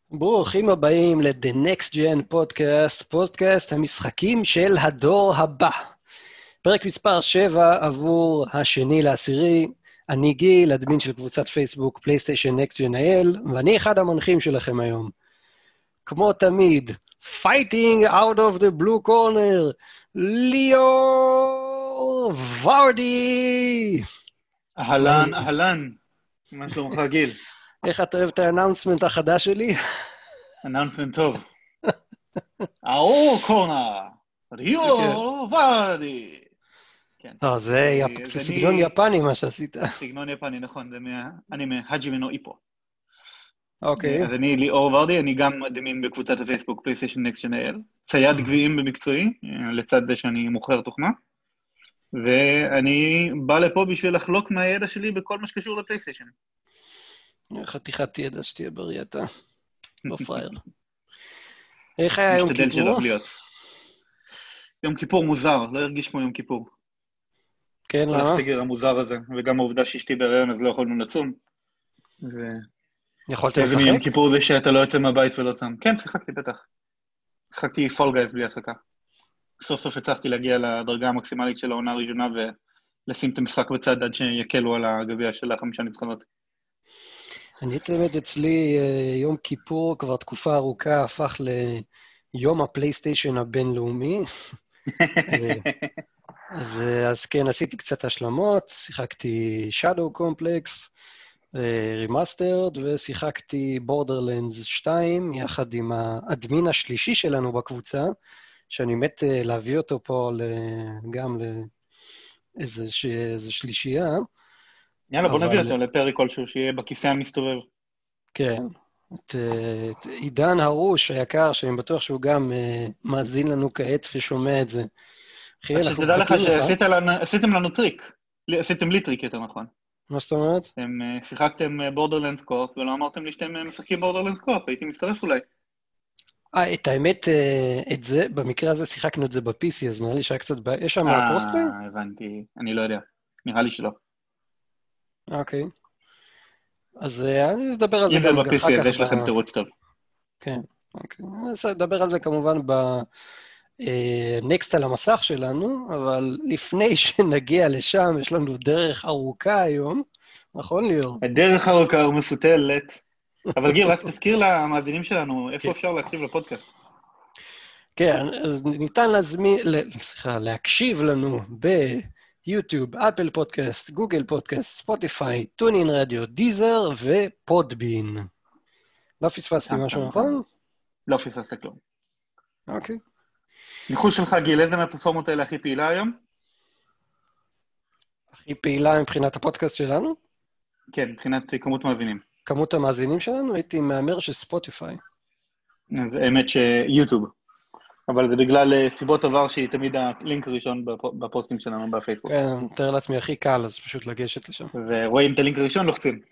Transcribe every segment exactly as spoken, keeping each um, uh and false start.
ברוכים הבאים ל-The Next Gen Podcast, פודקאסט המשחקים של הדור הבא. פרק מספר שבע עבור השני לעשירי. אני גיל, אדמין של קבוצת פייסבוק פלייסטיישן Next Gen איי אל, ואני אחד המנחים שלכם היום. כמו תמיד, fighting out of the blue corner, ליאור ורדי. אהלן, אהלן. מה שלומך גיל? איך אתה אוהב את האנאונסמנט החדש שלי? אנאונסמנט טוב. האור קורנר, ליאור ורדי. לא, זה סגנון יפני מה שעשית. סגנון יפני, נכון, אני מהג'י מינו איפו. אוקיי. אז אני ליאור ורדי, אני גם אדמין בקבוצת הפייסבוק פלייסטיישן נקסט ג'ן איי אל, צייד גביעים במקצועי, לצד זה שאני מוכר תוכנה, ואני בא לפה בשביל לחלוק מהידע שלי בכל מה שקשור לפלייסטיישן. חתיכת ידע שתהיה בריא אתה, לא פרייר. איך היה יום כיפור? משתדל שלא להיות. יום כיפור מוזר, לא הרגיש כמו יום כיפור. כן, למה? כל הסגר המוזר הזה, וגם העובדה שאשתי בהיריון אז לא יכולנו לצום. יכולת לשחק? איזה יום כיפור זה שאתה לא יוצא מהבית ולא צם. כן, שיחקתי בטח. שיחקתי פול גייז בלי הפסקה. סוף סוף הצלחתי להגיע לדרגה המקסימלית של העונה הראשונה ולשים את המשחק בצד עד שיקלו על הגביע של החמישה ניצחונות. אני תמיד אצלי יום כיפור כבר תקופה ארוכה הפך ליום הפלייסטיישן הבינלאומי. אז, אז כן, עשיתי קצת השלמות, שיחקתי Shadow Complex, רימאסטרד, ושיחקתי Borderlands שתיים, יחד עם האדמין השלישי שלנו בקבוצה, שאני מת להביא אותו פה גם לאיזה שלישייה. יאללה, בוא נביא אותו לפרק כלשהו, שיהיה בכיסא המסתובב. כן, את, את עידן הרוש היקר, שאני בטוח שהוא גם uh, מאזין לנו כעת ושומע את זה. אחי, רק שתדע לך שעשיתם לנו טריק, עשיתם לי טריק יותר נכון. מה זאת אומרת? אתם uh, שיחקתם בורדרלנדס קו-אופ, ולא אמרתם לי שאתם משחקים בורדרלנדס קו-אופ, הייתי מצטרף אולי. אה, את האמת, את זה, במקרה הזה שיחקנו את זה ב-פי סי, אז נראה לי שהיה קצת, יש שם קרוספליי? אה, הבנתי, אני לא יודע, נראה לי שלא. אוקיי. אז אני אדבר על זה גם אחר כך. אם זה ב-פי סי, אז יש לכם תירוץ טוב. כן, אוקיי. אני אדבר על זה כמובן בנקסט על המסך שלנו, אבל לפני שנגיע לשם, יש לנו דרך ארוכה היום, נכון ליאור? הדרך ארוכה ומפותלת. אבל גיל, רק תזכיר למאזינים שלנו, איפה אפשר להקשיב לפודקאסט? כן, אז ניתן להזמין, סליחה, להקשיב לנו ביוטיוב, אפל פודקאסט, גוגל פודקאסט, ספוטיפיי, טונין רדיו, דיזר ופודבין. לא פספסתי משהו, נכון? לא פספסת כלום. אוקיי. ניחוש שלך, גיל, איזה מהפלטפורמות האלה הכי פעילה היום? הכי פעילה מבחינת הפודקאסט שלנו? כן, מבחינת כמות מאזינים. כמות המאזינים שלנו? הייתי מאמר של ספוטיפיי. אז האמת שיוטיוב. אבל זה בגלל סיבות עבר שהיא תמיד הלינק הראשון בפוסטים שלנו בפייסבוק. כן, תאר לעצמי הכי קל, אז פשוט לגשת לשם. ורואים את הלינק הראשון, לוחצים.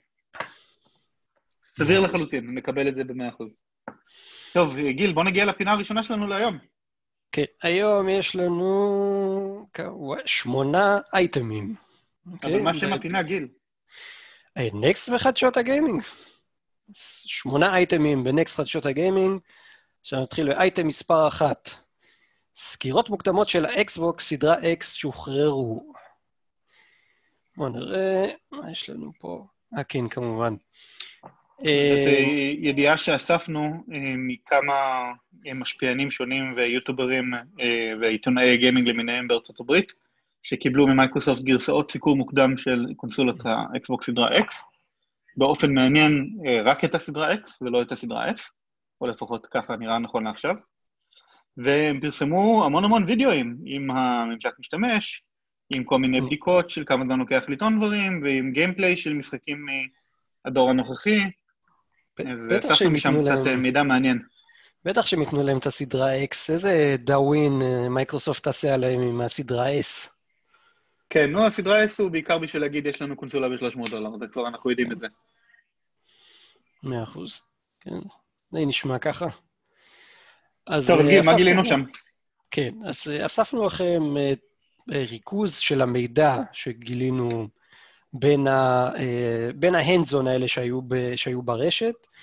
סביר לחלוטין, נקבל את זה ב-מאה אחוז. טוב, גיל, בוא נגיע לפינה הראשונה שלנו להיום. כן, היום יש לנו שמונה אייטמים. אבל מה שם הפינה, גיל? נקסט בחדשות הגיימינג. שמונה אייטמים בנקסט חדשות הגיימינג. עכשיו נתחיל באייטם מספר אחת. סקירות מוקדמות של האקסבוקס סדרה X שוחררו. בואו נראה מה יש לנו פה. אה, כן, כמובן. זאת ידיעה שאספנו מכמה משפיענים שונים ויוטוברים ועיתונאי גיימינג למיניהם בארצות הברית, שקיבלו ממייקרוסופט גרסאות סיקור מוקדם של קונסולת האקסבוקס סדרה X, באופן מעניין רק את הסדרה X ולא את הסדרה S, או לפחות ככה נראה נכון לעכשיו, והם פרסמו המון המון וידאוים עם הממשק משתמש, עם כל מיני בדיקות של כמה זמן לוקח לטעון דברים, ועם גיימפליי של משחקים מהדור הנוכחי, אז אספנו משם קצת מידע מעניין. בטח שהם יתנו להם את הסדרה X, איזה דאווין מייקרוסופט תעשה עליהם עם הסדרה S? כן, נו, הסדרה S הוא בעיקר בשביל להגיד, יש לנו קונסולה ב-שלוש מאות דולר, זה כבר אנחנו יודעים את זה. מאה אחוז, כן. זה נשמע ככה. טוב, מה גילינו שם? כן, אז אספנו לכם ריכוז של המידע שגילינו בין ההנדזון האלה שהיו ברשת,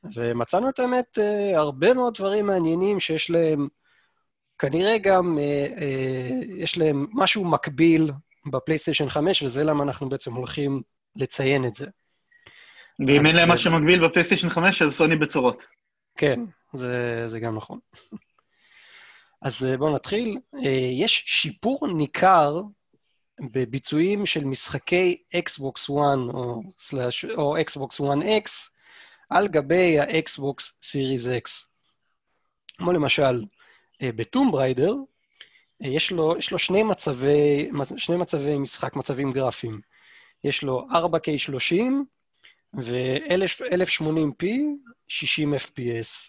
ומצאנו את האמת הרבה מאוד דברים מעניינים שיש להם, כנראה גם יש להם משהו מקביל בפלייסטיישן חמש, וזה למה אנחנו בעצם הולכים לציין את זה. ואם אין להם מה שמקביל בפלייסטיישן חמש, אז סוני בצורות. כן, זה, זה גם נכון. אז בואו נתחיל. יש שיפור ניכר בביצועים של משחקי Xbox One או, או Xbox One X על גבי ה-Xbox Series X. כמו למשל, בטום בריידר, יש לו, יש לו שני מצבי, שני מצבי משחק, מצבים גרפיים. יש לו ארבע קיי שלושים ו-אלף ושמונים פי, שישים אף פי אס.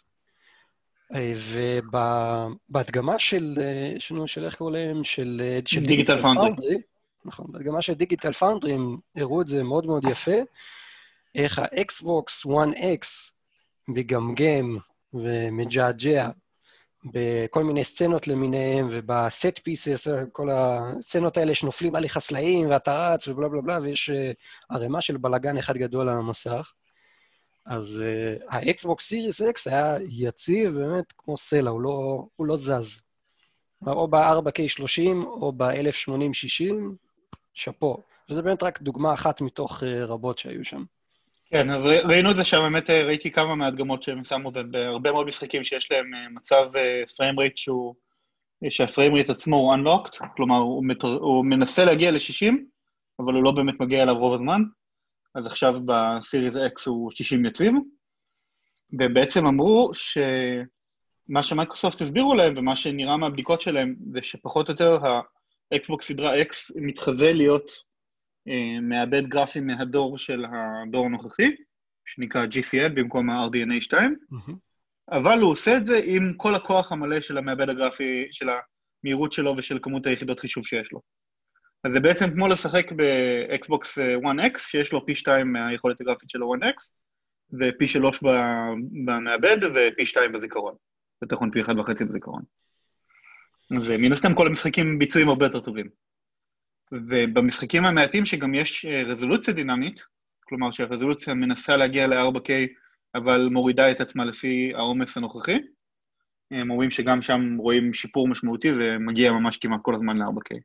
ובהדגמה של, של, של איך קוראים להם, של, של דיגיטל פאונדרי, נכון, בהדגמה של דיגיטל פאונדרי, הם הראו את זה מאוד מאוד יפה, איך ה-Xbox One X מגמגם ומג'עג'ע בכל מיני סצנות למיניהם, ובסט פיסס, כל הסצנות האלה שנופלים עליך סלעים, ואתה רץ ובלה בלה בלה, ויש ערימה של בלגן אחד גדול על המסך. אז uh, ה-Xbox Series X היה יציב באמת כמו סלע, הוא לא, הוא לא זז. או ב-ארבע קיי שלושים או ב-אלף ושמונים שישים, שפו. וזה באמת רק דוגמה אחת מתוך uh, רבות שהיו שם. כן, אז ראינו את זה שם, באמת ראיתי כמה מהדגמות שהם שמו בהרבה מאוד משחקים שיש להם מצב פריים רייט שהוא, שהפריים רייט עצמו הוא unlocked, כלומר הוא, מתר, הוא מנסה להגיע ל-שישים, אבל הוא לא באמת מגיע אליו רוב הזמן, אז עכשיו בסיריז X הוא שישים יציב, ובעצם אמרו שמה שמייקרוסופט הסבירו להם, ומה שנראה מהבדיקות שלהם, זה שפחות או יותר ה-Xbox סדרה X מתחזה להיות מעבד גרפי מהדור של הדור הנוכחי, שנקרא ג'י סי אל במקום ה-אר די אן איי שתיים, mm-hmm. אבל הוא עושה את זה עם כל הכוח המלא של המעבד הגרפי, של המהירות שלו ושל כמות היחידות חישוב שיש לו. אז זה בעצם כמו לשחק ב-Xbox One X, שיש לו פי שתיים מהיכולת הגרפית של ה-One X, ופי שלוש במעבד ופי שתיים בזיכרון. בתכון פי אחד וחצי בזיכרון. אז מן הסתם כל המשחקים ביצועים הרבה יותר טובים. ובמשחקים המעטים שגם יש רזולוציה דינמית, כלומר שהרזולוציה מנסה להגיע ל-ארבע קיי, אבל מורידה את עצמה לפי העומס הנוכחי, הם רואים שגם שם רואים שיפור משמעותי ומגיע ממש כמעט כל הזמן ל-ארבע קיי.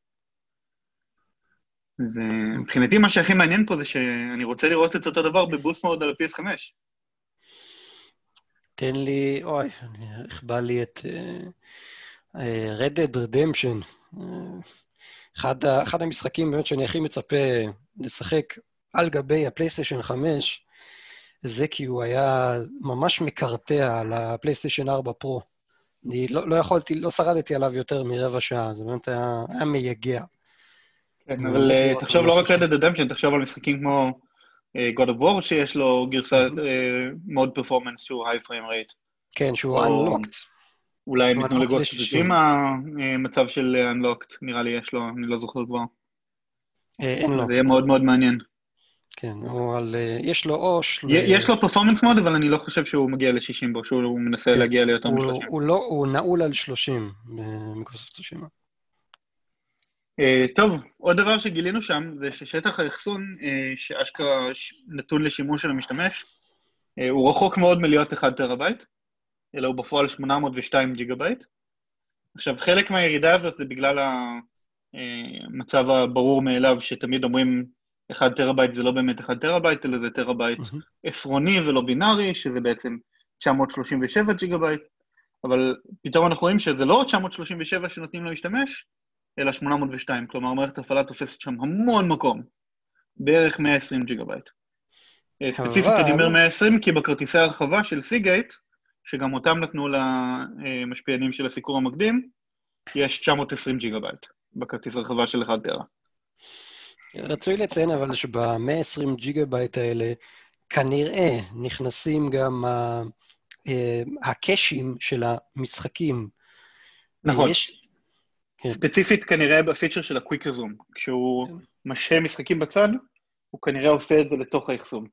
ומבחינתי מה שהכי מעניין פה זה שאני רוצה לראות את אותו דבר בבוסט מוד על ה-פי אס חמש. תן לי, אוי, איך בא לי את uh, uh, Red Dead Redemption. Uh, אחד, אחד המשחקים באמת שאני הכי מצפה לשחק על גבי הפלייסטיישן חמש, זה כי הוא היה ממש מקרטע על הפלייסטיישן ארבע פרו. אני לא, לא יכולתי, לא שרדתי עליו יותר מרבע שעה, זה באמת היה, היה מייגע. כן, אבל תחשוב לא רק Red Dead Redemption, תחשוב על משחקים כמו God of War, שיש לו גרסה מאוד פרפורמנס שהוא high frame rate. כן, שהוא unlocked. אולי הם ייתנו לגוסט שימה מצב של unlocked, נראה לי יש לו, אני לא זוכר כבר. אין לו. זה יהיה מאוד מאוד מעניין. כן, אבל יש לו אוש. יש לו פרפורמנס מוד, אבל אני לא חושב שהוא מגיע ל-שישים בו, שהוא מנסה להגיע ליותר מ-שלושים. הוא נעול על שלושים במיקרוסופט שימה. טוב, עוד דבר שגילינו שם, זה ששטח האחסון, שאשכרה נתון לשימוש של המשתמש, הוא רחוק מאוד מלהיות אחד טראבייט, אלא הוא בפועל שמונה מאות ושתיים ג'יגה בייט. עכשיו, חלק מהירידה הזאת זה בגלל המצב הברור מאליו, שתמיד אומרים אחד טראבייט זה לא באמת אחד טראבייט, אלא זה טראבייט עשרוני ולא בינארי, שזה בעצם תשע מאות שלושים ושבע ג'יגה בייט, אבל פתאום אנחנו רואים שזה לא תשע מאות שלושים ושבע שנותנים למשתמש, אלא שמונה מאות ושתיים, כלומר, מערכת הפעלה תופסת שם המון מקום, בערך מאה ועשרים ג'יגה בייט. ספציפית אני אומר מאה ועשרים, כי בכרטיסי הרחבה של סיגייט, שגם אותם נתנו למשפיענים של הסיקור המקדים, יש תשע מאות ועשרים ג'יגה בייט, בכרטיס הרחבה של אחד טרה. רצוי לציין אבל שב-מאה ועשרים ג'יגה בייט האלה, כנראה נכנסים גם הקאשים של המשחקים. נכון. ספציפית כנראה בפיצ'ר של הקוויק זום, כשהוא משהה משחקים בצד, הוא כנראה עושה את זה לתוך האחסון.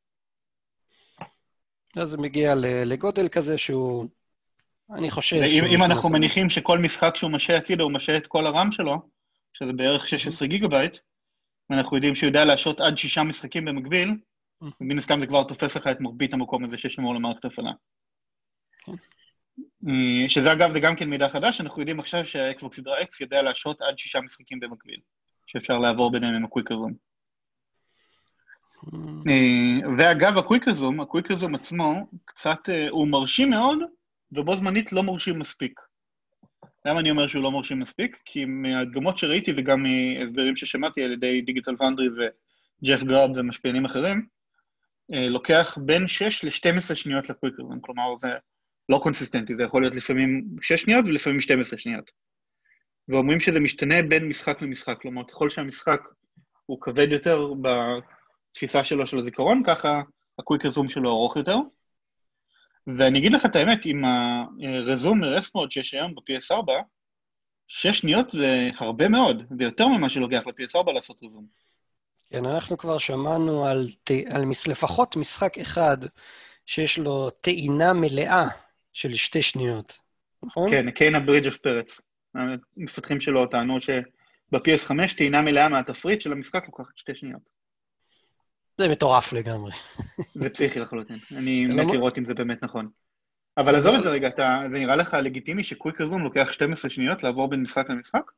אז זה מגיע לגודל כזה שהוא, אני חושב... אם אנחנו מניחים שכל משחק שהוא משהה הצידה, הוא משהה את כל הרם שלו, שזה בערך שש עשרה גיגה בייט, ואנחנו יודעים שהוא יודע להשעות עד שישה משחקים במקביל, ומן הסתם זה כבר תופס לך את מרבית המקום הזה ששמור למערכת הפעלה. שזה אגב, זה גם כן מידע חדש, אנחנו יודעים עכשיו שהאקסבוקס סדרה X יודע להשעות עד שישה משחקים במקביל, שאפשר לעבור ביניהם עם הקוויק רזום. ואגב, הקוויק רזום, הקוויק רזום עצמו, קצת, הוא מרשים מאוד, ובו זמנית לא מרשים מספיק. למה אני אומר שהוא לא מרשים מספיק? כי מהדגמות שראיתי וגם מהסברים ששמעתי על ידי דיגיטל פאונדרי וג'ף גראב ומשפיענים אחרים, לוקח בין שש ל-שתים עשרה שניות לקוויק רזום, כלומר זה לא קונסיסטנטי, זה יכול להיות לפעמים שש שניות ולפעמים שתים עשרה שניות. ואומרים שזה משתנה בין משחק למשחק, כלומר ככל שהמשחק הוא כבד יותר בתפיסה שלו של הזיכרון, ככה הקוויק רזום שלו ארוך יותר. ואני אגיד לך את האמת, עם הרזום מרסט מוד שיש היום ב-פי אס ארבע, שש שניות זה הרבה מאוד, זה יותר ממה שלוקח ל-פי אס ארבע לעשות רזום. כן, אנחנו כבר שמענו על, על לפחות משחק אחד שיש לו טעינה מלאה של שתי שניות, נכון? כן, קיינה ברידג' אוף פרץ. המפתחים שלו טענו שב-פי אס חמש טעינה מלאה מהתפריט של המשחק לוקחת שתי שניות. זה מטורף לגמרי. זה פסיכי לחלוטין. אני מת לראות אם זה באמת נכון. אבל עזוב את זה רגע, זה נראה לך לגיטימי שקוויק רזום לוקח שתים עשרה שניות לעבור בין משחק למשחק?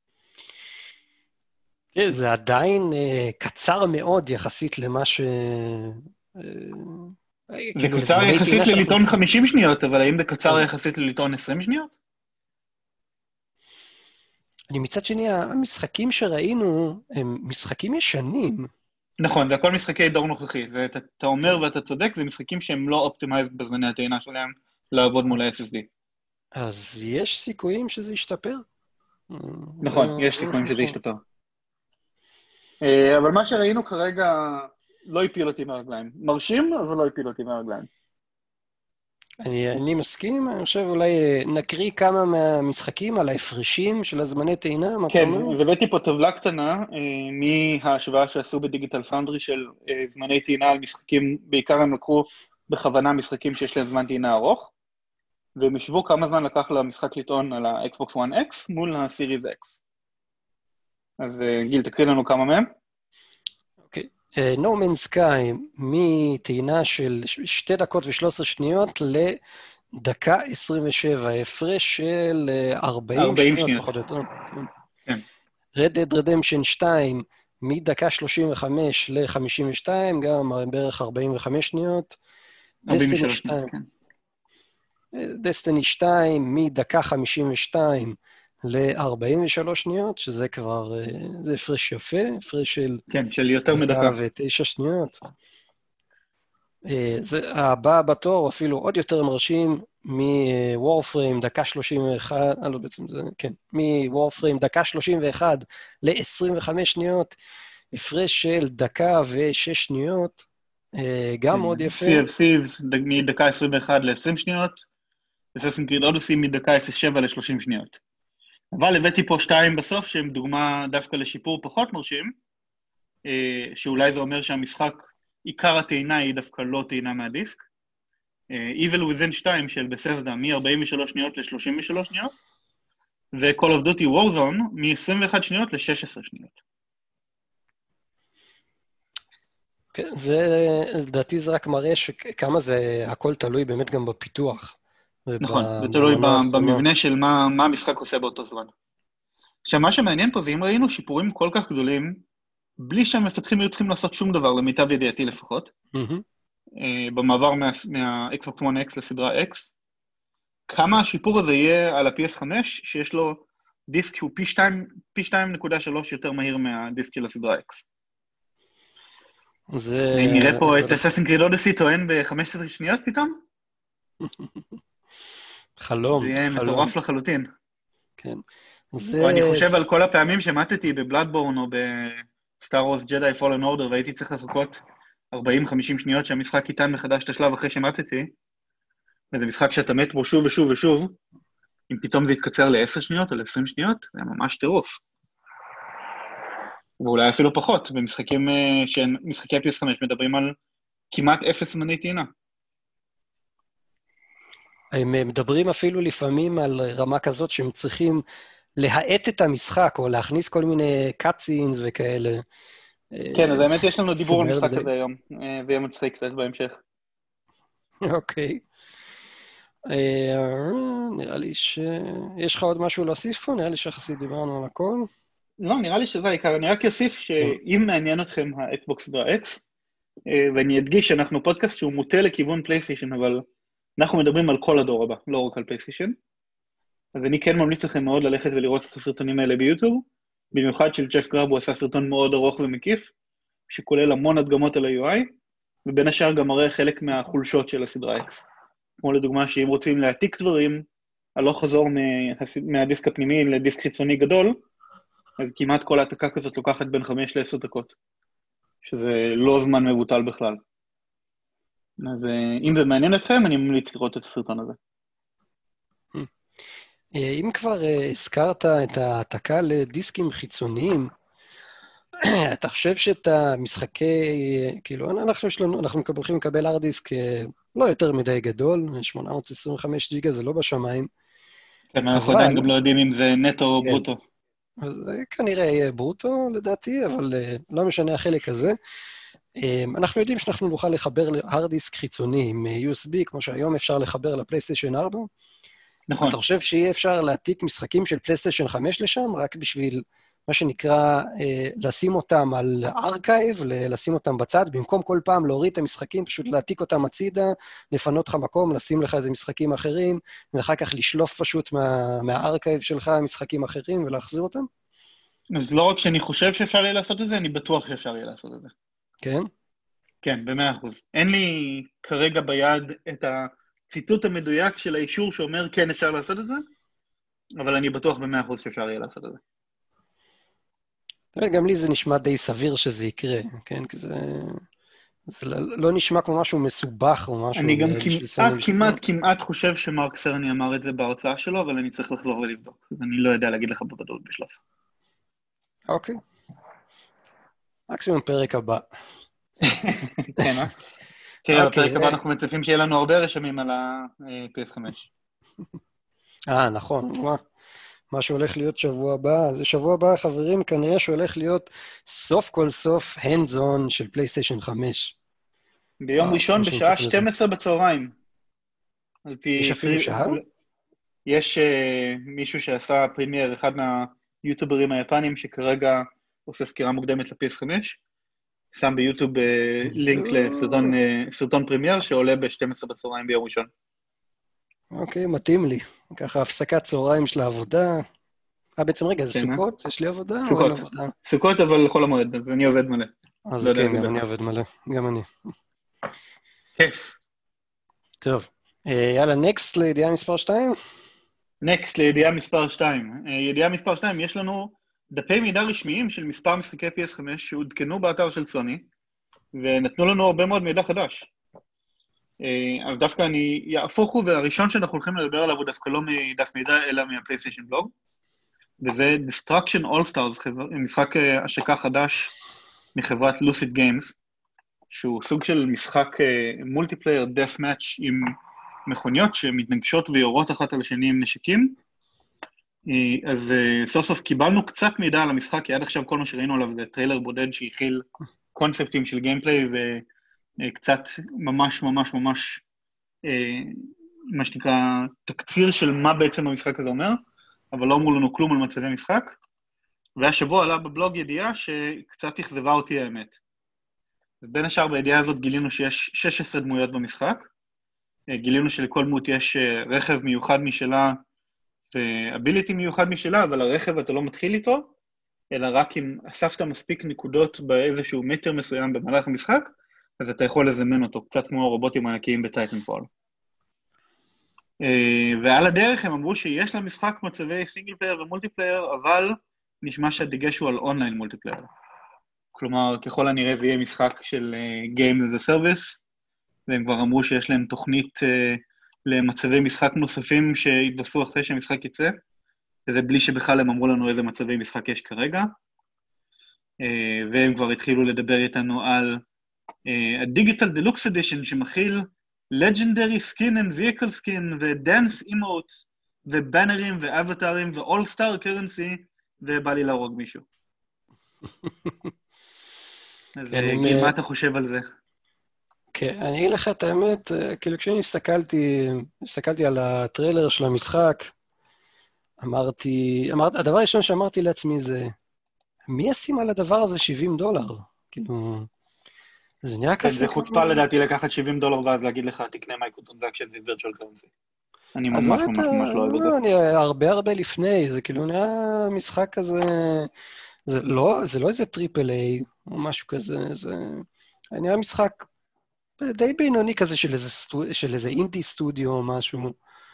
זה עדיין קצר מאוד יחסית למה ש... זה קצר יחסית לליטון חמישים שניות, אבל האם זה קצר יחסית לליטון עשרים שניות? אני מצד שני, המשחקים שראינו הם משחקים ישנים. נכון, זה הכל משחקי דור נוכחי. אתה אומר ואתה צודק, זה משחקים שהם לא אופטימייזד בזמני הטעינה שלהם לעבוד מול ה-אס אס די. אז יש סיכויים שזה ישתפר? נכון, יש סיכויים שזה ישתפר. אבל מה שראינו כרגע לא הפיל אותי מהרגליים. מרשים, אבל לא הפיל אותי מהרגליים. אני, אני מסכים, אני חושב אולי נקריא כמה מהמשחקים על ההפרשים של הזמני טעינה. כן, אז הבאתי פה טבלה קטנה מההשוואה שעשו בדיגיטל פאונדרי של זמני טעינה על משחקים, בעיקר הם לקחו בכוונה משחקים שיש להם זמן טעינה ארוך, והם ישבו כמה זמן לקח למשחק לטעון על ה-Xbox One X מול ה-Series X. אז גיל, תקריא לנו כמה מהם. אוקיי. No Man's Sky, מטעינה של שתי דקות ושלוש עשרה שניות לדקה עשרים ושבע, הפרש של ארבעים שניות, פחות או יותר. כן. Red Dead Redemption שתיים, מדקה שלושים וחמש ל-חמישים ושתיים, גם בערך ארבעים וחמש שניות. ארבעים ושלוש שניות, כן. דסטיני שתיים, מדקה חמישים ושתיים ל-ארבעים ושלוש שניות, שזה כבר, זה הפרש יפה, הפרש של... כן, של יותר מדקה. דקה ותשע שניות. זה, הבא בתור, אפילו עוד יותר מרשים, מ-Warframe, דקה שלושים ואחת, לא בעצם זה, כן, מ-Warframe, דקה שלושים ואחת ל-עשרים וחמש שניות, הפרש של דקה ושש שניות, גם מאוד יפה. Sea of Thieves, מדקה עשרים ואחת ל-עשרים שניות, Assassin's Creed Odyssey מדקה אפס שבע ל-שלושים שניות. אבל הבאתי פה שתיים בסוף, שהם דוגמה דווקא לשיפור פחות מרשים, שאולי זה אומר שהמשחק, עיקר הטעינה היא דווקא לא טעינה מהדיסק. Evil Within שתיים של בססדה, מ-ארבעים ושלוש שניות ל-שלושים ושלוש שניות, ו-Call of Duty Warzone, מ-עשרים ואחת שניות ל-שש עשרה שניות. כן, זה, לדעתי זה רק מראה שכמה זה, הכל תלוי באמת גם בפיתוח. נכון, זה תלוי במבנה של מה, מה המשחק עושה באותו זמן. עכשיו, מה שמעניין פה זה אם ראינו שיפורים כל כך גדולים, בלי שהמפתחים היו צריכים לעשות שום דבר, למיטב ידיעתי לפחות, במעבר מה-Xbox One X לסדרה X, כמה השיפור הזה יהיה על ה-פי אס חמש, שיש לו דיסק שהוא פי שתיים נקודה שלוש יותר מהיר מהדיסק של הסדרה X. אני נראה פה את Assassin's Creed Odyssey טוען ב-חמש עשרה שניות פתאום? חלום. זה יהיה מטורף לחלוטין. כן. אני חושב על כל הפעמים שמטתי בבלאדבורן או בסטאר וורס ג'די פולן אורדר, והייתי צריך לחכות ארבעים חמישים שניות שהמשחק ייתן מחדש את השלב אחרי שמטתי, וזה משחק שאתה מת בו שוב ושוב ושוב, אם פתאום זה יתקצר ל-עשר שניות או ל-עשרים שניות, זה ממש טירוף. ואולי אפילו פחות, במשחקים שהם משחקי פי אס חמש מדברים על כמעט אפס זמני טעינה. הם מדברים אפילו לפעמים על רמה כזאת שהם צריכים להאט את המשחק, או להכניס כל מיני קאטסינס וכאלה. כן, אז האמת יש לנו דיבור על משחק הזה היום, ויהיה מצחיק קצת בהמשך. אוקיי. נראה לי ש... יש לך עוד משהו להוסיף פה? נראה לי שיחסית דיברנו על הכל. לא, נראה לי שזה העיקר. אני רק אוסיף שאם מעניין אתכם האקסבוקס והאקס, ואני אדגיש שאנחנו פודקאסט שהוא מוטה לכיוון פלייסטיישן, אבל אנחנו מדברים על כל הדור הבא, לא רק על פלייסטיישן. אז אני כן ממליץ לכם מאוד ללכת ולראות את הסרטונים האלה ביוטיוב, במיוחד של ג'ף גראב, הוא עשה סרטון מאוד ארוך ומקיף, שכולל המון הדגמות על ה-יו איי, ובין השאר גם מראה חלק מהחולשות של הסדרה X. כמו לדוגמה שאם רוצים להעתיק דברים, הלוך חזור מהדיסק הפנימי לדיסק חיצוני גדול, אז כמעט כל העתקה כזאת לוקחת בין חמש לעשר דקות, שזה לא זמן מבוטל בכלל. אז אם זה מעניין אתכם, אני ממליץ לראות את הסרטון הזה. אם כבר הזכרת את העתקה לדיסקים חיצוניים, אתה חושב שאת המשחקי, כאילו, אנחנו, לנו, אנחנו הולכים לקבל הרד דיסק לא יותר מדי גדול, שמונה מאות עשרים וחמש ג'יגה, זה לא בשמיים. כן, אנחנו עדיין גם לא יודעים אם זה נטו או ברוטו. אז זה כנראה יהיה ברוטו לדעתי, אבל לא משנה החלק הזה. אנחנו יודעים שאנחנו נוכל לחבר להרד דיסק חיצוני עם יו אס בי, כמו שהיום אפשר לחבר לפלייסטיישן ארבע. נכון. אתה חושב שיהיה אפשר להעתיק משחקים של פלייסטיישן חמש לשם, רק בשביל מה שנקרא, לשים אותם על ארכייב, לשים אותם בצד, במקום כל פעם להוריד את המשחקים, פשוט להעתיק אותם הצידה, לפנות לך מקום, לשים לך איזה משחקים אחרים, ואחר כך לשלוף פשוט מה, מהארכייב שלך משחקים אחרים ולהחזיר אותם? אז לא רק שאני חושב שאפשר יהיה לעשות את זה, אני בטוח שאפשר יהיה לעשות את זה. כן? כן, במאה אחוז. אין לי כרגע ביד את הציטוט המדויק של האישור שאומר כן אפשר לעשות את זה, אבל אני בטוח במאה אחוז שאפשר יהיה לעשות את זה. גם לי זה נשמע די סביר שזה יקרה, כן? כי זה, זה לא נשמע כמו משהו מסובך או משהו... אני גם כמעט, כמעט, כמעט חושב שמרק סרני אמר את זה בהרצאה שלו, אבל אני צריך לחזור ולבדוק. אז אני לא יודע להגיד לך בוודאות בשלב. אוקיי. מקסימום פרק הבא. כן, אה? תראה, בפרק הבא אנחנו מצפים שיהיה לנו הרבה רשמים על ה-פי אס חמש. אה, נכון. מה שהולך להיות שבוע הבא, זה שבוע הבא, חברים, כנראה שהולך להיות סוף כל סוף hands-on של פלייסטיישן חמש. ביום ראשון בשעה שתים עשרה בצהריים. יש אפילו שעה? יש מישהו שעשה פרימייר, אחד מהיוטוברים היפנים, שכרגע עושה סקירה מוקדמת ל-פי אס חמש, שם ביוטיוב לינק לסרטון פרימייר, שעולה ב-שתים עשרה בצהריים ביום ראשון. אוקיי, מתאים לי. ככה הפסקת צהריים של העבודה. אה, בעצם רגע, זה סוכות? יש לי עבודה? סוכות. סוכות, אבל לכל המועד, אז אני עובד מלא. אז כן, גם אני עובד מלא. גם אני. כיף. טוב. יאללה, נקסט לידיעה מספר שתיים? נקסט לידיעה מספר שתיים. ידיעה מספר שתיים, יש לנו דפי מידע רשמיים של מספר משחקי פי אס חמש שהודכנו באתר של סוני, ונתנו לנו הרבה מאוד מידע חדש. אז דווקא אני יהפוך הוא, והראשון שאנחנו הולכים לדבר עליו הוא דווקא לא מדף מידע, אלא מהפלייסטיישן בלוג, וזה Destruction All Stars, משחק השקה חדש מחברת Lucid Games, שהוא סוג של משחק מולטיפלייר death match עם מכוניות שמתנגשות ויורות אחת על השני עם נשקים. אז סוף סוף קיבלנו קצת מידע על המשחק, כי עד עכשיו כל מה שראינו עליו זה טריילר בודד שהכיל קונספטים של גיימפליי וקצת ממש ממש ממש מה שנקרא תקציר של מה בעצם המשחק הזה אומר, אבל לא אמרו לנו כלום על מצבי משחק. והשבוע עלה בבלוג ידיעה שקצת אכזבה אותי האמת. בין השאר בידיעה הזאת גילינו שיש שש עשרה דמויות במשחק, גילינו שלכל דמות יש רכב מיוחד משלה ואביליטי מיוחד משלה, אבל הרכב אתה לא מתחיל איתו, אלא רק אם אספת מספיק נקודות באיזשהו מטר מסוים במהלך המשחק, אז אתה יכול לזמן אותו, קצת כמו הרובוטים הענקיים בטייטנפול. ועל הדרך הם אמרו שיש למשחק מצבי סינגל פלייר ומולטיפלייר, אבל נשמע שהדגש הוא על אונליין מולטיפלייר. כלומר, ככל הנראה זה יהיה משחק של uh, Games as a Service, והם כבר אמרו שיש להם תוכנית uh, למצבי משחק נוספים שהתבססו אחרי שהמשחק יצא, וזה בלי שבכלל הם אמרו לנו איזה מצבי משחק יש כרגע, uh, והם כבר התחילו לדבר איתנו על uh, ה-Digital Deluxe Edition שמכיל Legendary Skin and Vehicle Skin ו-Dance Emotes ובאנרים ואבטרים ו-All Star Currency, ובא לי להרוג מישהו. אז גיל, מה אתה חושב על זה? כן, אני אגיד לך את האמת, כאילו כשאני הסתכלתי, הסתכלתי על הטריילר של המשחק, אמרתי, אמרת, הדבר הראשון שאמרתי לעצמי זה, מי ישים על הדבר הזה שבעים דולר? כאילו, זה נראה כן, כזה זה כמו... חוצפה לדעתי לקחת שבעים דולר ואז להגיד לך, תקנה מייקרו-טרנזקשן זה וירטואל קרנסי. אני אז ממש באמת, ממש ממש לא אוהב את זה. לא, אני הרבה הרבה לפני, זה כאילו נראה משחק כזה, זה לא, זה לא איזה טריפל איי או משהו כזה, זה נראה משחק די בינוני כזה של איזה, סטו, של איזה אינדי סטודיו או משהו,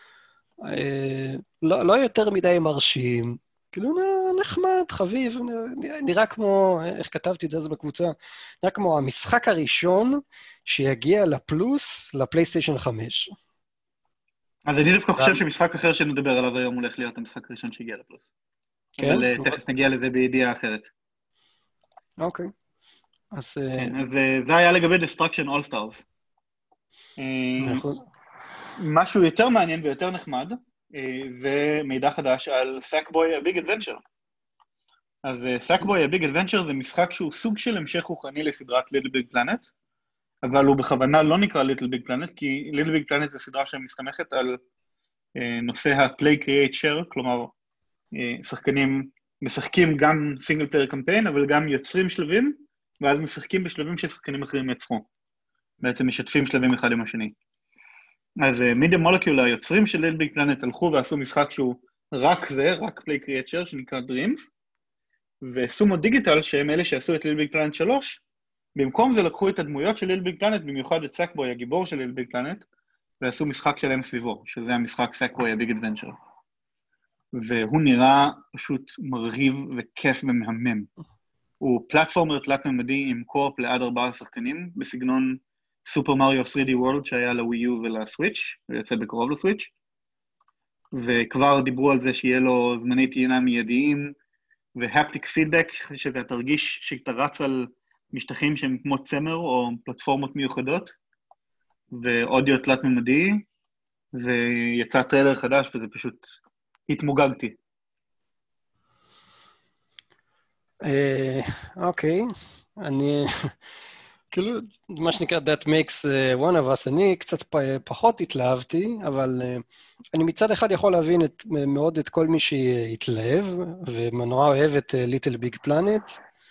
אה, לא, לא יותר מדי מרשים, כאילו נחמד, חביב, נראה כמו, איך כתבתי את זה בקבוצה, נראה כמו המשחק הראשון שיגיע לפלוס, לפלייסטיישן חמש. אז אני דווקא חושב שמשחק אחר שנדבר עליו היום הולך להיות המשחק הראשון שהגיע לפלוס. כן? אבל uh, תכף נגיע לזה בידיעה אחרת. אוקיי. אז... כן, אז uh, זה היה לגבי Destruction All Stars. נכון. משהו יותר מעניין ויותר נחמד, זה מידע חדש על Sackboy A Big Adventure. אז Sackboy A Big Adventure זה משחק שהוא סוג של המשך רוחני לסדרת Little Big Planet, אבל הוא בכוונה לא נקרא Little Big Planet, כי Little Big Planet זה סדרה שמסתמכת על נושא ה-Play Create Share, כלומר, שחקנים משחקים גם סינגל פלייר קמפיין, אבל גם יוצרים שלבים, ואז משחקים בשלבים ששחקנים אחרים יצרו. בעצם משתפים שלבים אחד עם השני. אז מידיה מולקיול, היוצרים של ליטל ביג פלנט, הלכו ועשו משחק שהוא רק זה, רק Play Create Share, שנקרא Dreams, וסומו דיגיטל, שהם אלה שעשו את ליטל ביג פלנט שלוש, במקום זה לקחו את הדמויות של ליטל ביג פלנט, במיוחד את סאקבוי, הגיבור של ליטל ביג פלנט, ועשו משחק שלהם סביבו, שזה המשחק סאקבוי A Big Adventure. והוא נראה פשוט מרהיב וכיף ומהמם. הוא פלטפורמר תלת-ממדי עם קו-אופ לעד ארבעה שחקנים, בסגנון סופר מריו תרי די World שהיה לווי יו ולסוויץ', ויוצא בקרוב לסוויץ', וכבר דיברו על זה שיהיה לו זמני טעינה מיידיים, והפטיק פידבק, שזה תרגיש שאתה רץ על משטחים שהם כמו צמר או פלטפורמות מיוחדות, ואודיו תלת-ממדי, ויצא טריילר חדש וזה פשוט התמוגגתי. אוקיי, אני... כאילו, מה שנקרא, that makes one of us, אני קצת פחות התלהבתי, אבל אני מצד אחד יכול להבין את, מאוד את כל מי שהתלהב, ונורא אוהב את Little Big Planet.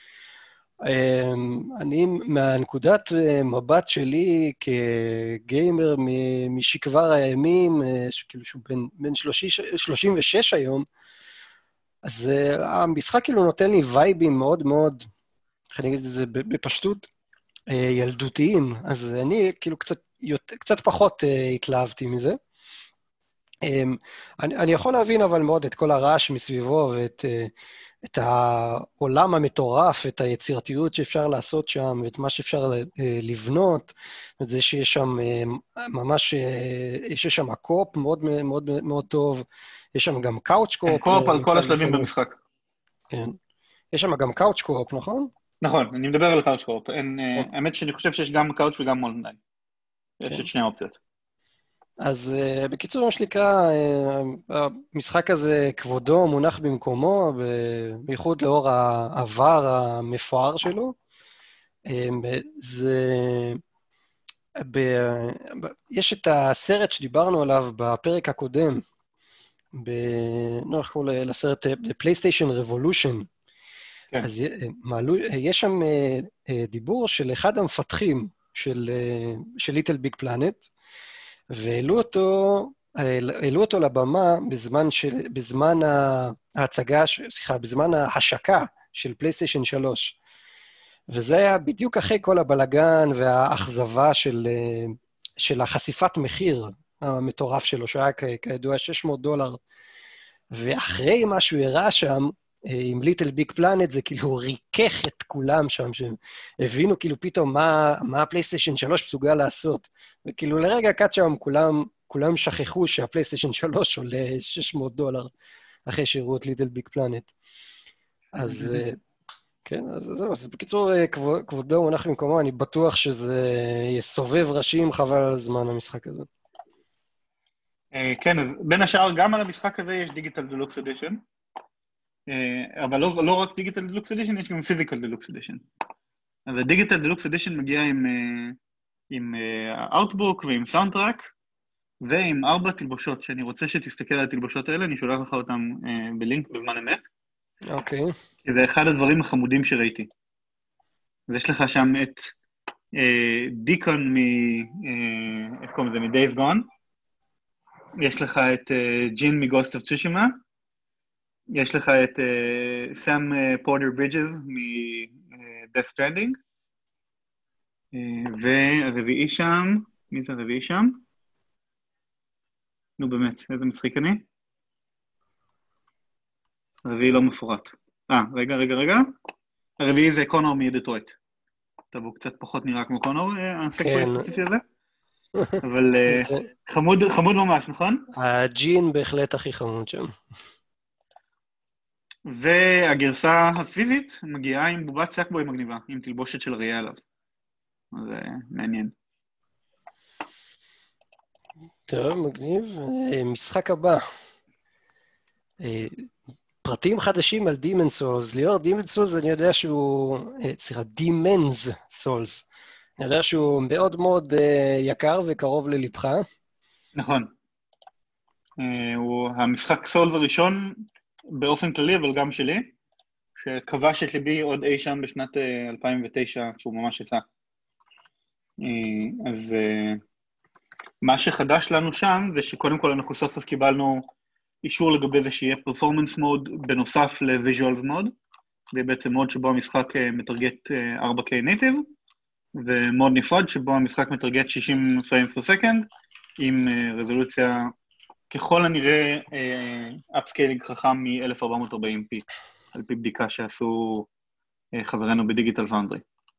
אני, מהנקודת מבט שלי כגיימר משכבר הימים, כאילו שהוא בין, בין שלושים ושש היום, אז המשחק כאילו נותן לי וייבים מאוד מאוד, איך אני אגיד את זה בפשטות, ילדותיים, אז אני כאילו קצת, קצת פחות התלהבתי מזה. אני, אני יכול להבין אבל מאוד את כל הרעש מסביבו, ואת את העולם המטורף, את היצירתיות שאפשר לעשות שם, ואת מה שאפשר לבנות, את זה שיש שם ממש, יש שם קופ מאוד מאוד מאוד טוב, יש שם גם קאוץ' קופ. קופ על כל השלבים במשחק. כן. יש שם גם קאוץ' קופ, נכון? נכון, אני מדבר על קאוץ' קופ. האמת שאני חושב שיש גם קאוץ' וגם אונליין. יש את שני האופציות. אז בקיצור, מה שנקרא, המשחק הזה כבודו מונח במקומו, בייחוד לאור העבר המפואר שלו. זה... יש את הסרט שדיברנו עליו בפרק הקודם, ב... לא איך קוראים לסרט, פלייסטיישן רבולושן. אז מעלו, יש שם דיבור של אחד המפתחים של ליטל ביג פלנט, והעלו אותו, העלו אותו לבמה בזמן, של, בזמן ההצגה, סליחה, בזמן ההשקה של פלייסטיישן שלוש. וזה היה בדיוק אחרי כל הבלגן והאכזבה של, של החשיפת מחיר המטורף שלו, שהיה כידוע שש מאות דולר. ואחרי מה שהוא הראה שם, עם ליטל ביג פלנט, זה כאילו ריכך את כולם שם, שהבינו כאילו פתאום מה, מה הפלייסטיישן שלוש מסוגל לעשות. וכאילו לרגע קט שם כולם, כולם שכחו שהפלייסטיישן שלוש עולה שש מאות דולר, אחרי שהראו את ליטל ביג פלנט. אז כן, אז זהו, אז בקיצור, כבודו, אנחנו במקומו, אני בטוח שזה יסובב ראשים חבל על הזמן המשחק הזה. כן, אז בין השאר גם על המשחק הזה יש דיגיטל דלוקס אדישן, אבל לא, לא רק דיגיטל דלוקס אדישן, יש גם פיזיקל דלוקס אדישן. אז הדיגיטל דלוקס אדישן מגיע עם עם אאוטבוק ועם סאונדטרק, ועם ארבע תלבושות, שאני רוצה שתסתכל על התלבושות האלה, אני שולח לך אותם בלינק בזמן אמת. אוקיי. כי זה אחד הדברים החמודים שראיתי. אז יש לך שם את דיקון מ... איך קוראים לזה? מ-Days Gone. יש לך את ג'ין מ-Ghost of Tsushima. יש לך את סאם פורטר ברידג'ס מ-Death Stranding. והרביעי שם, מי זה הרביעי שם? נו באמת, איזה מצחיק אני? הרביעי לא מפורט. אה, רגע, רגע, רגע. הרביעי זה קונור מדטרויט. טוב, הוא קצת פחות נראה כמו קונור, הסקווי הספציפי הזה. אבל חמוד, חמוד ממש, נכון? הג'ין בהחלט הכי חמוד שם. והגרסה הפיזית מגיעה עם בובת סאקבוי מגניבה, עם תלבושת של ראייה עליו. זה מעניין. טוב, מגניב. משחק הבא. פרטים חדשים על דימון סולס. ליאור, דימון סולס, אני יודע שהוא... סליחה, דימנס סולס. אני יודע שהוא מאוד מאוד יקר וקרוב ללבך. נכון. הוא המשחק סולס הראשון באופן כללי, אבל גם שלי, שכבש את ליבי עוד אי שם בשנת אלפיים ותשע, שהוא ממש יצא. אז מה שחדש לנו שם זה שקודם כל אנחנו סוף סוף קיבלנו אישור לגבי זה שיהיה פרפורמנס מוד בנוסף לוויז'ואלס מוד, זה בעצם מוד שבו המשחק מטרגט ארבע קיי נייטיב, ומוד נפרד שבו המשחק מטרגט שישים פריימס פר סקנד, עם רזולוציה ככל הנראה אפסקיילינג חכם מ-אלף ארבע מאות וארבעים פי, על פי בדיקה שעשו חברינו בדיגיטל פאונדרי.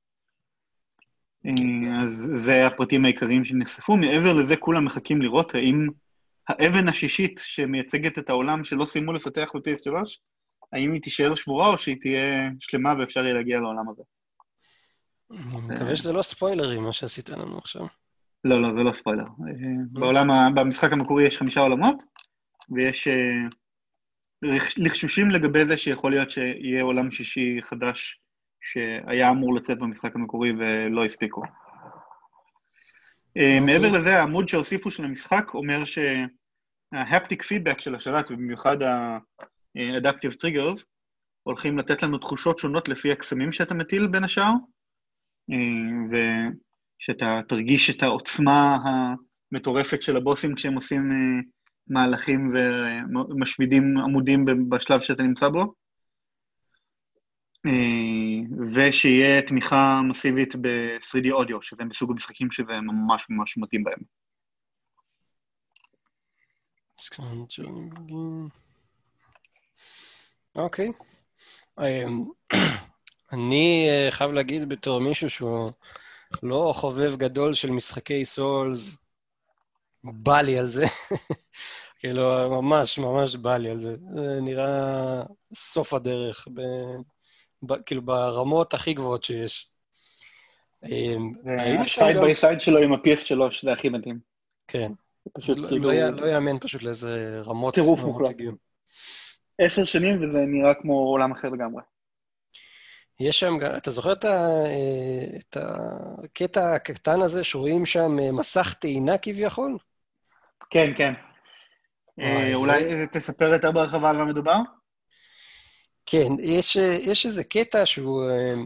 אז זה הפרטים העיקריים שנחשפו. מעבר לזה כולם מחכים לראות האם האבן השישית שמייצגת את העולם שלא סיימו לפתח ב-פי אס שלוש, האם היא תישאר שבורה או שהיא תהיה שלמה ואפשר יהיה להגיע לעולם הזה. אני מקווה שזה לא ספוילרים מה שעשית לנו עכשיו. לא, לא, זה לא ספוילר. בעולם, במשחק המקורי יש חמישה עולמות, ויש לחשושים לגבי זה שיכול להיות שיהיה עולם שישי חדש שהיה אמור לצאת במשחק המקורי ולא הספיקו. מעבר לזה, העמוד שהוסיפו של המשחק אומר שה-haptic feedback של השרת, ובמיוחד ה-adaptive triggers, הולכים לתת לנו תחושות שונות לפי הקסמים שאתה מטיל בין השאר, ושאתה תרגיש את העוצמה המטורפת של הבוסים כשהם עושים מהלכים ומשמידים עמודים בשלב שאתה נמצא בו, ושיהיה תמיכה מסיבית ב-תרי די אודיו, שזה מסוג המשחקים שזה ממש ממש מתאים בהם. אוקיי. אני חייב להגיד בתור מישהו שהוא לא חובב גדול של משחקי סולס, בא לי על זה. כאילו, ממש ממש בא לי על זה. זה נראה סוף הדרך ב... כאילו ברמות הכי גבוהות שיש. הסייד ביי סייד שלו עם ה-פי אס שלוש, זה הכי מדהים. כן. לא יאמן פשוט לאיזה רמות. טירוף מוחלט. עשר שנים וזה נראה כמו עולם אחר לגמרי. יש שם, אתה זוכר את הקטע הקטן הזה שרואים שם מסך טעינה כביכול? כן, כן. אולי תספר יותר ברחבה על מה מדובר? כן, יש, יש איזה קטע שהוא,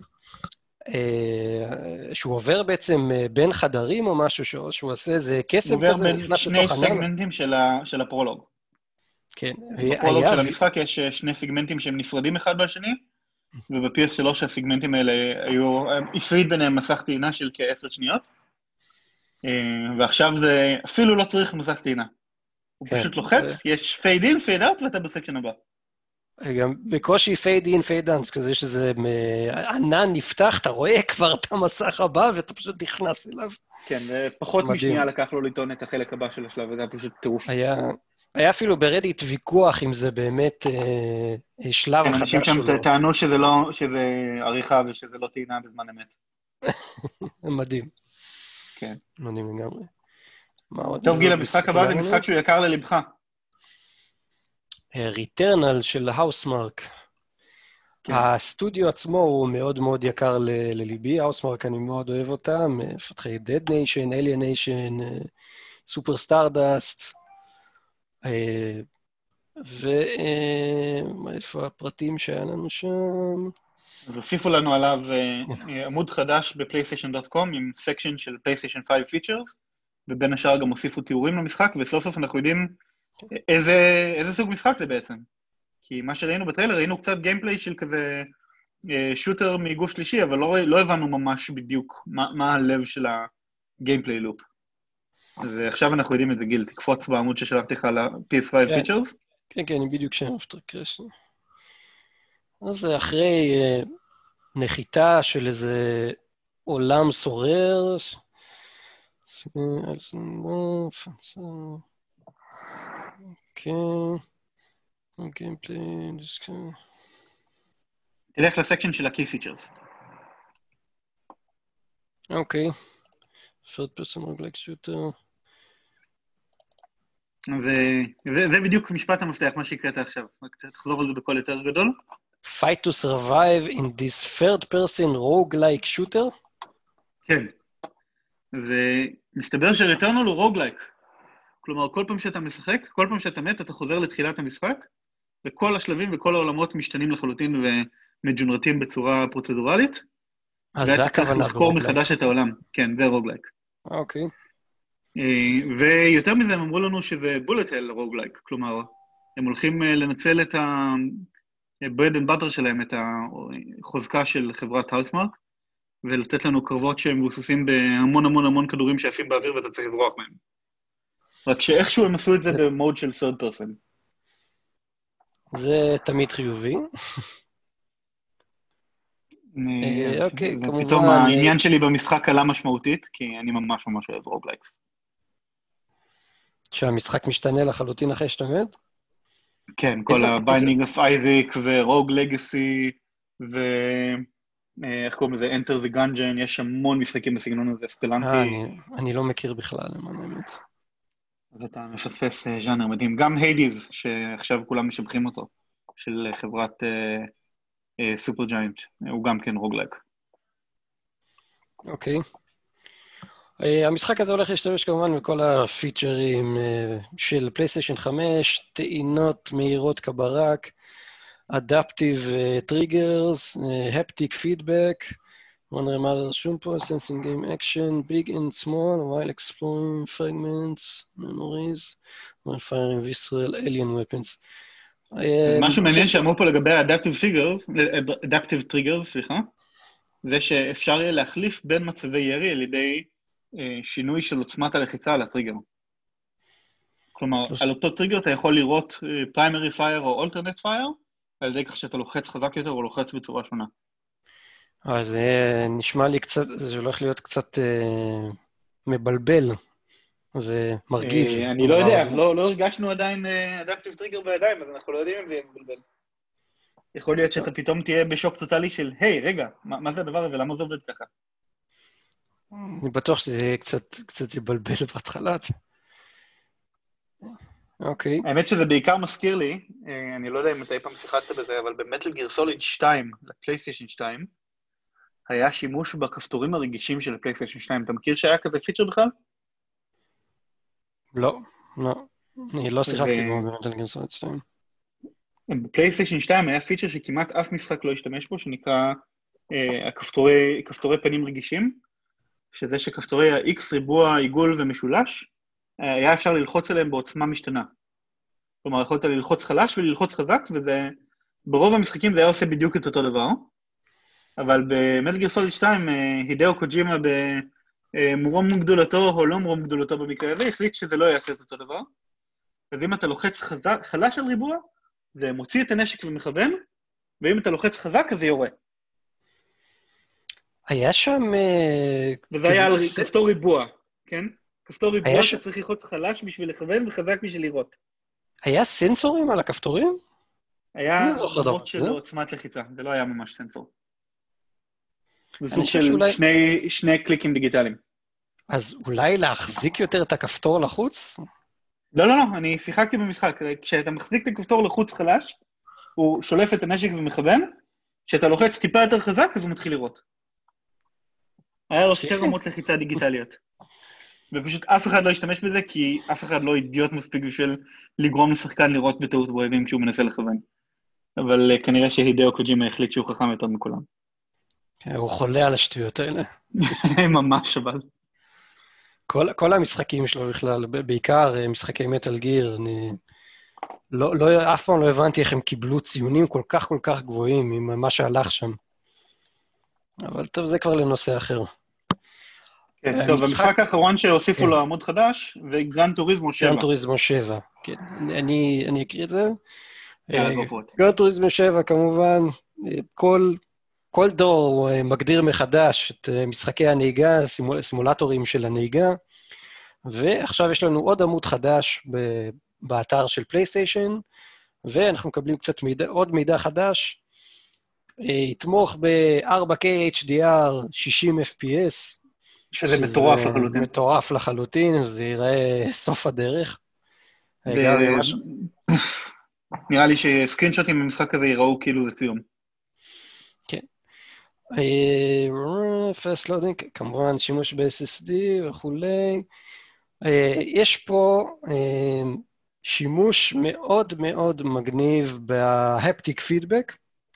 שהוא עובר בעצם בין חדרים או משהו, שהוא, שהוא עושה איזה קסם כזה. הוא עובר בין שני סגמנטים של, ה, של הפרולוג. כן. בפרולוג של המשחק יש שני סגמנטים שהם נפרדים אחד מהשני, וב-פי אס שלוש הסגמנטים האלה היו, הפריד ביניהם מסך טעינה של כעשר שניות, ועכשיו זה אפילו לא צריך מסך טעינה. הוא פשוט לוחץ, יש פייד אין, פייד אאוט, ואתה בסקשן הבא. גם בקושי פייד אין, פייד אאוט, כזה שזה ענן נפתח, אתה רואה כבר את המסך הבא, ואתה פשוט נכנס אליו. כן, פחות משנייה לקח לו לטעון את החלק הבא של השלב, וזה היה פשוט טירוף. היה... היה אפילו ברדיט ויכוח אם זה באמת אה, שלב חדש שלו. אנשים שם טענו שזה לא, שזה עריכה ושזה לא טעינה בזמן אמת. מדהים. כן. מדהים לגמרי. טוב גיל, המשחק הבא זה משחק שהוא יקר ללבך. ריטרנל של האוסמרק. כן. הסטודיו עצמו הוא מאוד מאוד יקר ל- לליבי, האוסמרק אני מאוד אוהב אותם, מפתחי Dead Nation, Alien Nation, סופר סטארדסט, ואיפה הפרטים שהיה לנו שם? אז הוסיפו לנו עליו uh, עמוד חדש בפלייסטיישן דוט קום עם סקשן של פלייסטיישן חמש פיצ'רס, ובין השאר גם הוסיפו תיאורים למשחק, וסוף סוף אנחנו יודעים איזה, איזה סוג משחק זה בעצם. כי מה שראינו בטריילר, ראינו קצת גיימפליי של כזה uh, שוטר מגוף שלישי, אבל לא, לא הבנו ממש בדיוק מה, מה הלב של הגיימפליי לופ. ועכשיו אנחנו יודעים את זה, גיל, תקפוץ בעמוד ששלחתי לך ל-פי אס חמש פיצ'רס. כן, כן, אני בדיוק שם אפטרקרש. אז אחרי uh, נחיתה של איזה עולם סורר, אוקיי, גיימפליי, תלך לסקשן של ה-Key Features. אוקיי, third person roguelike shooter. וזה זה בדיוק משפט המפתח, מה שהקראת עכשיו. תחזור על זה בקול יותר גדול. Fight to survive in this third person roguelike shooter? כן. ומסתבר ש-Returnal הוא roguelike. כלומר, כל פעם שאתה משחק, כל פעם שאתה מת, אתה חוזר לתחילת המשחק, וכל השלבים וכל העולמות משתנים לחלוטין ומג'ונרטים בצורה פרוצדורלית. ואתה צריך לחקור מחדש את העולם. כן, זה roguelike. אוקיי. ויותר מזה הם אמרו לנו שזה bullet hell roguelike, כלומר, הם הולכים לנצל את ה-bread and butter שלהם, את החוזקה של חברת האוסמרק, ולתת לנו קרבות שהם מבוססים בהמון המון המון כדורים שעפים באוויר ואתה צריך לברוח מהם. רק שאיכשהו הם עשו את זה במוד של third person. זה תמיד חיובי. אוקיי, כמובן... ופתאום העניין שלי במשחק עלה משמעותית, כי אני ממש ממש אוהב רוגלייקס. שהמשחק משתנה לחלוטין אחרי שאתה מת? כן, כל ה-Binding of Isaac ו-Rogue Legacy ואיך קוראים לזה, Enter the Gungeon, יש המון משחקים בסגנון הזה, סטלנטי. אני לא מכיר בכלל, למען האמת. אז אתה מפספס ז'אנר מדהים. גם היידיז, שעכשיו כולם משבחים אותו, של חברת סופר ג'יינט, הוא גם כן רוגלייק. אוקיי. המשחק הזה הולך להשתמש כמובן בכל הפיצ'רים של פלייסטיישן חמש, טעינות מהירות כברק, Adaptive Triggers, Haptic Feedback, בוא נראה מה רשום פה, Sensing Game Action, Big and Small, while exploring fragments, memories, while firing visceral alien weapons. משהו מעניין שאמרו פה לגבי Adaptive Triggers, Adaptive Triggers, סליחה, זה שאפשר יהיה להחליף בין מצבי ירי על ידי שינוי של עוצמת הלחיצה על הטריגר. כלומר, על אותו טריגר אתה יכול לראות Primary Fire או Alternate Fire, על ידי כך שאתה לוחץ חזק יותר או לוחץ בצורה שונה. אבל זה נשמע לי קצת, זה הולך להיות קצת אה, מבלבל ומרגיז. אה, אני לא יודע, זה... לא, לא הרגשנו עדיין אדפטיב טריגר בידיים, אז אנחנו לא יודעים אם זה יהיה מבלבל. יכול להיות שאתה פתאום תהיה בשוק טוטלי של, היי, רגע, מה, מה זה הדבר הזה? למה זה עובד ככה? אני בטוח שזה יהיה קצת, קצת יבלבל בהתחלה. אוקיי. האמת שזה בעיקר מזכיר לי, אני לא יודע אם אתה אי פעם שיחקת בזה, אבל במטל גיר סוליד שתיים, לפלייסטיישן שתיים, היה שימוש בכפתורים הרגישים של הפלייסטיישן שתיים. אתה מכיר שהיה כזה פיצ'ר בכלל? לא, לא. אני לא שיחקתי בו במטל גיר סוליד שתיים. בפלייסטיישן שתיים היה פיצ'ר שכמעט אף משחק לא השתמש בו, שנקרא אה, הכפתורי, כפתורי פנים רגישים, שזה שכפתורי ה-X ריבוע, עיגול ומשולש, היה אפשר ללחוץ עליהם בעוצמה משתנה. כלומר, יכולת ללחוץ חלש וללחוץ חזק, וזה, ברוב המשחקים זה היה עושה בדיוק את אותו דבר, אבל במטל גיר סוליד שתיים, הידאו קוג'ימה במרום גדולתו, או לא מרום גדולתו במקרה הזה, החליט שזה לא יעשה את אותו דבר. אז אם אתה לוחץ חזק, חלש על ריבוע, זה מוציא את הנשק ומכוון, ואם אתה לוחץ חזק, אז זה יורה. היה שם... וזה היה על כפתור ריבוע, כן? כפתור ריבוע שצריך ללחוץ חלש בשביל לכוון וחזק בשביל לראות. היה סנסורים על הכפתורים? היה רמות של עוצמת לחיצה, זה לא היה ממש סנסור. זה סוג של שני קליקים דיגיטליים. אז אולי להחזיק יותר את הכפתור לחוץ? לא, לא, לא, אני שיחקתי במשחק. כשאתה מחזיק את הכפתור לחוץ חלש, הוא שולף את הנשק ומכוון, כשאתה לוחץ טיפה יותר חזק, אז הוא מתחיל לראות. היה לו שתי רמות לחיצה דיגיטליות. ופשוט אף אחד לא ישתמש בזה, כי אף אחד לא אידיוט מספיק בשביל לגרום לשחקן לראות בטעות בויבים כשהוא מנסה לכוון. אבל כנראה שהידאו קוג'ימה החליט שהוא חכם יותר מכולם. הוא חולה על השטויות האלה. ממש, אבל. כל, כל המשחקים שלו בכלל, בעיקר משחקי מטל גיר, אני לא, לא, אף פעם לא הבנתי איך הם קיבלו ציונים כל כך כל כך גבוהים עם מה שהלך שם. אבל טוב, זה כבר לנושא אחר. כן, טוב, המשחק האחרון שהוסיפו לו עמוד חדש, זה גרן טוריזמו שבע. גרן טוריזמו שבע, כן. אני, אני אקריא את זה. גרן טוריזמו שבע, כמובן, כל, כל דור מגדיר מחדש את משחקי הנהיגה, סימול, סימולטורים של הנהיגה, ועכשיו יש לנו עוד עמוד חדש ב, באתר של פלייסטיישן, ואנחנו מקבלים קצת מידע, עוד מידע חדש, יתמוך ב-ארבע קיי אייץ' די אר, שישים אף פי אס, שזה מטורף לחלוטין. מטורף לחלוטין, זה ייראה סוף הדרך. נראה לי שסקרינשוטים במשחק הזה ייראו כאילו זה ציום. כן. פסט לודינג, כמובן שימוש ב-אס אס די וכולי. יש פה שימוש מאוד מאוד מגניב בהפטיק פידבק,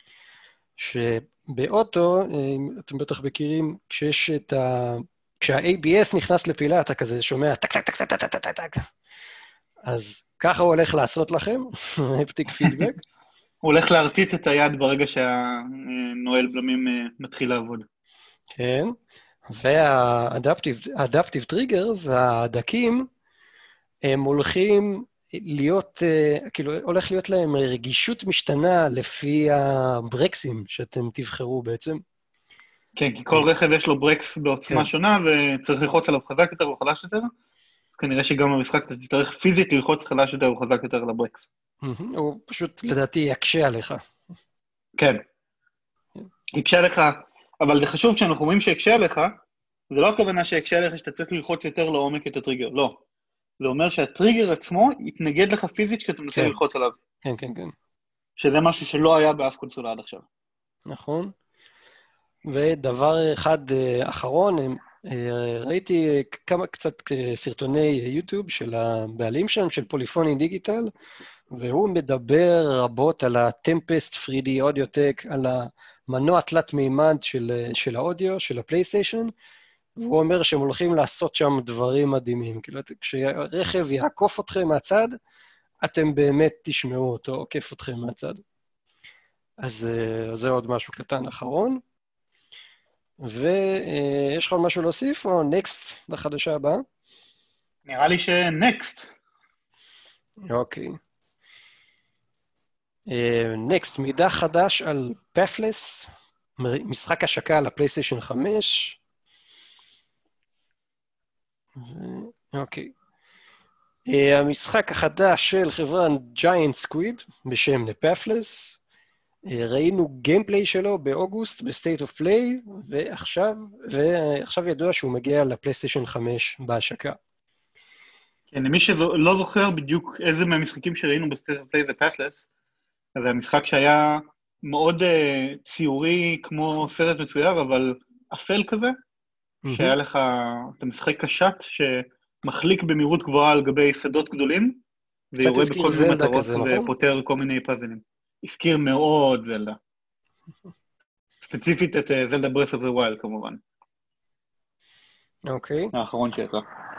שבאוטו, אתם בטח מכירים, כשיש את ה... כשה-איי בי אס נכנס לפעילה, אתה כזה שומע טק, טק, טק, טק, טק, טק, טק. אז ככה הוא הולך לעשות לכם, הפטיק פידבק. הוא הולך להרטיט את היד ברגע שהנועל בלמים מתחיל לעבוד. כן, וה-adaptive triggers, הדקים, הם הולכים להיות, כאילו, הולך להיות להם רגישות משתנה לפי הברקסים שאתם תבחרו בעצם. כן, כי כל רכב יש לו ברקס בעוצמה שונה, וצריך ללחוץ עליו חזק יותר או חלש יותר, אז כנראה שגם במשחק אתה תצטרך פיזית ללחוץ חלש יותר או חזק יותר על הברקס. הוא פשוט, לדעתי, יקשה עליך. כן. יקשה עליך, אבל זה חשוב כשאנחנו אומרים שיקשה עליך, זה לא הכוונה שיקשה עליך שאתה צריך ללחוץ יותר לעומק את הטריגר, לא. זה אומר שהטריגר עצמו יתנגד לך פיזית כשאתה מנסה ללחוץ עליו. כן, כן, כן. שזה משהו שלא היה באף קונסולה עד עכשיו. נכון. ודבר אחד אחרון, ראיתי כמה קצת סרטוני יוטיוב של הבעלים שלהם, של פוליפוני דיגיטל, והוא מדבר רבות על הטמפסט פרי די אודיוטק, על המנוע תלת מימד של, של האודיו, של הפלייסטיישן, והוא אומר שהם הולכים לעשות שם דברים מדהימים. כאילו, כשרכב יעקוף אתכם מהצד, אתם באמת תשמעו אותו, עוקף אתכם מהצד. אז זה עוד משהו קטן אחרון. ויש לך משהו להוסיף, או נקסט לחדשה הבאה? נראה לי שנקסט. אוקיי. נקסט, מידע חדש על פאפלס, משחק השקה על הפלייסטיישן חמש. אוקיי. המשחק החדש של חברה Giant Squid, בשם לפאפלס, ראינו גיימפליי שלו באוגוסט, בסטייט אוף פליי, ועכשיו, ועכשיו ידוע שהוא מגיע לפלייסטיישן חמש בהשקה. כן, למי שלא זוכר בדיוק איזה מהמשחקים שראינו בסטייט אוף פליי זה פאפלס, אז זה המשחק שהיה מאוד uh, ציורי כמו סרט מצויר, אבל אפל כזה, mm-hmm. שהיה לך, אתה משחק קשת שמחליק במהירות גבוהה על גבי שדות גדולים, ויורה בכל מיני מטרות ופותר כל מיני פאזלים. הזכיר מאוד זלדה. ספציפית את זלדה ברס אוף דה ווילד, כמובן. אוקיי. האחרון שיצא.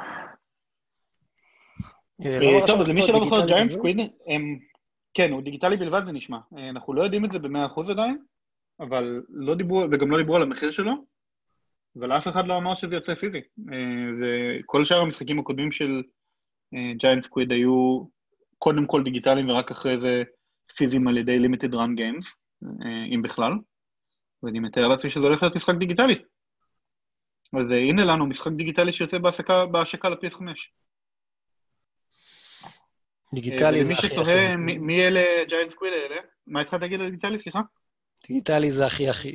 טוב, אז למי שלא זוכר, ג'יינט סקוויד, כן, הוא דיגיטלי בלבד, זה נשמע. אנחנו לא יודעים את זה ב-מאה אחוז עדיין, אבל לא דיברו, וגם לא דיברו על המחיר שלו, אבל אף אחד לא אמר שזה יוצא פיזי. וכל שאר המשחקים הקודמים של ג'יינט סקוויד היו קודם כל דיגיטליים, ורק אחרי זה פיזיים על ידי Limited Run Games, אם בכלל, ואני מתאר לעצמי שזה הולך להיות משחק דיגיטלי. אז הנה לנו משחק דיגיטלי שיוצא בהשקה, בהשקה ל-פי אס חמש. דיגיטלי זה הכי הכי. ומי שתוהה, מי אלה ג'יינט סקוויד האלה? מה התחלת להגיד על דיגיטלי, סליחה? דיגיטלי זה הכי הכי.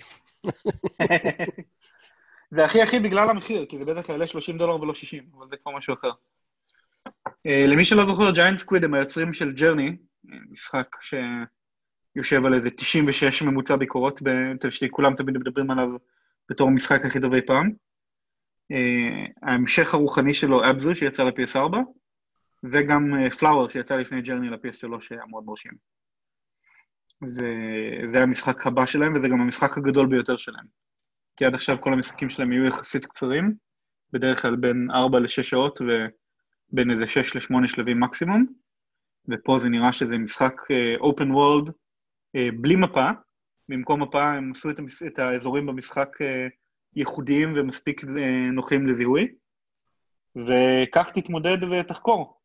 זה הכי הכי בגלל המחיר, כי זה בטח יעלה שלושים דולר ולא שישים, אבל זה כבר משהו אחר. למי שלא זוכר, ג'יינט סקוויד הם היוצרים של ג'רני, משחק יושב על איזה תשעים ושש ממוצע ביקורות, כולם תמיד מדברים עליו בתור המשחק הכי טוב אי פעם. ההמשך הרוחני שלו, אבזו, שיצא ל-פי אס ארבע, וגם פלאואר, שיצא לפני ג'רני ל-פי אס שלוש, שהיה מאוד מרשים. זה, זה המשחק הבא שלהם, וזה גם המשחק הגדול ביותר שלהם. כי עד עכשיו כל המשחקים שלהם יהיו יחסית קצרים, בדרך כלל בין ארבע לשש שעות, ובין איזה שש לשמונה שלבים מקסימום, ופה זה נראה שזה משחק open world, בלי מפה, במקום מפה הם עשו את, המש... את האזורים במשחק ייחודיים ומספיק נוחים לזיהוי, וכך תתמודד ותחקור.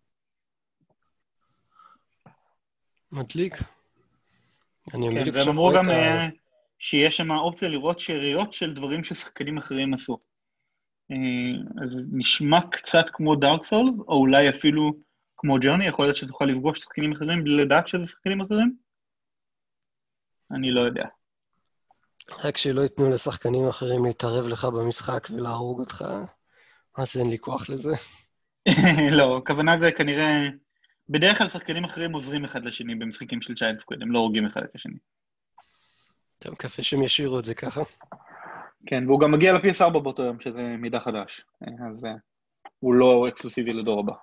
מדליק. כן, והם אמרו גם ה... שיש שם אופציה לראות שאריות של דברים ששחקנים אחרים עשו. אז נשמע קצת כמו דארק סולס, או אולי אפילו כמו ג'רני, יכול להיות שתוכל לפגוש שחקנים אחרים בלי לדעת שזה שחקנים אחרים? אני לא יודע. רק שלא ייתנו לשחקנים אחרים להתערב לך במשחק ולהרוג אותך, אז אין לי כוח לזה. לא, הכוונה זה כנראה, בדרך כלל שחקנים אחרים עוזרים אחד לשני במשחקים של ג'יינט סקוויד, הם לא הורגים אחד את השני. טוב, מקווה שהם ישאירו את זה ככה. כן, והוא גם מגיע ל-פי אס ארבע באותו יום, שזה מידע חדש, אז הוא לא אקסקלוסיבי לדור הבא.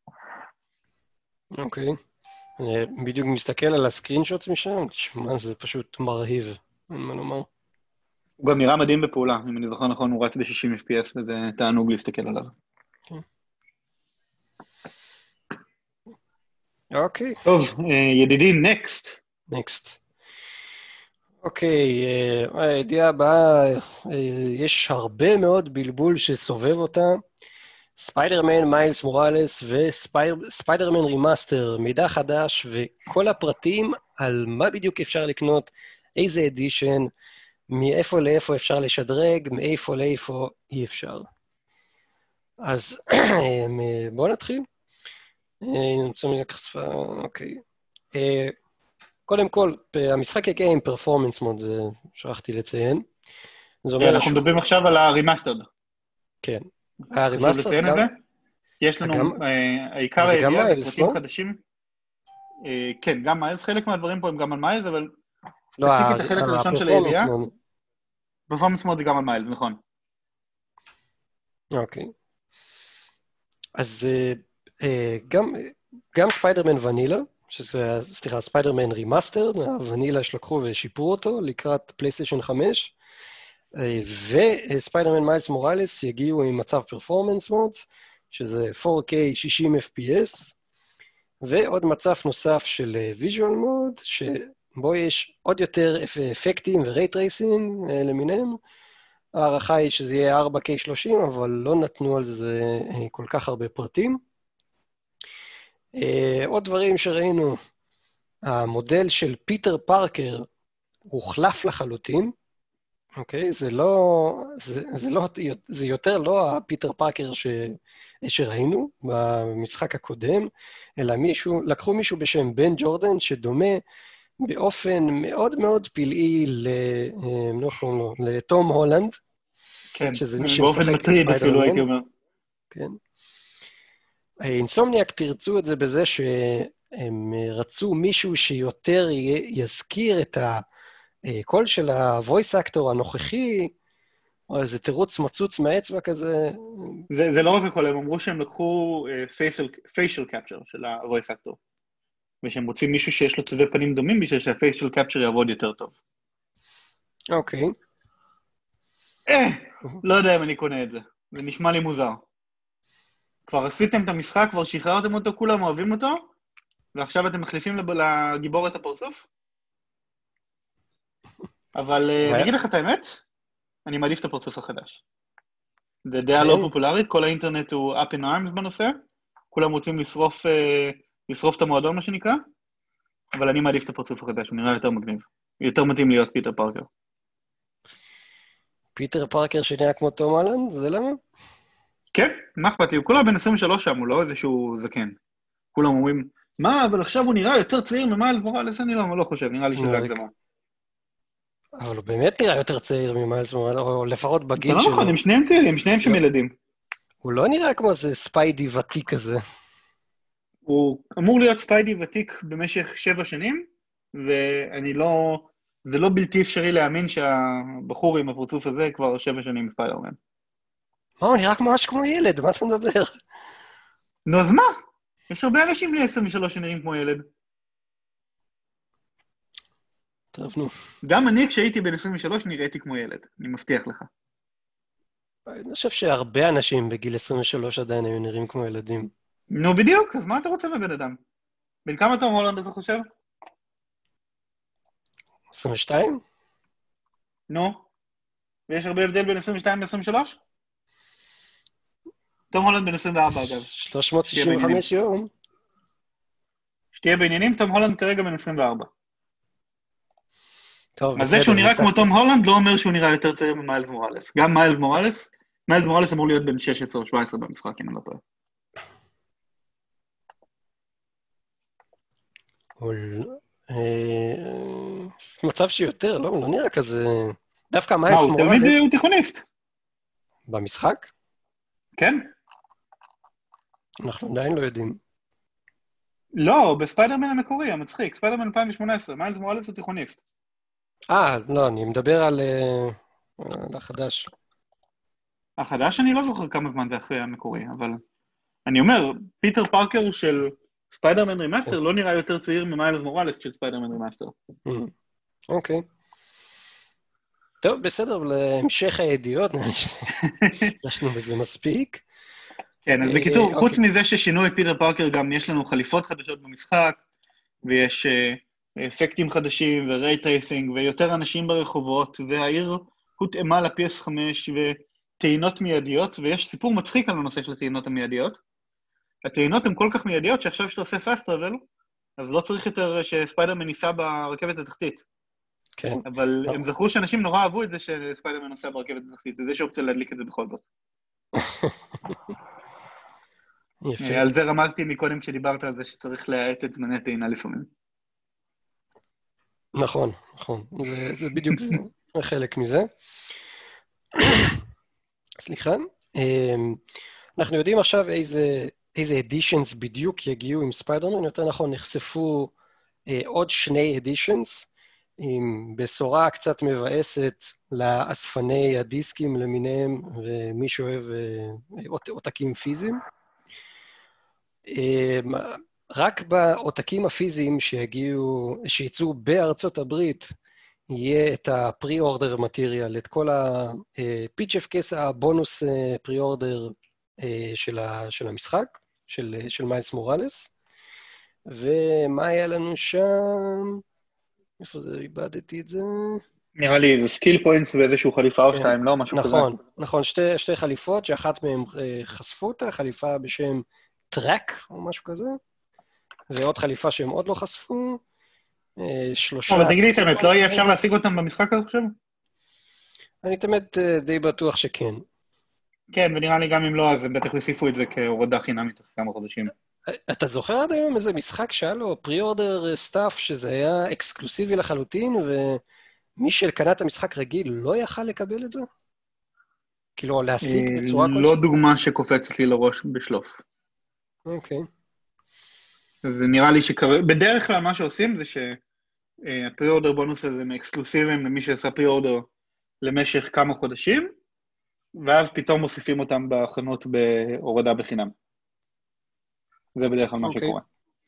אוקיי. אני בדיוק מסתכל על הסקרינשוטס משם, תשמע, זה פשוט מרהיב, אין מה לומר. הוא גם נראה מדהים בפעולה, אם אני זוכר נכון, הוא רץ ב-שישים אף פי אס, וזה תענוג להסתכל עליו. אוקיי. טוב, ידידי, נקסט. נקסט. אוקיי, הידיעה הבאה, יש הרבה מאוד בלבול שסובב אותה. ספיידרמן, מיילס מוראלס וספיידרמן רימאסטר, מידע חדש וכל הפרטים על מה בדיוק אפשר לקנות, איזה אדישן, מאיפה לאיפה אפשר לשדרג, מאיפה לאיפה אי אפשר. אז בואו נתחיל. אני רוצה לקח שפה, אוקיי. קודם כל, המשחק יגיע עם פרפורמנס מוד, זה שכחתי לציין. אנחנו מדברים עכשיו על הרימאסטרד. כן. חשוב לציין את זה? יש לנו, העיקר הידיעה זה פרטים חדשים. כן, גם מיילס, חלק מהדברים פה הם גם על מיילס, אבל ספציפית החלק הראשון של הידיעה. פרפורמנס מוד זה גם על מיילס, נכון. אוקיי. אז גם ספיידרמן ונילה, שזה, סליחה, ספיידרמן רימאסטרד, הוונילה שלקחו ושיפרו אותו לקראת פלייסטיישן חמש, וספיידרמן מיילס מוראלס יגיעו עם מצב פרפורמנס מוד, שזה פור קיי שישים אף פי אס, ועוד מצב נוסף של ויז'ואל מוד, שבו יש עוד יותר אפקטים ורייט רייסינג למיניהם. הערכה היא שזה יהיה ארבע קיי שלושים, אבל לא נתנו על זה כל כך הרבה פרטים. עוד דברים שראינו, המודל של פיטר פארקר הוחלף לחלוטין, אוקיי? זה לא, זה, זה לא, זה יותר לא הפיטר פארקר ש, שראינו במשחק הקודם, אלא מישהו, לקחו מישהו בשם בן ג'ורדן, שדומה באופן מאוד מאוד פלאי ל, לא חושב לו, לתום הולנד. כן, באופן מטריד אפילו הייתי אומר. כן. אינסומניאק תרצו את זה בזה שהם רצו מישהו שיותר יזכיר את הקול של הוויס אקטור הנוכחי, או איזה תירוץ מצוץ מהאצבע כזה. זה, זה לא רק הכל, הם אמרו שהם לקחו facial capture של הוויס אקטור, ושהם רוצים מישהו שיש לו צבעי פנים דומים בשביל שהfacial capture יעבוד יותר טוב. אוקיי. אה, לא יודע אם אני קונה את זה, זה נשמע לי מוזר. כבר עשיתם את המשחק, כבר שחררתם אותו, כולם אוהבים אותו, ועכשיו אתם מחליפים לגיבור את הפרצוף? אבל אני אגיד לך את האמת, אני מעדיף את הפרצוף החדש. זה דעה לא פופולרית, כל האינטרנט הוא up in arms בנושא, כולם רוצים לשרוף, לשרוף את המועדון, מה שנקרא, אבל אני מעדיף את הפרצוף החדש, הוא נראה יותר מגניב. יותר מתאים להיות פיטר פארקר. פיטר פארקר שנראה כמו תום הולנד? זה למה? כן, מה אכפת לי? הוא כולה בן עשרים ושלוש שם, הוא לא איזשהו זקן. כולם אומרים, מה, אבל עכשיו הוא נראה יותר צעיר ממיילס מוראלס? אני לא, לא חושב, נראה לי שזה הגזמה. אבל הוא באמת נראה יותר צעיר ממיילס מוראלס, או לפחות בגיל שלו. זה לא נכון, הם שניהם צעירים, שניהם שם ילדים. הוא לא נראה כמו איזה ספיידי ותיק כזה. הוא אמור להיות ספיידי ותיק במשך שבע שנים, ואני לא, זה לא בלתי אפשרי להאמין שהבחור עם הפרצוף הזה כבר שבע שנים ספיידרמן. מה, הוא נראה ממש כמו ילד, מה אתה מדבר? נו, אז מה? יש הרבה אנשים בני עשרים ושלוש שנראים כמו ילד. טוב, נו. גם אני כשהייתי בן עשרים ושלוש נראיתי כמו ילד, אני מבטיח לך. אני חושב שהרבה אנשים בגיל עשרים ושלוש עדיין היו נראים כמו ילדים. נו, בדיוק, אז מה אתה רוצה בבן אדם? בין כמה תום הולנד אתה חושב? עשרים ושתיים? נו, ויש הרבה הבדל בין עשרים ושתיים ל-עשרים ושלוש? תום הולנד בן עשרים וארבע אגב. שלוש מאות תשעים וחמש יום. שתהיה בעניינים, תום הולנד כרגע בן עשרים וארבע. טוב, אז זה שהוא נראה כמו תום הולנד לא אומר שהוא נראה יותר צעיר ממיילס מוראלס. גם מיילס מוראלס, מיילס מוראלס אמור להיות בן שש עשרה או שבע עשרה במשחק, אם אני לא טועה. מצב שיותר, לא, לא נראה כזה... דווקא מיילס מוראלס... מה, הוא תלמיד הוא תיכוניסט. במשחק? כן. אנחנו עדיין לא יודעים. לא, בספיידרמן המקורי, המצחיק, ספיידרמן אלפיים ושמונה עשרה, מיילס מוראלס הוא תיכוניסט. אה, לא, אני מדבר על, על החדש. החדש אני לא זוכר כמה זמן זה אחרי המקורי, אבל אני אומר, פיטר פארקר של ספיידרמן רימאסטר לא נראה יותר צעיר ממיילס מוראלס של ספיידרמן רימאסטר. אוקיי. טוב, בסדר, להמשך הידיעות, נשנו בזה מספיק. כן, אז בקיצור, חוץ מזה ששינו את פיטר פארקר, גם יש לנו חליפות חדשות במשחק, ויש אפקטים חדשים וריי טרייסינג, ויותר אנשים ברחובות, והעיר הותאמה ל-פי אס חמש וטעינות מיידיות, ויש סיפור מצחיק על הנושא של הטעינות המיידיות. הטעינות הן כל כך מיידיות שעכשיו שאתה עושה fast travel, אז לא צריך יותר שספיידרמן ניסה ברכבת התחתית. כן. אבל הם זכרו שאנשים נורא אהבו את זה שספיידרמן נוסע ברכבת התחתית, וזה שאופציה להדליק את זה בכל זאת. יפה. על זה רמזתי מקודם כשדיברת על זה שצריך להאט את זמני הטעינה לפעמים. נכון, נכון. זה, זה בדיוק זה, חלק מזה. סליחה. אנחנו יודעים עכשיו איזה, איזה אדישנס בדיוק יגיעו עם ספיידרמן, יותר נכון, נחשפו עוד שני אדישנס, עם בשורה קצת מבאסת לאספני הדיסקים למיניהם, ומי שאוהב עותקים פיזיים. רק בעותקים הפיזיים שיגיעו, שיצאו בארצות הברית, יהיה את הפרי-אורדר מטריאל, את כל הפיצ'ף קייס, הבונוס פרי-אורדר של, של המשחק, של, של מיילס מוראלס. ומה היה לנו שם? איפה זה? איבדתי את זה? נראה לי, זה סקיל פוינטס ואיזשהו חליפה או שתיים, לא? משהו כזה. נכון, נכון, שתי, שתי חליפות, שאחת מהן חשפו אותה, חליפה בשם טראק, או משהו כזה, ועוד חליפה שהם עוד לא חשפו, שלושה... אבל תגידי איתנו, לא יהיה אפשר להשיג אותם במשחק, אני חושב? אני תמיד די בטוח שכן. כן, ונראה לי גם אם לא, אז בטח יוסיפו את זה כהורדה חינמית תוך כמה חודשים. אתה זוכר עד היום איזה משחק שהיה לו פרי-אורדר סטאפ, שזה היה אקסקלוסיבי לחלוטין, ומי שקנה את המשחק רגיל לא יכל לקבל את זה? כאילו, להשיג בצורה כלשהי? לא דוגמה שקופצת לי לראש בשלוף. אוקיי. זה נראה לי שקרה... בדרך כלל מה שעושים זה שהפרי-אורדר בונוס הזה הם אקסקלוסיביים למי שעשה פרי-אורדר למשך כמה חודשים, ואז פתאום מוסיפים אותם בחנות בהורדה בחינם. זה בדרך כלל מה אוקיי. שקורה.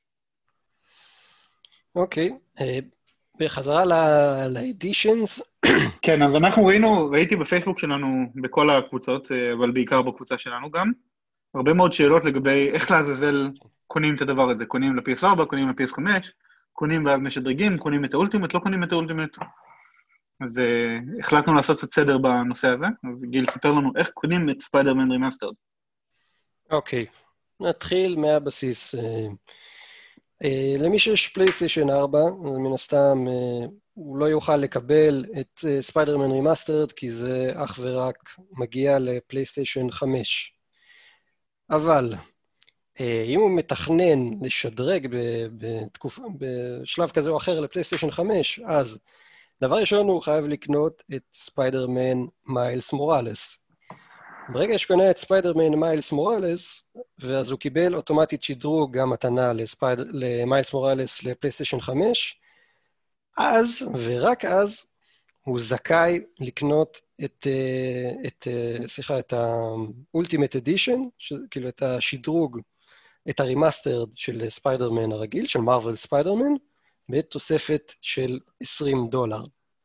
אוקיי. בחזרה לאדישנס. כן, אז אנחנו ראינו, ראיתי בפייסבוק שלנו בכל הקבוצות, אבל בעיקר בקבוצה שלנו גם, הרבה מאוד שאלות לגבי איך לעזאזל קונים את הדבר הזה. קונים ל-פי אס ארבע, קונים ל-פי אס חמש, קונים ואז משדרגים, קונים את האולטימט, לא קונים את האולטימט. אז uh, החלטנו לעשות קצת סדר בנושא הזה, אז גיל ספר לנו איך קונים את ספיידרמן רימאסטרד. אוקיי, נתחיל מהבסיס. Uh, uh, למי שיש פלייסטיישן ארבע, מן הסתם uh, הוא לא יוכל לקבל את uh, ספיידרמן רימאסטרד, כי זה אך ורק מגיע לפלייסטיישן חמש. אבל אם הוא מתכנן לשדרג בתקופ... בשלב כזה או אחר לפלייסטיישן חמש, אז דבר ראשון הוא חייב לקנות את ספיידרמן מיילס מוראלס. ברגע שקונה את ספיידרמן מיילס מוראלס, ואז הוא קיבל אוטומטית שדרוג גם מתנה לספייד... למיילס מוראלס לפלייסטיישן חמש, אז, ורק אז, הוא זכאי לקנות את, את, סליחה, את ה-Ultimate Edition, כאילו את השדרוג, את הרימאסטרד של ספיידרמן הרגיל, של מרוול ספיידרמן, בתוספת של עשרים דולר.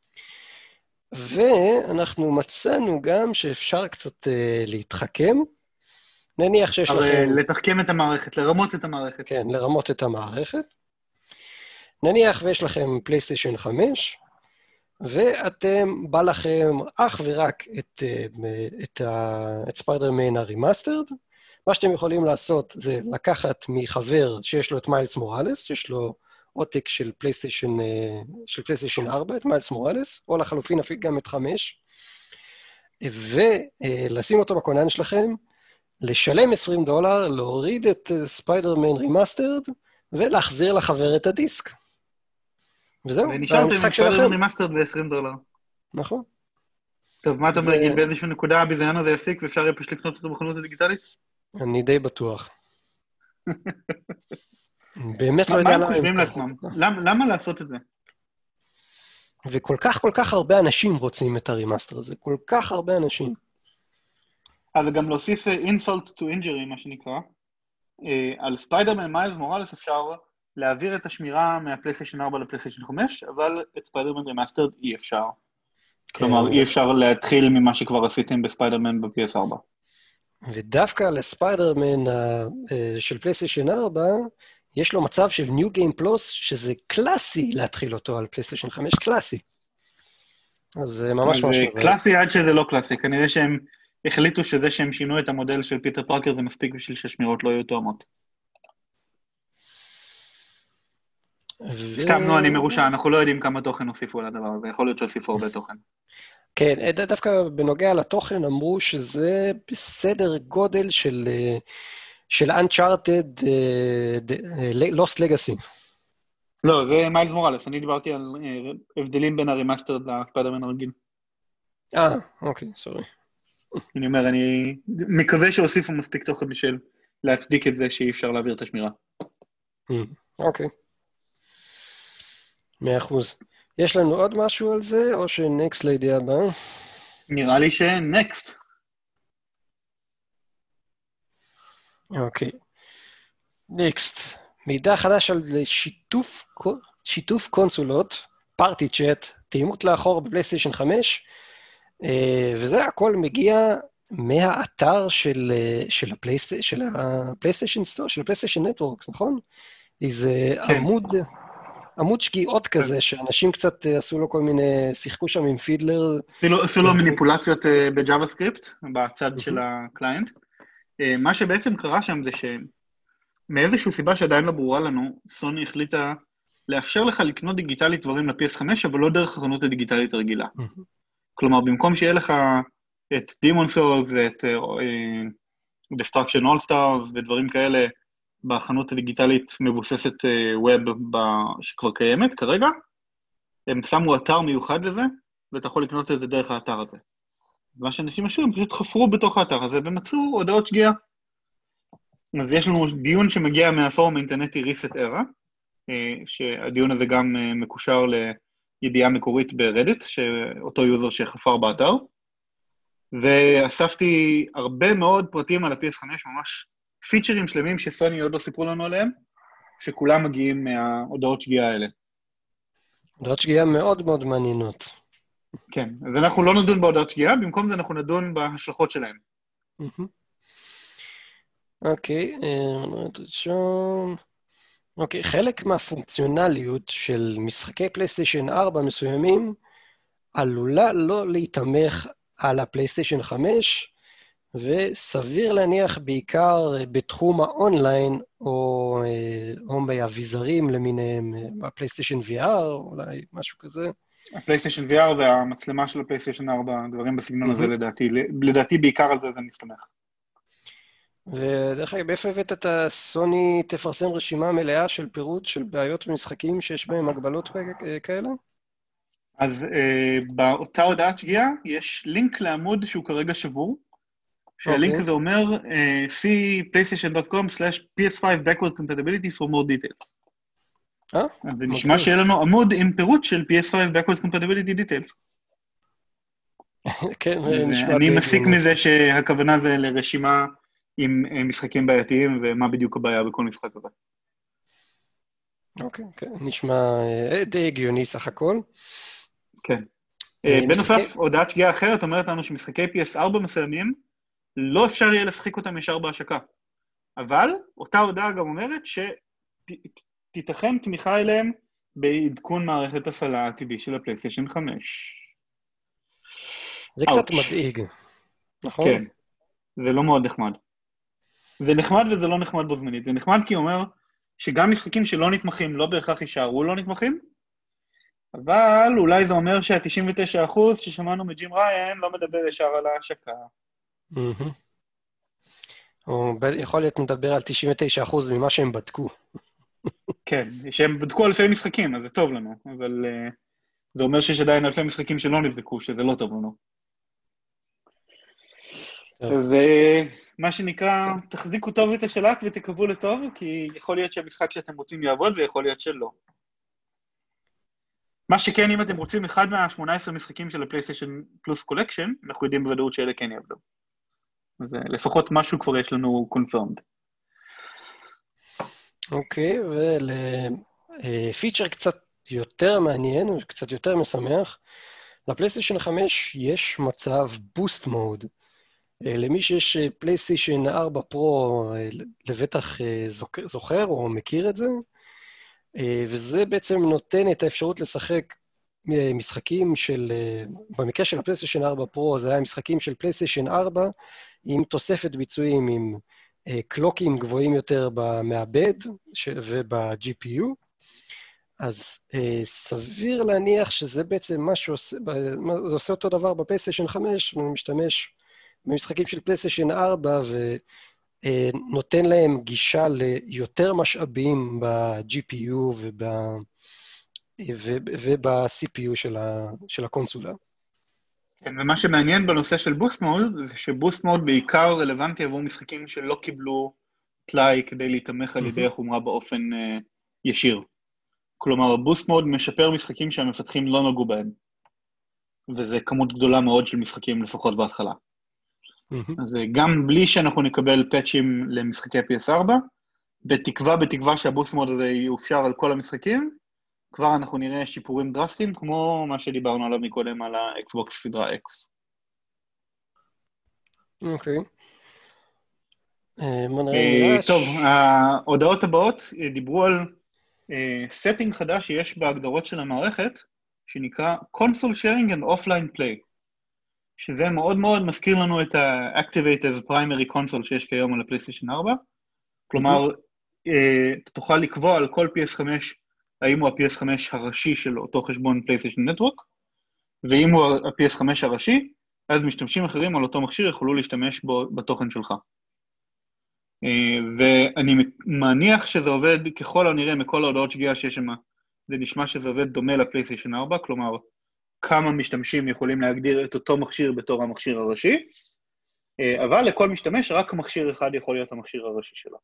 ואנחנו מצאנו גם שאפשר קצת uh, להתחכם. נניח שיש לכם... לתחכם את המערכת, לרמות את המערכת. כן, לרמות את המערכת. נניח ויש לכם פלייסטיישן חמש, ואתם, בא לכם אך ורק את, את, את ספיידרמן הרימאסטרד. מה שאתם יכולים לעשות זה לקחת מחבר שיש לו את מיילס מוראלס, שיש לו עותק של פלייסטיישן, של פלייסטיישן ארבע, את מיילס מוראלס, או לחלופין אפילו גם את חמש, ולשים אותו בקונן שלכם, לשלם עשרים דולר, להוריד את ספיידרמן רימאסטרד, ולהחזיר לחבר את הדיסק. וזהו, זה המשחק שלכם. ונשארתם עם רימאסטרד ב-עשרים דולר. נכון. טוב, מה אתה אומר, גיל, באיזושהי נקודה הביזיון הזה יפסיק, ואפשר יהיה פשוט לקנות אותו בחנות הדיגיטלית? אני די בטוח. באמת לא יודע למה. מה הם חושבים לעצמם? למה לעשות את זה? וכל כך כל כך הרבה אנשים רוצים את הרימאסטר הזה, כל כך הרבה אנשים. אבל גם להוסיף insult to injury, מה שנקרא, על ספיידרמן מיילס מוראלס אפשר להעביר את השמירה מהפלייסטיישן ארבע לפלייסטיישן חמש, אבל את ספיידרמן רימאסטרד אי אפשר. כלומר, אי אפשר להתחיל ממה שכבר עשיתם בספיידרמן ב-פי אס ארבע. ודווקא לספיידרמן של פלייסטיישן ארבע, יש לו מצב של New Game Plus, שזה קלאסי להתחיל אותו על פלייסטיישן חמש, קלאסי. אז זה ממש ממש מבאס. קלאסי עד שזה לא קלאסי, כנראה שהם החליטו שזה שהם שינו את המודל של פיטר פארקר, זה מספיק בשביל שהשמירות לא יהיו תואמות. סתם, נו, אני מרושע, אנחנו לא יודעים כמה תוכן הוסיפו על הדבר הזה, יכול להיות שהוסיפו הרבה תוכן. כן, דווקא בנוגע לתוכן אמרו שזה בסדר גודל של, של Uncharted Lost Legacy. לא, זה מיילס מוראלס, אני דיברתי על הבדלים בין הרימאסטרד לספיידרמן הרגיל. אה, אוקיי, סורי. אני אומר, אני מקווה שהוסיפו מספיק תוכן בשביל להצדיק את זה שאי אפשר להעביר את השמירה. אוקיי. מאה אחוז. יש לנו עוד משהו על זה, או שנקסט לידיעה הבאה? נראה לי שנקסט. אוקיי. נקסט. מידע חדש על שיתוף, שיתוף קונסולות, פארטי צ'אט, תאימות לאחור בפלייסטיישן חמש, וזה הכל מגיע מהאתר של, של, הפלייסט, של הפלייסטיישן סטור, של הפלייסטיישן נטוורקס, נכון? איזה כן. עמוד... עמוד שגיאות כזה, שאנשים קצת עשו לו כל מיני, שיחקו שם עם פידלר. עשו לו מניפולציות בג'אווה סקריפט, בצד של הקליינט. מה שבעצם קרה שם זה שמאיזושהי סיבה שעדיין לא ברורה לנו, סוני החליטה לאפשר לך לקנות דיגיטלית דברים ל-פי אס חמש, אבל לא דרך החנות הדיגיטלית הרגילה. כלומר, במקום שיהיה לך את Demon Souls ואת Destruction All Stars ודברים כאלה, בחנות הדיגיטלית מבוססת ווב שכבר קיימת כרגע, הם שמו אתר מיוחד לזה, ואתה יכול לקנות את זה דרך האתר הזה. מה שאנשים עשו, הם פשוט חפרו בתוך האתר הזה, ומצאו הודעות שגיאה. אז יש לנו דיון שמגיע מהפורום האינטרנטי Reset Era, שהדיון הזה גם מקושר לידיעה מקורית ברדיט, שאותו יוזר שחפר באתר, ואספתי הרבה מאוד פרטים על ה-פי אס חמש, ממש פיצ'רים שלמים שסוני עוד לא סיפרו לנו עליהם, שכולם מגיעים מההודעות שגיאה האלה. הודעות שגיאה מאוד מאוד מעניינות. כן, אז אנחנו לא נדון בהודעות שגיאה, במקום זה אנחנו נדון בהשלכות שלהם. אוקיי, אוקיי, חלק מהפונקציונליות של משחקי פלייסטיישן ארבע מסוימים, עלולה לא להתמך על הפלייסטיישן חמש, וסביר להניח בעיקר בתחום האונליין, או, או באביזרים למיניהם, בפלייסטיישן וי אר, אולי משהו כזה. הפלייסטיישן וי אר והמצלמה של הפלייסטיישן ארבע, דברים בסגנון הזה לדעתי, לדעתי בעיקר על זה זה מסתמך. ודרך אגב, באיפה הבאת את הסוני תפרסם רשימה מלאה של פירוט של בעיות ומשחקים שיש בהם הגבלות כאלה? אז באותה הודעת שגיאה יש לינק לעמוד שהוא כרגע שבור, שהלינק הזה אומר see playstation dot com slash פי אס פייב backward compatibility for more details. אה? אז זה נשמע שיהיה לנו עמוד עם פירוט של פי אס חמש Backwards Compatibility Details. כן, זה נשמע אני די מסיק הגיוני. מזה שהכוונה זה לרשימה עם משחקים בעייתיים, ומה בדיוק הבעיה בכל משחק הזה. אוקיי, כן, נשמע אה, די הגיוני סך הכל. כן. אה, משחקי... בנוסף, הודעת שגיאה אחרת אומרת לנו שמשחקי פי אס ארבע מסוימים, לא אפשר יהיה לשחק אותם ישר בהשקה. אבל אותה הודעה גם אומרת שתיתכן תמיכה אליהם בעדכון מערכת הפעלה הטבעי של הפלייסטיישן חמש. זה קצת מדאיג, נכון? כן, זה לא מאוד נחמד. זה נחמד וזה לא נחמד בו זמנית. זה נחמד כי אומר שגם משחקים שלא נתמכים לא בהכרח יישארו לא נתמכים, אבל אולי זה אומר שה-תשעים ותשעה אחוז ששמענו מג'ים ריין לא מדבר ישר על ההשקה. או יכול להיות מדבר על תשעים ותשעה אחוז ממה שהם בדקו. כן, שהם בדקו אלפי משחקים, אז זה טוב לנו, אבל uh, זה אומר שיש עדיין אלפי משחקים שלא נבדקו, שזה לא טוב לנו. ומה שנקרא, תחזיקו טוב את השלט ותקבלו לטוב, כי יכול להיות שהמשחק שאתם רוצים יעבוד ויכול להיות שלא. מה שכן, אם אתם רוצים אחד מה-שמונה עשרה משחקים של הפלייסטיישן פלוס קולקשן, אנחנו יודעים בוודאות שאלה כן יעבדו. אז לפחות משהו כבר יש לנו קונפירמד. אוקיי, ולפיצ'ר קצת יותר מעניין, קצת יותר משמח, לפלייסטיישן חמש יש מצב בוסט מוד. למי שיש פלייסטיישן ארבע פרו, לבטח זוכר או מכיר את זה, וזה בעצם נותן את האפשרות לשחק משחקים של, במקרה של הפלייסטיישן ארבע פרו, זה היה משחקים של פלייסטיישן ארבע, עם תוספת ביצועים, עם קלוקים גבוהים יותר במעבד וב-ג'י פי יו, אז סביר להניח שזה בעצם מה שעושה, זה עושה אותו דבר בפלייסטיישן חמש, ומשתמש במשחקים של פלייסטיישן ארבע, ונותן להם גישה ליותר משאבים ב-ג'י פי יו וב-סי פי יו של הקונסולה. כן, ומה שמעניין בנושא של בוסט מוד, זה שבוסט מוד בעיקר רלוונטי עבור משחקים שלא קיבלו טלאי כדי להתמך על ידי החומרה באופן uh, ישיר. כלומר, בוסט מוד משפר משחקים שהמפתחים לא נגעו בהם. וזה כמות גדולה מאוד של משחקים, לפחות בהתחלה. אז גם בלי שאנחנו נקבל פאצ'ים למשחקי פי אס ארבע, בתקווה, בתקווה שהבוסט מוד הזה יאופשר על כל המשחקים, כבר אנחנו נראה שיפורים דרסטיים, כמו מה שדיברנו עליו מקודם על האקסבוקס סדרה X. אוקיי. טוב, ההודעות הבאות דיברו על setting חדש שיש בהגדרות של המערכת, שנקרא Console Sharing and Offline Play, שזה מאוד מאוד מזכיר לנו את ה-Activate as Primary Console שיש כיום על הפלייסטיישן ארבע, כלומר, אתה תוכל לקבוע על כל פי אס חמש, האם הוא ה-פי אס חמש הראשי של אותו חשבון פלייסטיישן נטוורק, ואם הוא ה-פי אס חמש הראשי, אז משתמשים אחרים על אותו מכשיר יכולו להשתמש בו בתוכן שלך. ואני מניח שזה עובד ככל הנראה מכל ההודעות שגיאה שיש שם, זה נשמע שזה עובד דומה לפלייסטיישן ארבע, כלומר, כמה משתמשים יכולים להגדיר את אותו מכשיר בתור המכשיר הראשי, אבל לכל משתמש רק מכשיר אחד יכול להיות המכשיר הראשי שלו.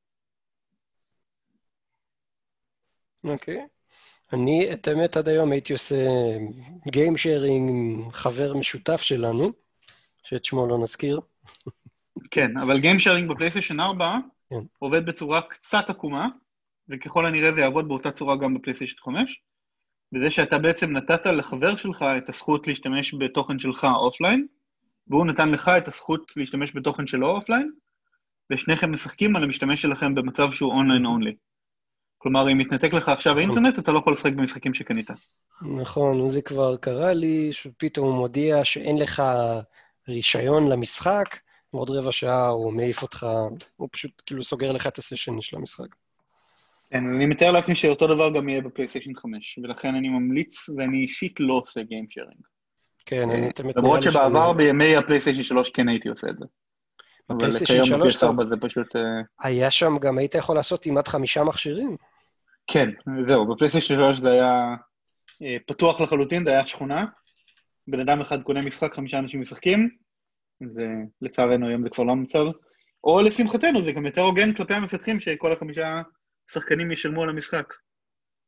אוקיי. אני, את האמת, עד היום הייתי עושה גיים שיירינג עם חבר משותף שלנו, שאת שמו לא נזכיר. כן, אבל גיים שיירינג בפלייסטיישן ארבע כן. עובד בצורה קצת עקומה, וככל הנראה זה יעבוד באותה צורה גם בפלייסטיישן חמש, וזה שאתה בעצם נתת לחבר שלך את הזכות להשתמש בתוכן שלך אופליין, והוא נתן לך את הזכות להשתמש בתוכן שלו אופליין, ושניכם משחקים על המשתמש שלכם במצב שהוא אונליין אונלי. כלומר, אם מתנתק לך עכשיו האינטרנט, אתה לא יכול לשחק במשחקים שקנית. נכון, זה כבר קרה לי, שפתאום הוא מודיע שאין לך רישיון למשחק, עוד רבע שעה הוא מעיף אותך, הוא פשוט כאילו סוגר לך את הסשן של המשחק. כן, אני מתאר לעצמי שאותו דבר גם יהיה בפלייסטיישן חמש, ולכן אני ממליץ, ואני אישית לא עושה גיים שיירינג. כן, אני תמיד... למרות שבעבר בימי הפלייסטיישן שלוש כן הייתי עושה את זה. בפלייסטיישן שלוש זה פשוט... היה שם גם, היית יכול לעשות עם עד חמישה מכשירים? כן, זהו, בפלייסטיישן שלוש זה היה פתוח לחלוטין, זה היה שכונה, בן אדם אחד קונה משחק, חמישה אנשים משחקים, ולצערנו היום זה כבר לא מצב, או לשמחתנו, זה גם יותר הוגן כלפי המפתחים, שכל החמישה שחקנים ישלמו על המשחק.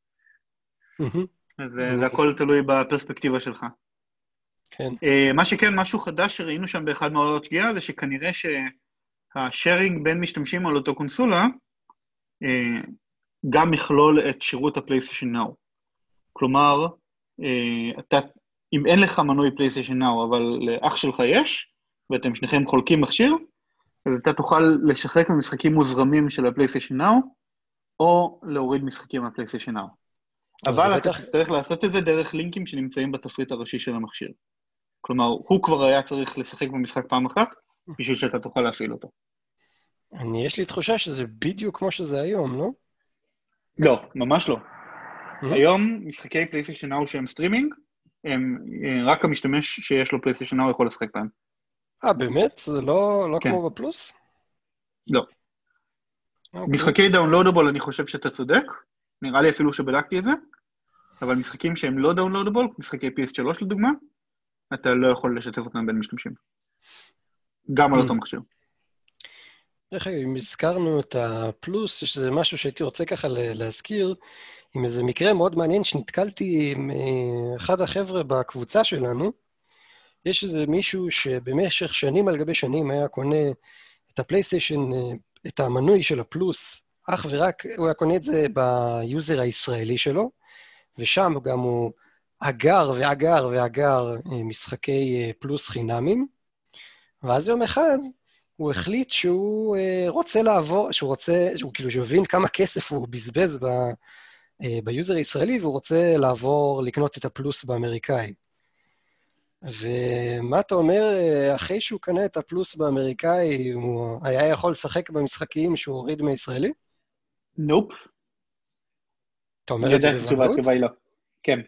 אז זה הכל תלוי בפרספקטיבה שלך. כן. מה שכן, משהו חדש שראינו שם באחד מהעולמות שגיאה, זה שכנראה שהשארינג בין משתמשים על אותו קונסולה, גם יכלול את שירות הפלייסטיישן נאו. כלומר, אתה, אם אין לך מנוי פלייסטיישן נאו, אבל לאח שלך יש, ואתם שניכם חולקים מכשיר, אז אתה תוכל לשחק במשחקים מוזרמים של הפלייסטיישן נאו, או להוריד משחקים מהפלייסטיישן נאו. אבל אתה תצטרך לעשות את זה דרך לינקים שנמצאים בתפריט הראשי של המכשיר. כלומר, הוא כבר היה צריך לשחק במשחק פעם אחת, בשביל שאתה תוכל להפעיל אותו. אני, יש לי תחושה שזה בדיוק כמו שזה היום, לא? לא, ממש לא. היום משחקי פלייסטיישן נאו שהם סטרימינג, הם רק המשתמש שיש לו פלייסטיישן נאו יכול לשחק בהם. אה, באמת? זה לא, לא כן. כמו בפלוס? לא. אוקיי. משחקי דאונלודable אני חושב שאתה צודק, נראה לי אפילו שבדקתי את זה, אבל משחקים שהם לא דאונלודable, משחקי פי אס שלוש לדוגמה, אתה לא יכול לשתף אותם בין משתמשים. גם על אותו מכשיר. דרך אגב, אם הזכרנו את הפלוס, יש איזה משהו שהייתי רוצה ככה להזכיר, עם איזה מקרה מאוד מעניין שנתקלתי עם אחד החבר'ה בקבוצה שלנו, יש איזה מישהו שבמשך שנים על גבי שנים היה קונה את הפלייסטיישן, את המנוי של הפלוס, אך ורק הוא היה קונה את זה ביוזר הישראלי שלו, ושם גם הוא אגר ואגר ואגר משחקי פלוס חינמים, ואז יום אחד הוא החליט שהוא רוצה לעבור, שהוא רוצה, שהוא כאילו שהבין כמה כסף הוא בזבז ב, ביוזר הישראלי, והוא רוצה לעבור לקנות את הפלוס באמריקאי. ומה אתה אומר, אחרי שהוא קנה את הפלוס באמריקאי, הוא היה יכול לשחק במשחקים שהוא הוריד מהישראלי? נופ. אתה אומר את זה בוודאות? התשובה היא לא. כן.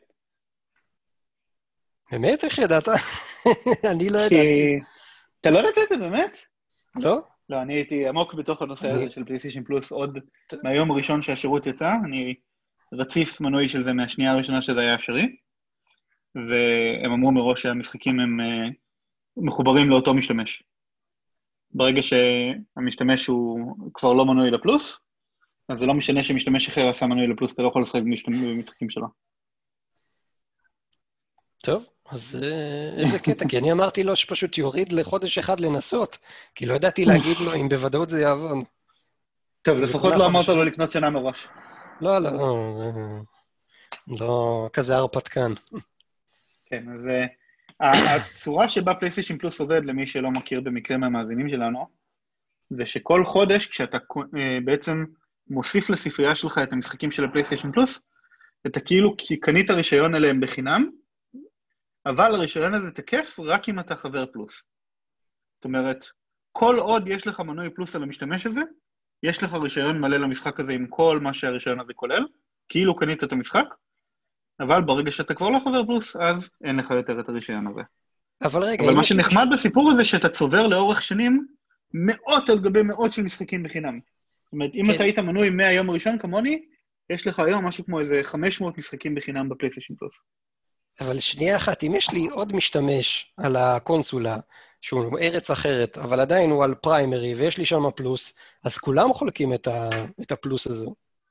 באמת? איך ידעת? אני לא ידעתי. אתה לא ידעת את זה, באמת? לא? לא, אני הייתי עמוק בתוך הנושא הזה של פלייסטיישן פלוס עוד מהיום הראשון שהשירות יצא, אני רציף מנוי של זה מהשנייה הראשונה שזה היה אפשרי, והם אמרו מראש שהמשחקים הם מחוברים לאותו משתמש. ברגע שהמשתמש הוא כבר לא מנוי לפלוס, אז זה לא משנה שמשתמש אחר עשה מנוי לפלוס, אתה לא יכול לשחק במשחקים שלו. טוב, אז איזה קטע, כי אני אמרתי לו שפשוט יוריד לחודש אחד לנסות, כי לא ידעתי להגיד לו אם בוודאות זה יעבוד. טוב, לפחות לא אמרת לו לקנות שנה מראש. לא, לא, לא, כזה הרפתקן. כן, אז הצורה שבה פלייסטיישן פלוס עובד, למי שלא מכיר במקרה מהמאזינים שלנו, זה שכל חודש, כשאתה בעצם מוסיף לספרייה שלך את המשחקים של הפלייסטיישן פלוס, אתה כאילו קנית רישיון אליהם בחינם, אבל הרישיון הזה תקף רק אם אתה חבר פלוס. זאת אומרת, כל עוד יש לך מנוי פלוס על המשתמש הזה, יש לך רישיון מלא למשחק הזה עם כל מה שהרישיון הזה כולל, כאילו קנית את המשחק, אבל ברגע שאתה כבר לא חבר פלוס, אז אין לך יותר את הרישיון הזה. אבל רגע... אבל מה שנחמד בסיפור הזה, שאתה צובר לאורך שנים, מאות על גבי מאות של משחקים בחינם. זאת אומרת, אם אתה היית מנוי מהיום הראשון כמוני, יש לך היום משהו כמו איזה חמש מאות משחקים בחינם בפלייסטיישן פלוס. אבל שנייה אחת, אם יש לי עוד משתמש על הקונסולה, שהוא ארץ אחרת, אבל עדיין הוא על פריימרי, ויש לי שם פלוס, אז כולם חולקים את, ה, את הפלוס הזה.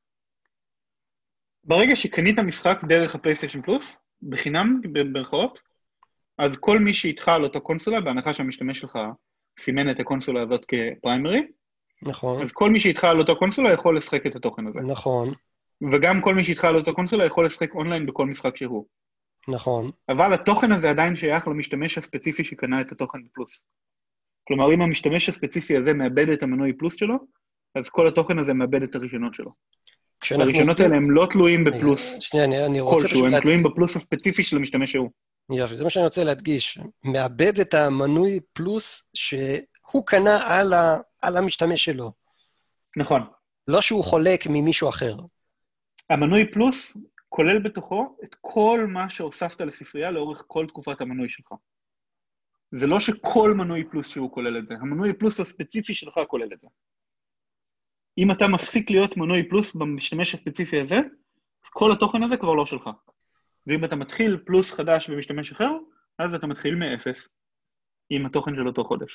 ברגע שקנית משחק דרך הפלייסטיישן פלוס, בחינם, במרכאות, אז כל מי שאיתך על אותו קונסולה, בהנחה שהמשתמש שלך סימן את הקונסולה הזאת כפריימרי, נכון. אז כל מי שאיתך על אותו קונסולה יכול לשחק את התוכן הזה. נכון. וגם כל מי שאיתך על אותו קונסולה יכול לשחק אונליין בכל משחק שהוא. נכון. אבל התוכן הזה עדיין שייך למשתמש הספציפי שקנה את התוכן בפלוס. כלומר, אם המשתמש הספציפי הזה מאבד את המנוי פלוס שלו, אז כל התוכן הזה מאבד את הרישיונות שלו. הרישיונות האלה הם לא תלויים בפלוס כלשהו, הם תלויים בפלוס הספציפי של המשתמש שהוא. יופי, זה מה שאני רוצה להדגיש. מאבד את המנוי פלוס שהוא קנה על, ה, על המשתמש שלו. נכון. לא שהוא חולק ממישהו אחר. המנוי פלוס כולל בתוכו את כל מה שהוספת לספרייה לאורך כל תקופת המנוי שלך. זה לא שכל מנוי פלוס שהוא כולל את זה, המנוי פלוס הספציפי שלך כולל את זה. אם אתה מפסיק להיות מנוי פלוס במשתמש הספציפי הזה, אז כל התוכן הזה כבר לא שלך. ואם אתה מתחיל פלוס חדש במשתמש אחר, אז אתה מתחיל מאפס עם התוכן של אותו חודש.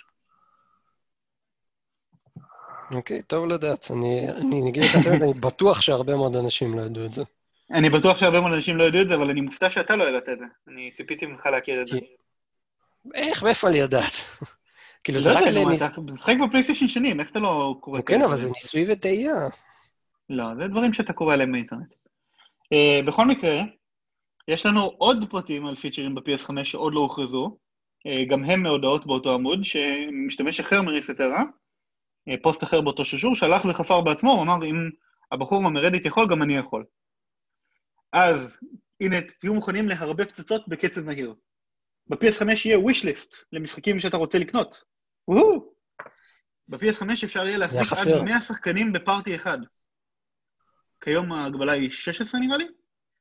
אוקיי, טוב לדעת. אני, אני נגיד לך, אני בטוח שהרבה מאוד אנשים לא ידעו את זה. אני בטוח שהרבה מאוד אנשים לא ידעו את זה, אבל אני מופתע שאתה לא ידעת את זה. אני ציפיתי ממך להכיר את זה. איך, מאיפה אני יודעת? כאילו, לא זה רק יודע, נו, לניס... אתה משחק בפלייסטיישן שנים, איך אתה לא קורא כן, כאלה אבל דברים? זה ניסוי וטעייה. לא, זה דברים שאתה קורא עליהם באינטרנט. Uh, בכל מקרה, יש לנו עוד פרטים על פיצ'רים ב-פי אס חמש שעוד לא הוכרזו, uh, גם הם מהודעות באותו עמוד, שמשתמש אחר מריסטרה, uh, פוסט אחר באותו ששור, שהלך וחפר בעצמו, הוא אמר, אם הבחור מהמרדיט יכול, גם אני יכול. אז, הנה, תהיו מוכנים להרבה פצצות בקצב מהיר. ב-פי אס חמש יהיה wish list למשחקים שאתה רוצה לקנות. וואו! ב-פי אס חמש אפשר יהיה להחזיק עד מאה שחקנים בפארטי אחד. כיום ההגבלה היא שש עשרה נראה לי.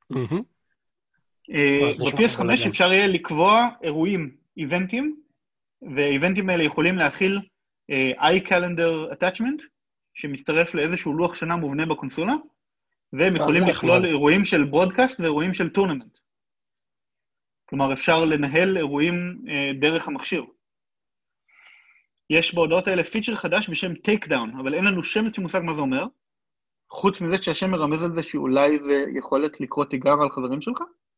ב-פי אס חמש אפשר יהיה לקבוע אירועים, איבנטים, ואיבנטים האלה יכולים להכיל iCalendar attachment, שמצטרף לאיזשהו לוח שנה מובנה בקונסולה, והם יכולים לכלול אירועים של ברודקאסט ואירועים של טורנמנט. כלומר, אפשר לנהל אירועים דרך המכשיר. יש בהודעות האלה פיצ'ר חדש בשם טייקדאון, אבל אין לנו שם מושג מה זה אומר, חוץ מזה שהשם מרמז על זה שאולי זה יכולת לקרוא תיגר על חברים שלך.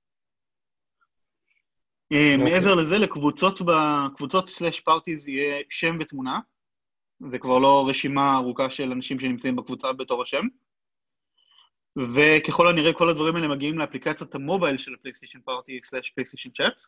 Okay. מעבר לזה, לקבוצות בקבוצות סלש פארטיז יהיה שם ותמונה, זה כבר לא רשימה ארוכה של אנשים שנמצאים בקבוצה בתור השם, וככל הנראה כל הדברים האלה מגיעים לאפליקציית המובייל של הפלייסטיישן פארטי סלש פלייסטיישן צ'אט.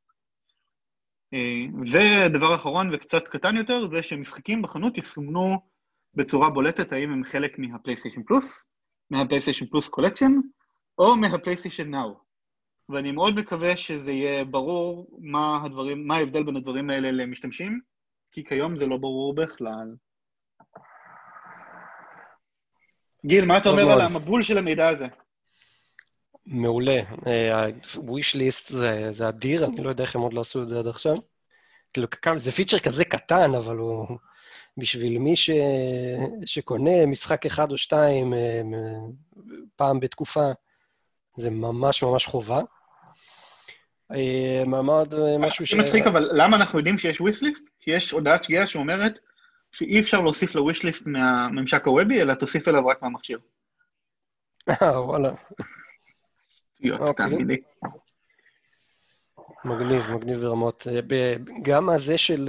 ודבר אחרון וקצת קטן יותר, זה שמשחקים בחנות יסומנו בצורה בולטת, האם הם חלק מהפלייסטיישן פלוס, מהפלייסטיישן פלוס קולקשן, או מהפלייסטיישן נאו. ואני מאוד מקווה שזה יהיה ברור מה הדברים, מה ההבדל בין הדברים האלה למשתמשים, כי כיום זה לא ברור בכלל. גיל, מה אתה אומר על המבול של המידע הזה? מעולה. ה-wish list זה, זה אדיר, אני לא יודע איך הם עוד לא עשו את זה עד עכשיו. כאילו, זה פיצ'ר כזה קטן, אבל הוא בשביל מי ש... שקונה משחק אחד או שתיים פעם בתקופה, זה ממש ממש חובה. מעמד משהו ש... זה מצחיק, אבל למה אנחנו יודעים שיש wish list? שיש הודעת שגיאה שאומרת שאי אפשר להוסיף ל-wish list מהממשק הוובי, אלא תוסיף אליו רק מהמכשיר. אה, וואלה. תאמיני. מגניב, מגניב ברמות. גם הזה של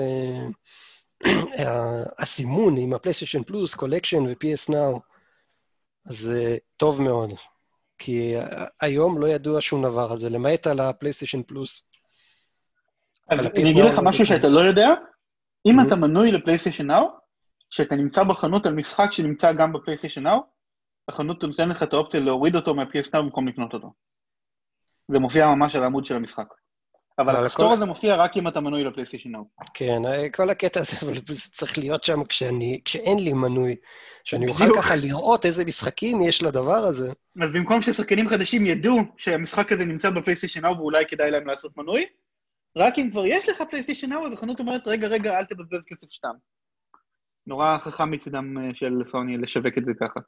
הסימון עם הפלייסטיישן פלוס, קולקשן ו-פי אס נאו, זה טוב מאוד. כי היום לא ידוע שום דבר על זה, למעט על הפלייסטיישן פלוס. אז אני אגיד לך משהו שאתה לא יודע, אם אתה מנוי לפלייסטיישן נאו, שאתה נמצא בחנות על משחק שנמצא גם בפלייסטיישן נאו, החנות נותן לך את האופציה להוריד אותו מה-פי אס נאו במקום לקנות אותו. זה מופיע ממש על העמוד של המשחק. אבל הכפתור הזה מופיע רק אם אתה מנוי לפלייסטיישן נאו. כן, כל הקטע הזה, אבל זה צריך להיות שם כשאין לי מנוי, שאני אוכל ככה לראות איזה משחקים יש לדבר הזה. אז במקום ששחקנים חדשים ידעו שהמשחק הזה נמצא בפלייסטיישן נאו ואולי כדאי להם לעשות מנוי, רק אם כבר יש לך פלייסטיישן נאו, אז החנות אומרת, רגע, רגע, אל תבזבז כסף שתם. נורא חכם מצדם של סוני לשווק את זה ככה.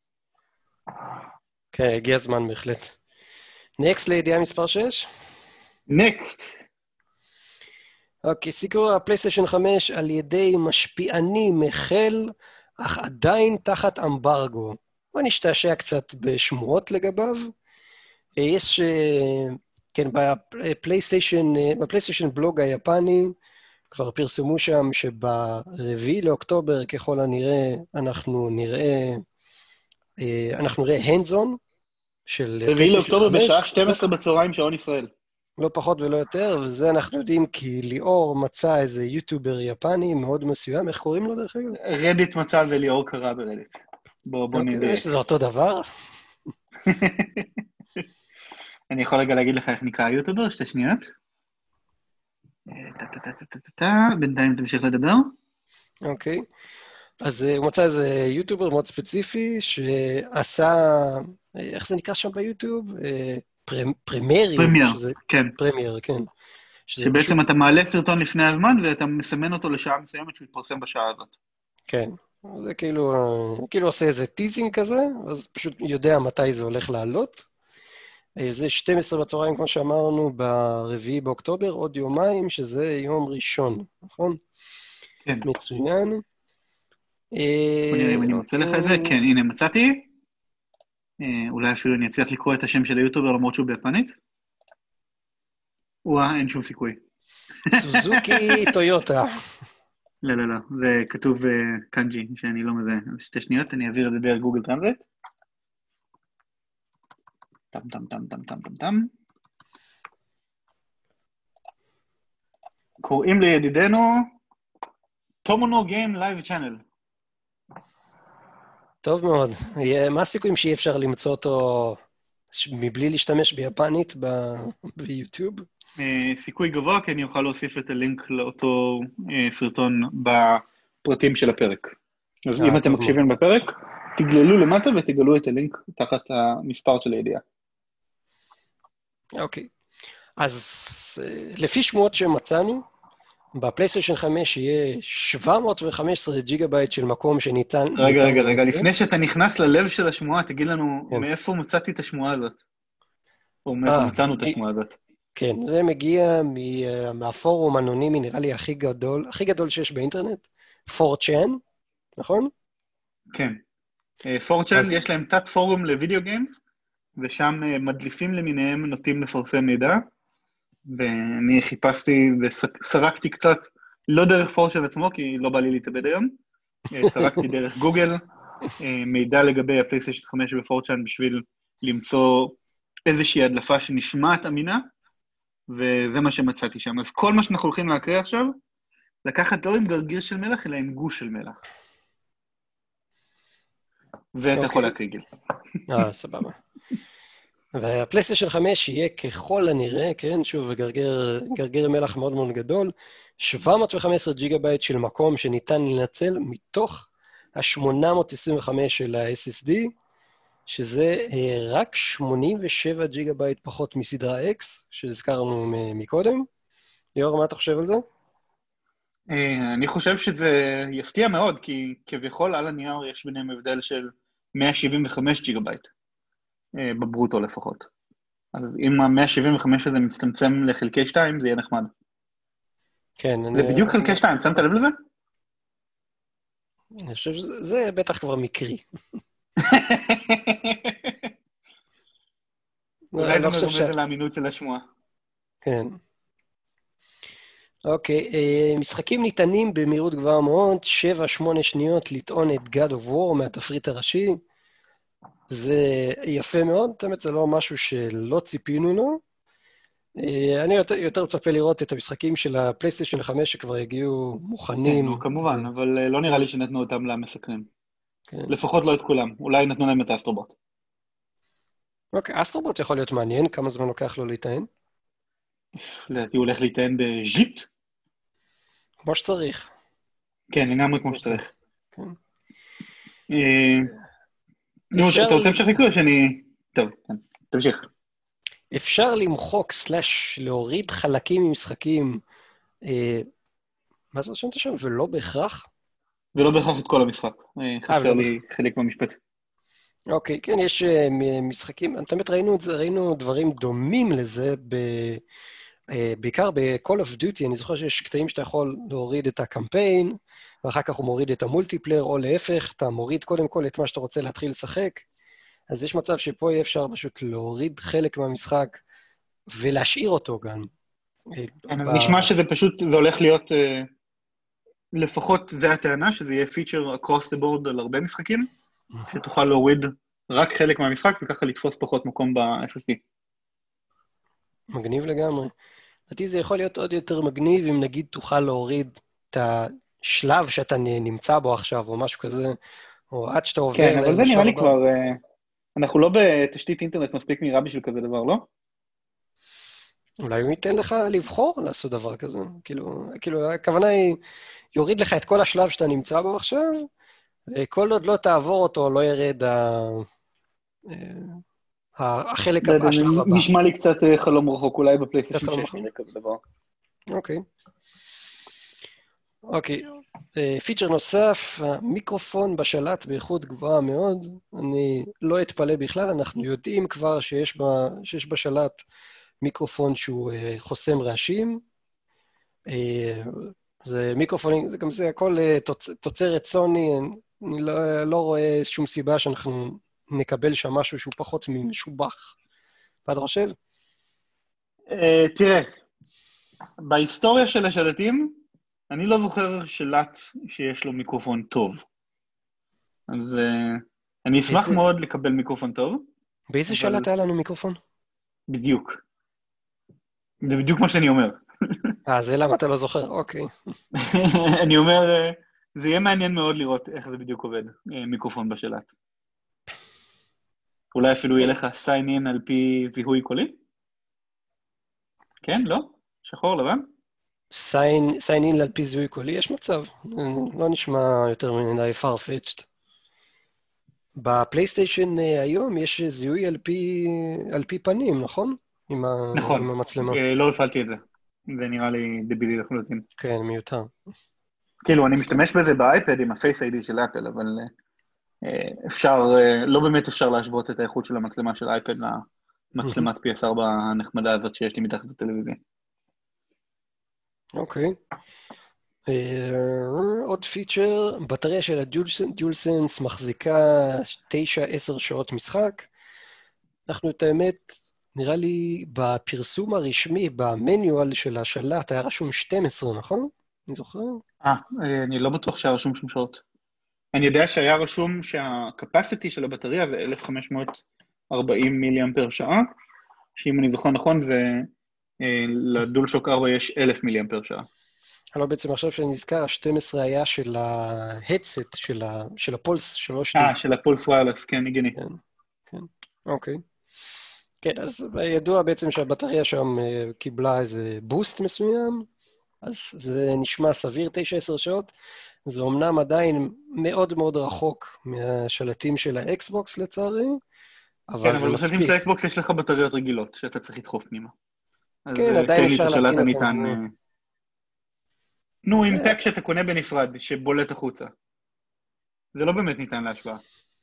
כן, הגיע הזמן בהחלט. נקסט לידיעה מספר שש? נקסט. אוקיי, סיקור הפלייסטיישן חמש על ידי משפיענים החל, אך עדיין תחת אמברגו. בוא נשתעשע קצת בשמועות לגביו. יש, כן, בפלייסטיישן, בפלייסטיישן בלוג היפני, כבר פרסמו שם שברביעי לאוקטובר, ככל הנראה, אנחנו נראה, אנחנו נראה הנדזון של רביעי לאוקטובר בשעה שתים עשרה בצהריים שעון ישראל. לא פחות ולא יותר, וזה אנחנו יודעים כי ליאור מצא איזה יוטיובר יפני מאוד מסוים, איך קוראים לו דרך אגב? רדיט מצא וליאור קרא ברדיט. בוא, בוא נדע. אוקיי, שזה אותו דבר? אני יכול רגע להגיד לך איך נקרא היוטיובר, שתי שניות. בינתיים תמשיך לדבר. אוקיי. אז הוא מצא איזה יוטיובר מאוד ספציפי, שעשה, איך זה נקרא שם ביוטיוב? פרמייר. פרמייר, כן. פרמייר, כן. שבעצם אתה מעלה סרטון לפני הזמן, ואתה מסמן אותו לשעה מסוימת שהוא יתפרסם בשעה הזאת. כן. זה כאילו, כאילו עושה איזה טיזינג כזה, אז פשוט יודע מתי זה הולך לעלות. זה שתים עשרה בצהריים, כמו שאמרנו, ברביעי באוקטובר, עוד יומיים, שזה יום ראשון, נכון? כן. מצוין. בוא נראה אם אני מוצא לך את זה. כן, הנה, מצאתי. אולי אפילו אני אצליח לקרוא את השם של היוטיובר למרות שהוא ביפנית. וואה, אין שום סיכוי. סוזוקי טויוטה. לא, לא, לא, זה כתוב קאנג'י, שאני לא מזהה. אז שתי שניות, אני אעביר את זה דרך גוגל טרנסלייט. טם, טם, טם, טם, טם, טם, טם. קוראים לידידנו טומונו גיים לייב צ'אנל. טוב מאוד. מה הסיכויים שאי אפשר למצוא אותו מבלי להשתמש ביפנית ביוטיוב? סיכוי גבוה, כי אני אוכל להוסיף את הלינק לאותו סרטון בפרטים של הפרק. אז אם אתם מקשיבים בפרק, תגללו למטה ותגלו את הלינק תחת המספר של הידיעה. אוקיי. אז לפי שמועות שמצאנו, בפלייסטיישן חמש יהיה שבע מאות וחמש עשרה ג'יגה בייט של מקום שניתן... רגע, רגע, רגע, לפני שאתה נכנס ללב של השמועה, תגיד לנו מאיפה מצאתי את השמועה הזאת. או מאיפה מצאנו את השמועה הזאת. כן, זה מגיע מהפורום אנונימי, נראה לי הכי גדול, הכי גדול שיש באינטרנט, פור צ'אן, נכון? כן. פור צ'אן יש להם תת פורום לוידאו גיימס, ושם מדליפים למיניהם נוטים לפרסם מידע, ואני חיפשתי וסרקתי קצת, לא דרך פור צ'אן עצמו, כי לא בא לי להתאבד היום, סרקתי דרך גוגל, מידע לגבי הפלייסטיישן חמש ופור צ'אן בשביל למצוא איזושהי הדלפה שנשמעת אמינה, וזה מה שמצאתי שם. אז כל מה שאנחנו הולכים להקריא עכשיו, לקחת לא עם גרגיר של מלח, אלא עם גוש של מלח. ואתה יכול להקריא גיל. אה, סבבה. והפלייסטיישן חמש יהיה ככל הנראה, כן, שוב, גרגר, גרגר מלח מאוד מאוד גדול, שבע מאות וחמש עשרה ג'יגה בייט של מקום שניתן לנצל מתוך ה-שמונה מאות עשרים וחמש של ה-אס אס די, שזה רק שמונים ושבע ג'יגה בייט פחות מסדרה X, שהזכרנו מקודם. ליאור, מה אתה חושב על זה? אני חושב שזה יפתיע מאוד, כי כביכול על הנייר יש ביניהם הבדל של מאה שבעים וחמש ג'יגה בייט, בברוטו לפחות. אז אם ה-מאה שבעים וחמש הזה מצטמצם לחלקי שתיים, זה יהיה נחמד. כן. זה בדיוק חלקי שתיים, שמת לב לזה? אני חושב שזה בטח כבר מקרי. אולי זה מרומז על האמינות של השמועה. כן. אוקיי, משחקים ניתנים במהירות גבוהה מאוד, שבע שמונה שניות לטעון את God of War מהתפריט הראשי. זה יפה מאוד, באמת זה לא משהו שלא ציפינו לו. אני יותר, יותר מצפה לראות את המשחקים של הפלייסטיישן חמש שכבר הגיעו מוכנים. כן, כמובן, אבל לא נראה לי שנתנו אותם למסקרים. לפחות לא את כולם, אולי נתנו להם את האסטרובוט. אוקיי, אסטרובוט יכול להיות מעניין, כמה זמן לוקח לו להיטען? לדעתי הוא הולך להיטען בז'יפט. כמו שצריך. כן, לגמרי כמו שצריך. נו, אתה רוצה להמשיך לקרוא שאני... טוב, תמשיך. אפשר למחוק סלאש להוריד חלקים ממשחקים, מה זה רשמת שם? ולא בהכרח? ולא בהכרח את כל המשחק. חסר לי חלק מהמשפט. אוקיי, כן, יש משחקים, תמיד ראינו את זה, ראינו דברים דומים לזה, בעיקר ב-Call of Duty, אני זוכר שיש קטעים שאתה יכול להוריד את הקמפיין, ואחר כך הוא מוריד את המולטיפלייר, או להפך, אתה מוריד קודם כל את מה שאתה רוצה להתחיל לשחק, אז יש מצב שפה יהיה אפשר פשוט להוריד חלק מהמשחק, ולהשאיר אותו גם. נשמע שזה פשוט, זה הולך להיות, לפחות זה הטענה, שזה יהיה פיצ'ר across the board על הרבה משחקים, שתוכל להוריד רק חלק מהמשחק, וככה לתפוס פחות מקום ב-אס אס די. מגניב לגמרי. לדעתי זה יכול להיות עוד יותר מגניב, אם נגיד תוכל להוריד את השלב שאתה נמצא בו עכשיו, או משהו כזה, או עד שאתה עובר... כן, אבל זה נראה לי כבר... אנחנו לא בתשתית אינטרנט מספיק מהירה בשביל כזה דבר, לא? אולי הוא ייתן לך לבחור לעשות דבר כזה. כאילו, כאילו, הכוונה היא, יוריד לך את כל השלב שאתה נמצא בו עכשיו, וכל עוד לא תעבור אותו, לא ירד החלק הבא, השלב הבא. נשמע לי קצת חלום רחוק, אולי בפלייסטיישן שש נראה כזה דבר. אוקיי. אוקיי. פיצ'ר נוסף, המיקרופון בשלט באיכות גבוהה מאוד, אני לא אתפלא בכלל, אנחנו יודעים כבר שיש, ב, שיש בשלט מיקרופון שהוא חוסם רעשים, זה מיקרופונים, זה גם זה הכל תוצ, תוצרת סוני, אני לא, לא רואה שום סיבה שאנחנו נקבל שם משהו שהוא פחות משובח. מה אתה חושב? תראה, בהיסטוריה של השלטים, אני לא זוכר שלט שיש לו מיקרופון טוב. אז אני אשמח מאוד לקבל מיקרופון טוב. באיזה שלט היה לנו מיקרופון? בדיוק. זה בדיוק מה שאני אומר. אה, זה למה אתה לא זוכר, אוקיי. אני אומר, זה יהיה מעניין מאוד לראות איך זה בדיוק עובד, מיקרופון בשלט. אולי אפילו יהיה לך sign in על פי זיהוי קולי? כן, לא? שחור, לבן? sign in על פי זיהוי קולי, יש מצב. לא נשמע יותר מדי farfetched. בפלייסטיישן היום יש זיהוי על פי, על פי פנים, נכון? עם, נכון. עם המצלמה. לא הפעלתי את זה. זה נראה לי דבילי לחלוטין. כן, מיותר. כאילו, אני משתמש בזה באייפד עם ה-Face איי די של אפל, אבל אפשר, לא באמת אפשר להשוות את האיכות של המצלמה של אייפד למצלמת פי אס ארבע הנחמדה הזאת שיש לי מתחת לטלוויזיה. אוקיי. עוד פיצ'ר, בטריה של הדיולסנס מחזיקה תשע עשר שעות משחק. אנחנו את האמת, נראה לי בפרסום הרשמי, במניואל של השלט, היה רשום שתים עשרה, נכון? אני זוכר? אה, אני לא בטוח שהיה רשום שם שעות. אני יודע שהיה רשום שהקפסיטי של הבטריה זה אלף חמש מאות וארבעים מיליאמפר שעה, שאם אני זוכר נכון זה, לדולשוק ארבע יש אלף מיליאמפר שעה. לא, בעצם עכשיו שאני נזכר, ה-שתים עשרה היה של ההדסט, של, ה... של הפולס שלוש די. אה, של הפולס ווירלס, כן, הגיוני. כן, כן, אוקיי. כן, אז ידוע בעצם שהבטריה שם קיבלה איזה בוסט מסוים, אז זה נשמע סביר, תשע עשר שעות. זה אומנם עדיין מאוד מאוד רחוק מהשלטים של האקסבוקס לצערי, אבל כן, זה אבל מספיק. בסוף עם האקסבוקס יש לך בטריות רגילות, שאתה צריך לדחוף פנימה. כן, עדיין אפשר להטעין אותם. ניתן... נו, עם פק שאתה קונה בנפרד, שבולט החוצה. זה לא באמת ניתן להשוואה.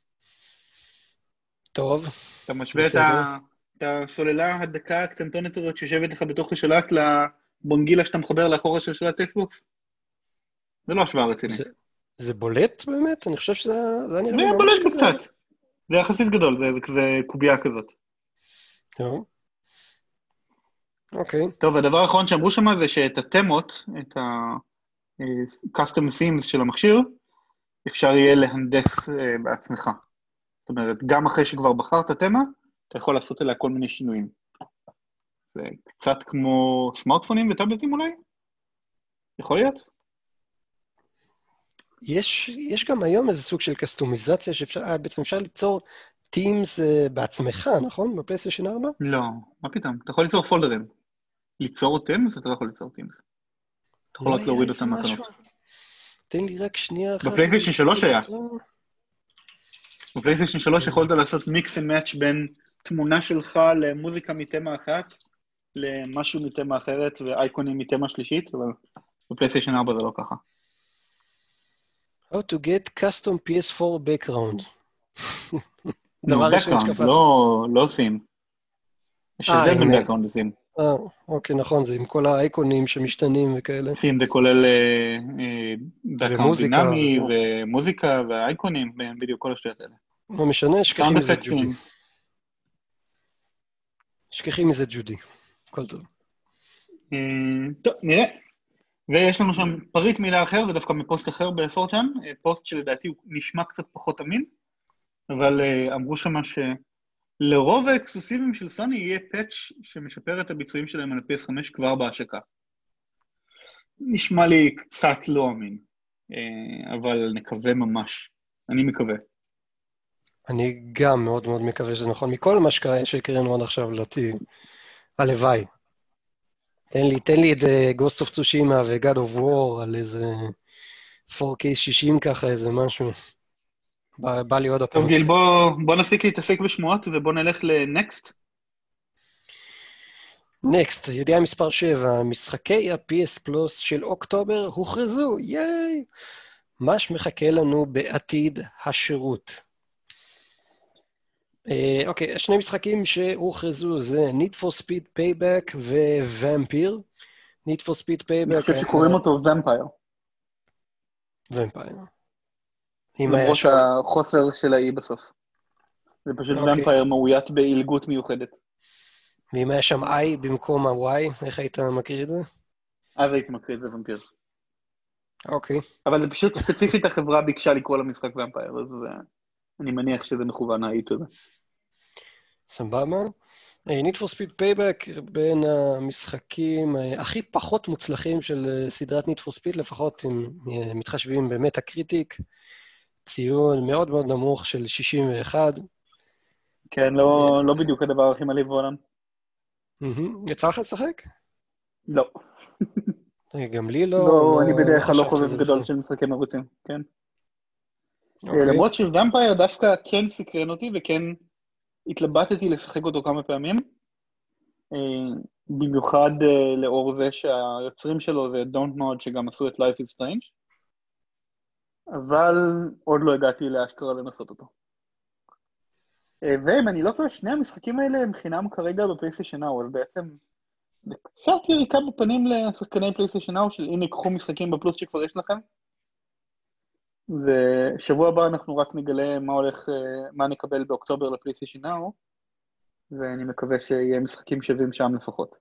טוב. אתה משווה את, ה... את הסוללה הדקה הקטנטונת הזאת שיושבת לך בתוך השלט לבונגילה שאתה מחבר לאחורה של שלט אקסבוקס? זה לא השוואה רצינית. זה, זה בולט באמת? אני חושב שזה זה נראה זה ממש בולט כזה. קצת. זה יחסית גדול, זה, זה כזה קובייה כזאת. טוב. אוקיי. טוב, הדבר האחרון שאמרו שם זה שאת התמות, את ה-custom themes של המכשיר, אפשר יהיה להנדס בעצמך. זאת אומרת, גם אחרי שכבר בחרת תמה, אתה יכול לעשות עליה כל מיני שינויים. זה קצת כמו סמארטפונים וטאבלטים אולי? יכול להיות? יש, יש גם היום איזה סוג של קסטומיזציה שאפשר, בעצם אפשר ליצור Teams בעצמך, נכון? בפלייסטיישן ארבע? לא, מה פתאום? אתה יכול ליצור פולדרים. ליצור אותם, אז אתה לא יכול ליצור Teams. אתה יכול רק להוריד אותם מהקנות. תן לי רק שנייה אחת. בפלייסטיישן שלוש היה. בפלייסטיישן שלוש יכולת לעשות מיקס ומאץ' בין תמונה שלך למוזיקה מתמה אחת, למשהו מתמה אחרת ואייקונים מתמה שלישית, אבל בפלייסטיישן ארבע זה לא ככה. How to get custom פי אס פור background. דבר ראשון שקפץ. לא, לא סים. יש הבדל בין background לסים. אה, אוקיי, נכון, זה עם כל האייקונים שמשתנים וכאלה. סים זה כולל background דינמי ומוזיקה והאייקונים, בדיוק כל השטויות האלה. לא משנה, שכחי מזה ג'ודי. שכחי מזה ג'ודי. כל טוב. טוב, נראה. ויש לנו שם פריט מילה אחר, זה דווקא מפוסט אחר בפורטשן, פוסט שלדעתי הוא נשמע קצת פחות אמין, אבל אמרו שם שלרוב האקסקלוסיבים של סוני יהיה פאץ' שמשפר את הביצועים שלהם על פי אס חמש כבר בהשקה. נשמע לי קצת לא אמין, אבל נקווה ממש. אני מקווה. אני גם מאוד מאוד מקווה שזה נכון. מכל מה שקראנו עד עכשיו, לדעתי, הלוואי. תן לי, תן לי את Ghost of Tsushima ו-God of War על איזה פור קיי שישים ככה, איזה משהו. בא, בא לי עוד הפעם. טוב גיל, בוא, בוא נפסיק להתעסק בשמועות ובוא נלך ל-Next. Next, ידיעה מספר שבע, משחקי ה-פי אס פלוס של אוקטובר הוכרזו, ייי! מה שמחכה לנו בעתיד השירות. אוקיי, שני משחקים שהוכרזו זה Need for Speed Payback ו-Vampire. Need for Speed Payback... אני חושב שקוראים אותו Vampire. Vampire. למרות החוסר של האי בסוף. זה פשוט אוקיי. ומפייר מאוית באילגות מיוחדת. ואם היה שם I במקום ה-Y, איך היית מקריא את זה? אז הייתי מקריא את זה ומפיר. אוקיי. אבל זה פשוט ספציפית החברה ביקשה לקרוא למשחק ומפייר, אז אני מניח שזה מכוון האיתו הזה. סבבה. Need for Speed Payback בין המשחקים הכי פחות מוצלחים של סדרת Need for Speed, לפחות אם מתחשבים באמת הקריטיק, ציון מאוד מאוד נמוך של שישים ואחת. כן, לא, לא בדיוק הדבר הכי מלהיב בעולם. יצא לך לשחק? לא. גם לי לא. לא, אני בדרך כלל לא חשבתי על חובב זה גדול בכלל. של משחקי מרוצים, כן. אוקיי. למרות שוומפייר דווקא כן סקרן אותי וכן התלבטתי לשחק אותו כמה פעמים, במיוחד לאור זה שהיוצרים שלו זה Don't Nod שגם עשו את Life is Strange, אבל עוד לא הגעתי לאשכרה לנסות אותו. ואם אני לא טועה, שני המשחקים האלה הם חינם כרגע בפלייסטיישן נאו, אז בעצם זה קצת יריקה בפנים לשחקני פלייסטיישן נאו של הנה קחו משחקים בפלוס שכבר יש לכם. ושבוע הבא אנחנו רק נגלה מה הולך, מה נקבל באוקטובר לפלייסטיישן נאו, ואני מקווה שיהיה משחקים שווים שם לפחות.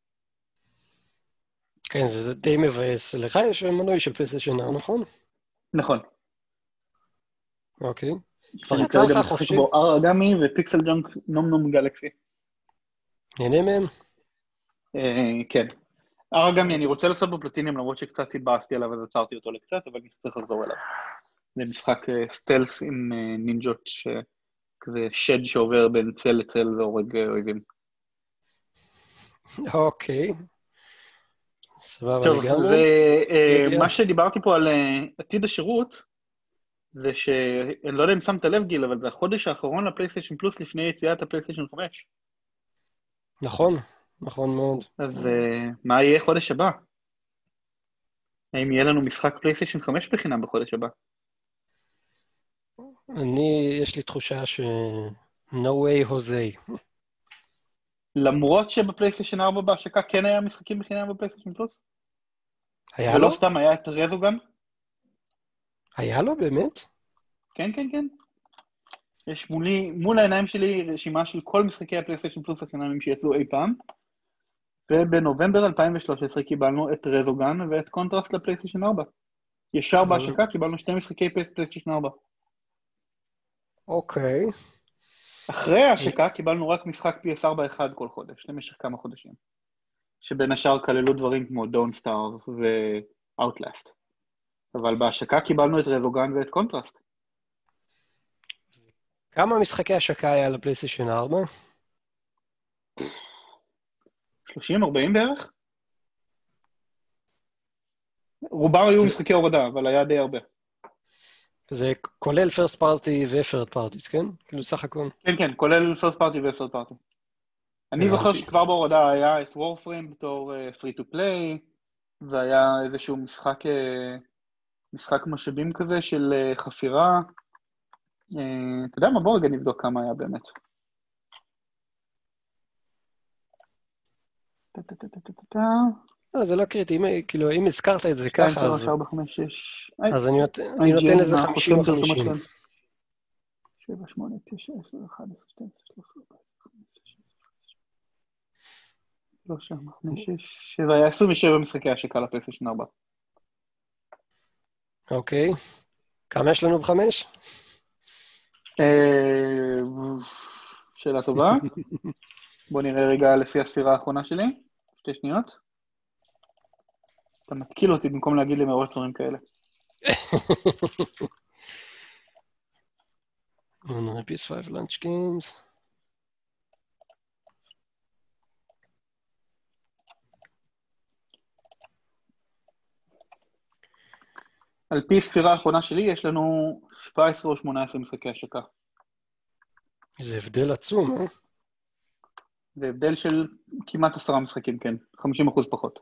כן, זה די מבאס. לך יש מנוי של פלייסטיישן נאו, נכון? נכון. אוקיי. שאני כרגע משחק בו ארגמי ופיקסל ג'אנק נום נום גלקסי. נהנה מהם? כן. ארגמי אני רוצה לעשות בו פלטינים, למרות שקצת התבאסתי עליו אז עצרתי אותו לקצת, אבל אני צריך לחזור אליו. זה משחק סטלס עם נינג'ות, כזה שד שעובר בין צל לצל והורג אויבים. אוקיי. סבבה לגמרי. טוב, ומה שדיברתי פה על עתיד השירות, זה שאני לא יודע אם שמת לב גיל, אבל זה החודש האחרון לפלייסטיישן פלוס לפני יציאת הפלייסטיישן חמש. נכון, נכון מאוד. אז מה יהיה חודש הבא? האם יהיה לנו משחק פלייסטיישן חמש בחינם בחודש הבא? אני, יש לי תחושה ש... no way Jose. למרות שבפלייסטיישן ארבע בהשקה כן היה משחקים בחינם בפלייסטיישן פלוס? היה לו? ולא סתם היה את רזוגן? היה לו באמת? כן, כן, כן. יש מולי, מול העיניים שלי רשימה של כל משחקי הפלייסטיישן פלוס החינמים שיצאו אי פעם, ובנובמבר אלפיים ושלוש עשרה קיבלנו את רזוגן ואת קונטרסט לפלייסטיישן ארבע. ישר בהשקה קיבלנו שתי משחקי פלייסטיישן ארבע. אוקיי. אחרי ההשקה קיבלנו רק משחק פי אס ארבע אחד כל חודש, למשך כמה חודשים. שבין השאר כללו דברים כמו Don't Starve ו-Outlast. אבל בהשקה קיבלנו את רזוגן ואת קונטרסט. כמה משחקי השקה היה לפלייסטיישן ארבע? שלושים ארבעים בערך? רובם היו משחקי הורדה, אבל היה די הרבה. זה כולל first party ו-third parties, כן? כאילו סך הכל. כן, כן, כולל first party ו-third party. אני זוכר שכבר בהורדה היה את Warframe בתור free to play, והיה איזשהו משחק, משחק משאבים כזה של חפירה. אתה יודע מה? בוא רגע נבדוק כמה היה באמת. לא, זה לא קריטי, כאילו, אם הזכרת את זה ככה, אז... שתיים, שלוש, ארבע, חמש, שש... אז אני נותן לזה חמישים וחמישים. שבע, שמונה, תשע, עשר, אחד עשר, שתים עשרה, שלוש עשרה, חמש עשרה, שלוש ארבע, חמש, שש, שבע, היה עשרים ושבע משחקי השקה לפלייסטיישן ארבע. אוקיי. כמה יש לנו בחמש? שאלה טובה. בוא נראה רגע לפי הספירה האחרונה שלי. שתי שניות. אתה מתקיל אותי במקום להגיד לי מראש דברים כאלה. נראה פי אס חמש Launch Games. על פי הספירה האחרונה שלי יש לנו שבע עשרה או שמונה עשרה משחקי השקה. זה הבדל עצום, אה? זה הבדל של כמעט עשרה משחקים, כן. חמישים אחוז פחות.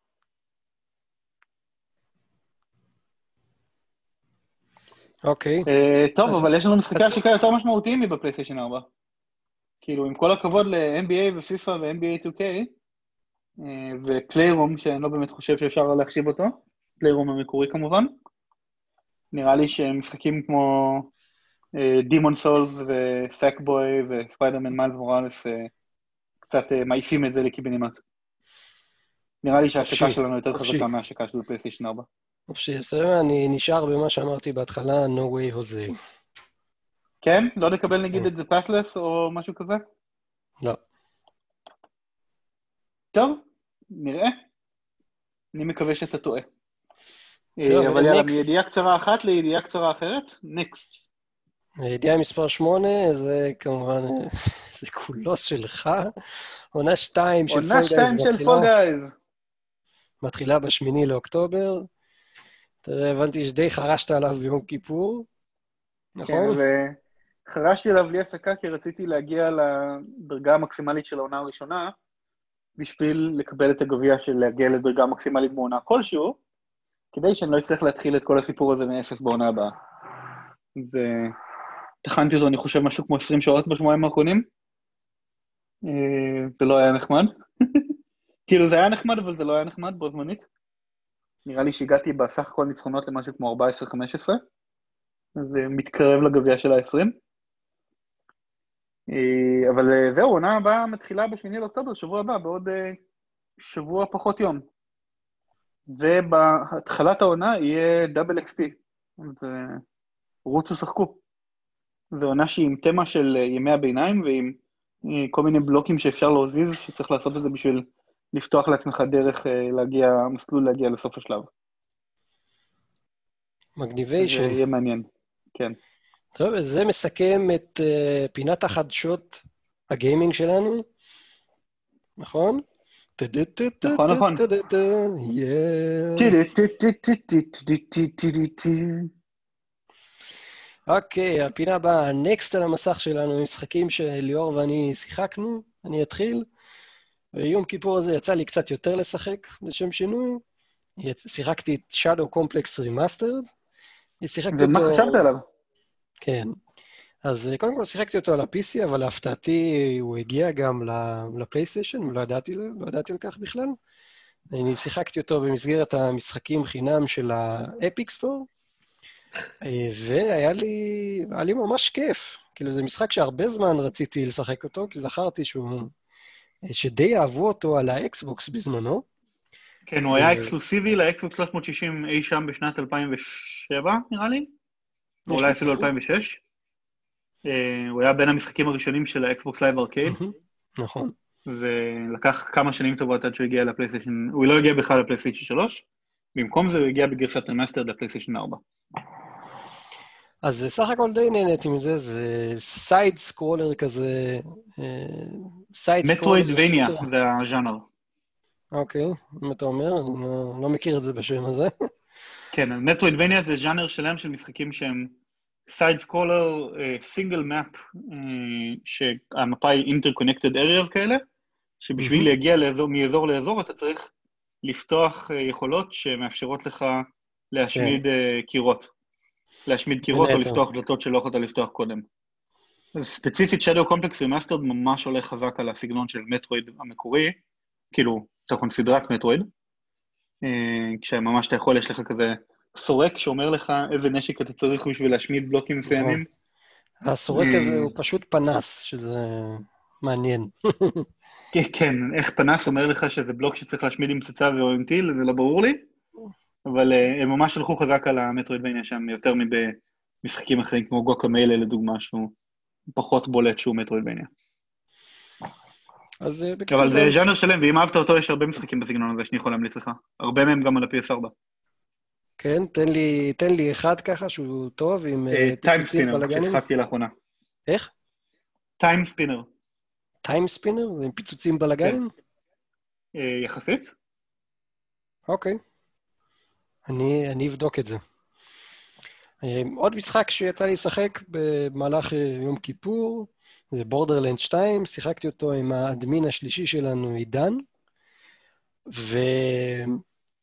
אוקיי. טוב, אבל יש לנו משחקי השקה יותר משמעותיים מבפלייסטיישן ארבע. כאילו, עם כל הכבוד ל-אן בי איי ופיפה ו-אן בי איי טו קיי, ופליירום, שאני לא באמת חושב שאפשר להחשיב אותו, פליירום המקורי כמובן, נראה לי שמשחקים כמו דימון סולס וסאקבוי וספיידרמן מיילס מוראלס קצת מעיפים את זה לקיבינימט. נראה לי שההשקה שלנו יותר חזקה מההשקה של פלייסטיישן ארבע. חופשי, אז אני נשאר במה שאמרתי בהתחלה, no way הוזה. כן? לא נקבל נגיד את זה פאסלס או משהו כזה? לא. טוב, נראה. אני מקווה שאתה טועה. אבל יאללה, מידיעה קצרה אחת לידיעה קצרה אחרת, נקסט. הידיעה מספר שמונה, זה כמובן, זה כולו שלך. עונה שתיים של פול גייז. עונה שתיים של פול גייז. מתחילה בשמיני לאוקטובר. תראה, הבנתי שדי חרשת עליו ביום כיפור. נכון? כן, וחרשתי עליו בלי הפסקה, כי רציתי להגיע לדרגה המקסימלית של העונה הראשונה, בשביל לקבל את הגביע של להגיע לדרגה מקסימלית בעונה כלשהו, כדי שאני לא אצטרך להתחיל את כל הסיפור הזה מאפס בעונה הבאה. ותכנתי אותו, אני חושב, משהו כמו עשרים שעות בשבועיים האחרונים. זה לא היה נחמד. כאילו זה היה נחמד, אבל זה לא היה נחמד בו זמנית. נראה לי שהגעתי בסך הכל ניצחונות למשהו כמו ארבע עשרה חמש עשרה, אז זה מתקרב לגביע של ה-עשרים. אבל זהו, עונה הבאה מתחילה בשמיני לאוקטובר, שבוע הבא, בעוד שבוע פחות יום. ובהתחלת העונה יהיה דאבל אקס פי, אז רוצו שחקו. זו עונה שהיא עם תמה של ימי הביניים, ועם כל מיני בלוקים שאפשר להוזיז, שצריך לעשות את זה בשביל לפתוח לעצמך דרך להגיע, מסלול להגיע לסוף השלב. מגניביישן. זה יהיה מעניין, כן. טוב, זה מסכם את uh, פינת החדשות הגיימינג שלנו, נכון? נכון, נכון. אוקיי, הפינה הבאה, הנקסט על המסך שלנו, משחקים שליאור ואני שיחקנו, אני אתחיל. ביום כיפור הזה יצא לי קצת יותר לשחק, לשם שינוי. שיחקתי את Shadow Complex Remastered. ומה חשבת עליו? כן. אז קודם כל שיחקתי אותו על ה-פי סי, אבל להפתעתי הוא הגיע גם לפלייסטיישן, ולא ידעתי, לא ידעתי על כך בכלל. אני שיחקתי אותו במסגרת המשחקים חינם של האפיק סטור, והיה לי, היה לי ממש כיף. כאילו זה משחק שהרבה זמן רציתי לשחק אותו, כי זכרתי שהוא, שדי אהבו אותו על האקסבוקס בזמנו. כן, הוא היה אקסקלוסיבי לאקסבוקס שלוש מאות שישים אי שם בשנת אלפיים ושבע, נראה לי. או אולי אפילו אלפיים ושש. הוא היה בין המשחקים הראשונים של האקסבוקס לייב ארקייד. נכון. ולקח כמה שנים טובות עד שהוא הגיע לפלייסטיישן, הוא לא הגיע בכלל לפלייסטיישן שלוש, במקום זה הוא הגיע בגרסת רמאסטרד לפלייסטיישן ארבע. אז סך הכל די נהניתי מזה, זה סייד סקרולר כזה, מטרואידבניה זה הז'אנר. אוקיי, אם אתה אומר, אני לא, לא מכיר את זה בשם הזה. כן, אז מטרואידבניה זה ז'אנר שלם של משחקים שהם סייד סקרולר, סינגל מאפ, שהמפה היא interconnected areas כאלה, שבשביל mm-hmm. להגיע לאזור, מאזור לאזור אתה צריך לפתוח יכולות שמאפשרות לך להשמיד okay. קירות. להשמיד קירות או לפתוח דלתות שלא יכולת לפתוח קודם. ספציפית Shadow Complex Remastered ממש הולך חזק על הסגנון של מטרואיד המקורי, כאילו, תכון סדרת מטרואיד, כשממש אתה יכול, יש לך כזה סורק שאומר לך איזה נשק אתה צריך בשביל להשמיד בלוקים מסוימים. הסורק הזה הוא פשוט פנס, שזה מעניין. כן, כן, איך פנס אומר לך שזה בלוק שצריך להשמיד עם פצצה או עם טיל, זה לא ברור לי, אבל הם ממש הלכו חזק על המטרואידבניה שם, יותר מבמשחקים אחרים, כמו גואקמיילה לדוגמה, שהוא פחות בולט שהוא מטרואידבניה. אבל זה ז'אנר שלם, ואם אהבת אותו, יש הרבה משחקים בסגנון הזה שאני יכול להמליץ לך. הרבה מהם גם על ה-פי אס ארבע. כן, תן לי, תן לי אחד ככה שהוא טוב, עם פיצוצים בלגנים. ששחקתי לאחרונה. איך? טיים ספינר. טיים ספינר? עם פיצוצים בלגנים? יחסית. אוקיי. אני, אני אבדוק את זה. עוד משחק שיצא לי לשחק במהלך יום כיפור, זה בורדרלנד שתיים, שיחקתי אותו עם האדמין השלישי שלנו, עידן, ואני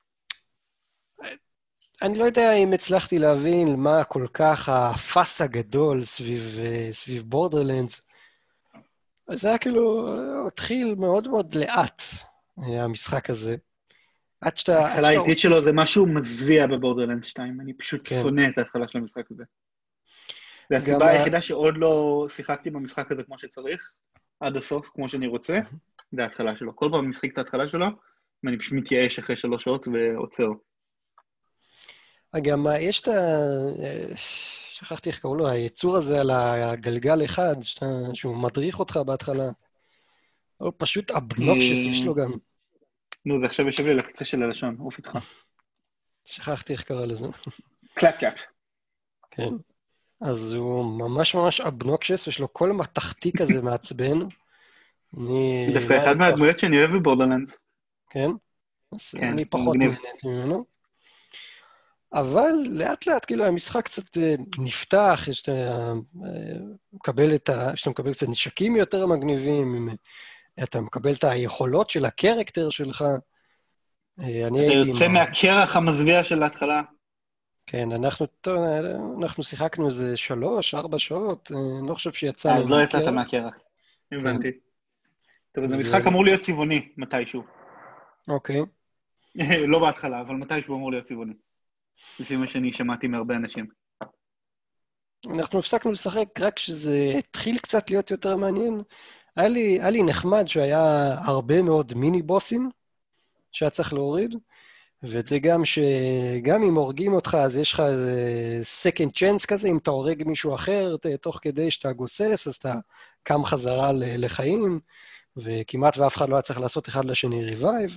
לא יודע אם הצלחתי להבין מה כל כך הפס הגדול סביב, סביב בורדרלנדס. זה היה כאילו, התחיל מאוד מאוד לאט, המשחק הזה. ההתחלה האיטית שלו זה משהו מזוויע בבורדרלנדס שתיים, אני פשוט שונא את ההתחלה של המשחק הזה. זה הסיבה היחידה שעוד לא שיחקתי במשחק הזה כמו שצריך, עד הסוף, כמו שאני רוצה, זה ההתחלה שלו. כל פעם משחק את ההתחלה שלו, ואני פשוט מתייאש אחרי שלוש שעות ועוצר. גם יש את ה... שכחתי איך קראו לו, היצור הזה על הגלגל אחד, שהוא מדריך אותך בהתחלה. הוא פשוט אבנוקשס, יש לו גם... נו, זה עכשיו יושב לי לקצה של הלשון, עוף איתך. שכחתי איך קרא לזה. קלאפ-קלאפ. כן. אז הוא ממש ממש אבנוקשס, יש לו קול מתכתי כזה מעצבן. אני... דווקא אחד מהדמויות שאני אוהב בבורדרלנדס. כן? אז אני פחות נהנית ממנו. אבל לאט לאט, כאילו, המשחק קצת נפתח, יש שאתה מקבל את ה... שאתה מקבל קצת נשקים יותר מגניבים, אתה מקבל את היכולות של הקרקטר שלך. אתה יוצא מהקרח המזוויע של ההתחלה. כן, אנחנו, אנחנו שיחקנו איזה שלוש, ארבע שעות, אני לא חושב שיצאנו מהקרח. אז לא יצאת מהקרח, הבנתי. טוב, אז המשחק אמור להיות צבעוני, מתישהו. אוקיי. לא בהתחלה, אבל מתישהו אמור להיות צבעוני. לפי מה שאני שמעתי מהרבה אנשים. אנחנו הפסקנו לשחק רק כשזה התחיל קצת להיות יותר מעניין. היה לי, היה לי נחמד שהיה הרבה מאוד מיני בוסים שהיה צריך להוריד, וזה גם שגם אם הורגים אותך, אז יש לך איזה second chance כזה, אם אתה הורג מישהו אחר, תוך כדי שאתה גוסס, אז אתה קם חזרה לחיים, וכמעט ואף אחד לא היה צריך לעשות אחד לשני revive.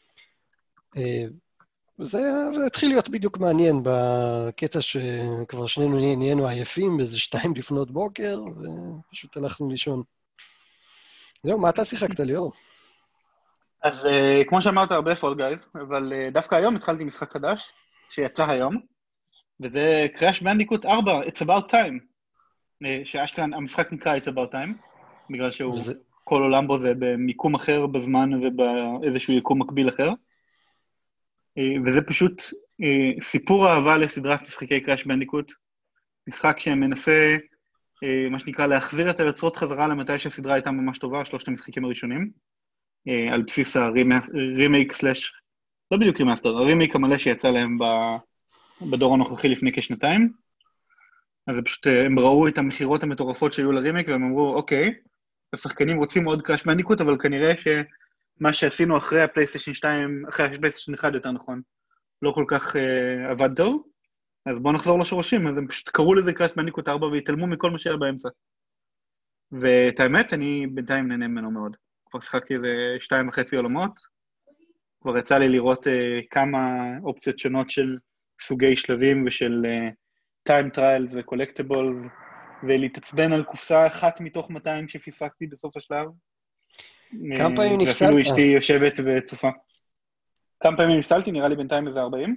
זה, זה התחיל להיות בדיוק מעניין בקטע שכבר שנינו נהיינו עייפים באיזה שתיים לפנות בוקר, ופשוט הלכנו לישון. זהו, מה אתה שיחקת, ליאור? אז uh, כמו שאמרת, הרבה פול גייז, אבל uh, דווקא היום התחלתי משחק חדש, שיצא היום, וזה קראש בנדיקוט ארבע, It's About Time, uh, שאשכרה המשחק נקרא It's About Time, בגלל שהוא, וזה... כל עולם בו זה במיקום אחר בזמן ובאיזשהו יקום מקביל אחר, uh, וזה פשוט uh, סיפור אהבה לסדרת משחקי קראש בנדיקוט, משחק שמנסה, uh, מה שנקרא, להחזיר את היוצרות חזרה למתי שהסדרה הייתה ממש טובה, שלושת המשחקים הראשונים, על בסיס הרימייק סלש, לא בדיוק רימאסטר, הרימייק המלא שיצא להם בדור הנוכחי לפני כשנתיים, אז פשוט הם ראו את המחירות המטורפות שהיו לרימייק, והם אמרו, אוקיי, השחקנים רוצים עוד קראש בנדיקוט, אבל כנראה שמה שעשינו אחרי הפלייסטיישן שתיים, אחרי הפלייסטיישן אחד יותר נכון, לא כל כך uh, עבד טוב, אז בואו נחזור לשורשים, אז הם פשוט קראו לזה קראש בנדיקוט ארבע, והתעלמו מכל מה שהיה באמצע. ואת האמת, אני בינתיים נהנה ממנו מאוד. כבר שחקתי איזה שתיים וחצי עולמות, כבר יצא לי לראות uh, כמה אופציות שונות של סוגי שלבים ושל uh, time trials ו-collectibles, ולהתעצבן על קופסה אחת מתוך מאתיים שפיסקתי בסוף השלב. כמה פעמים נפסלת? ואפילו אשתי יושבת וצופה. כמה פעמים נפסלתי? נראה לי בינתיים איזה ארבעים.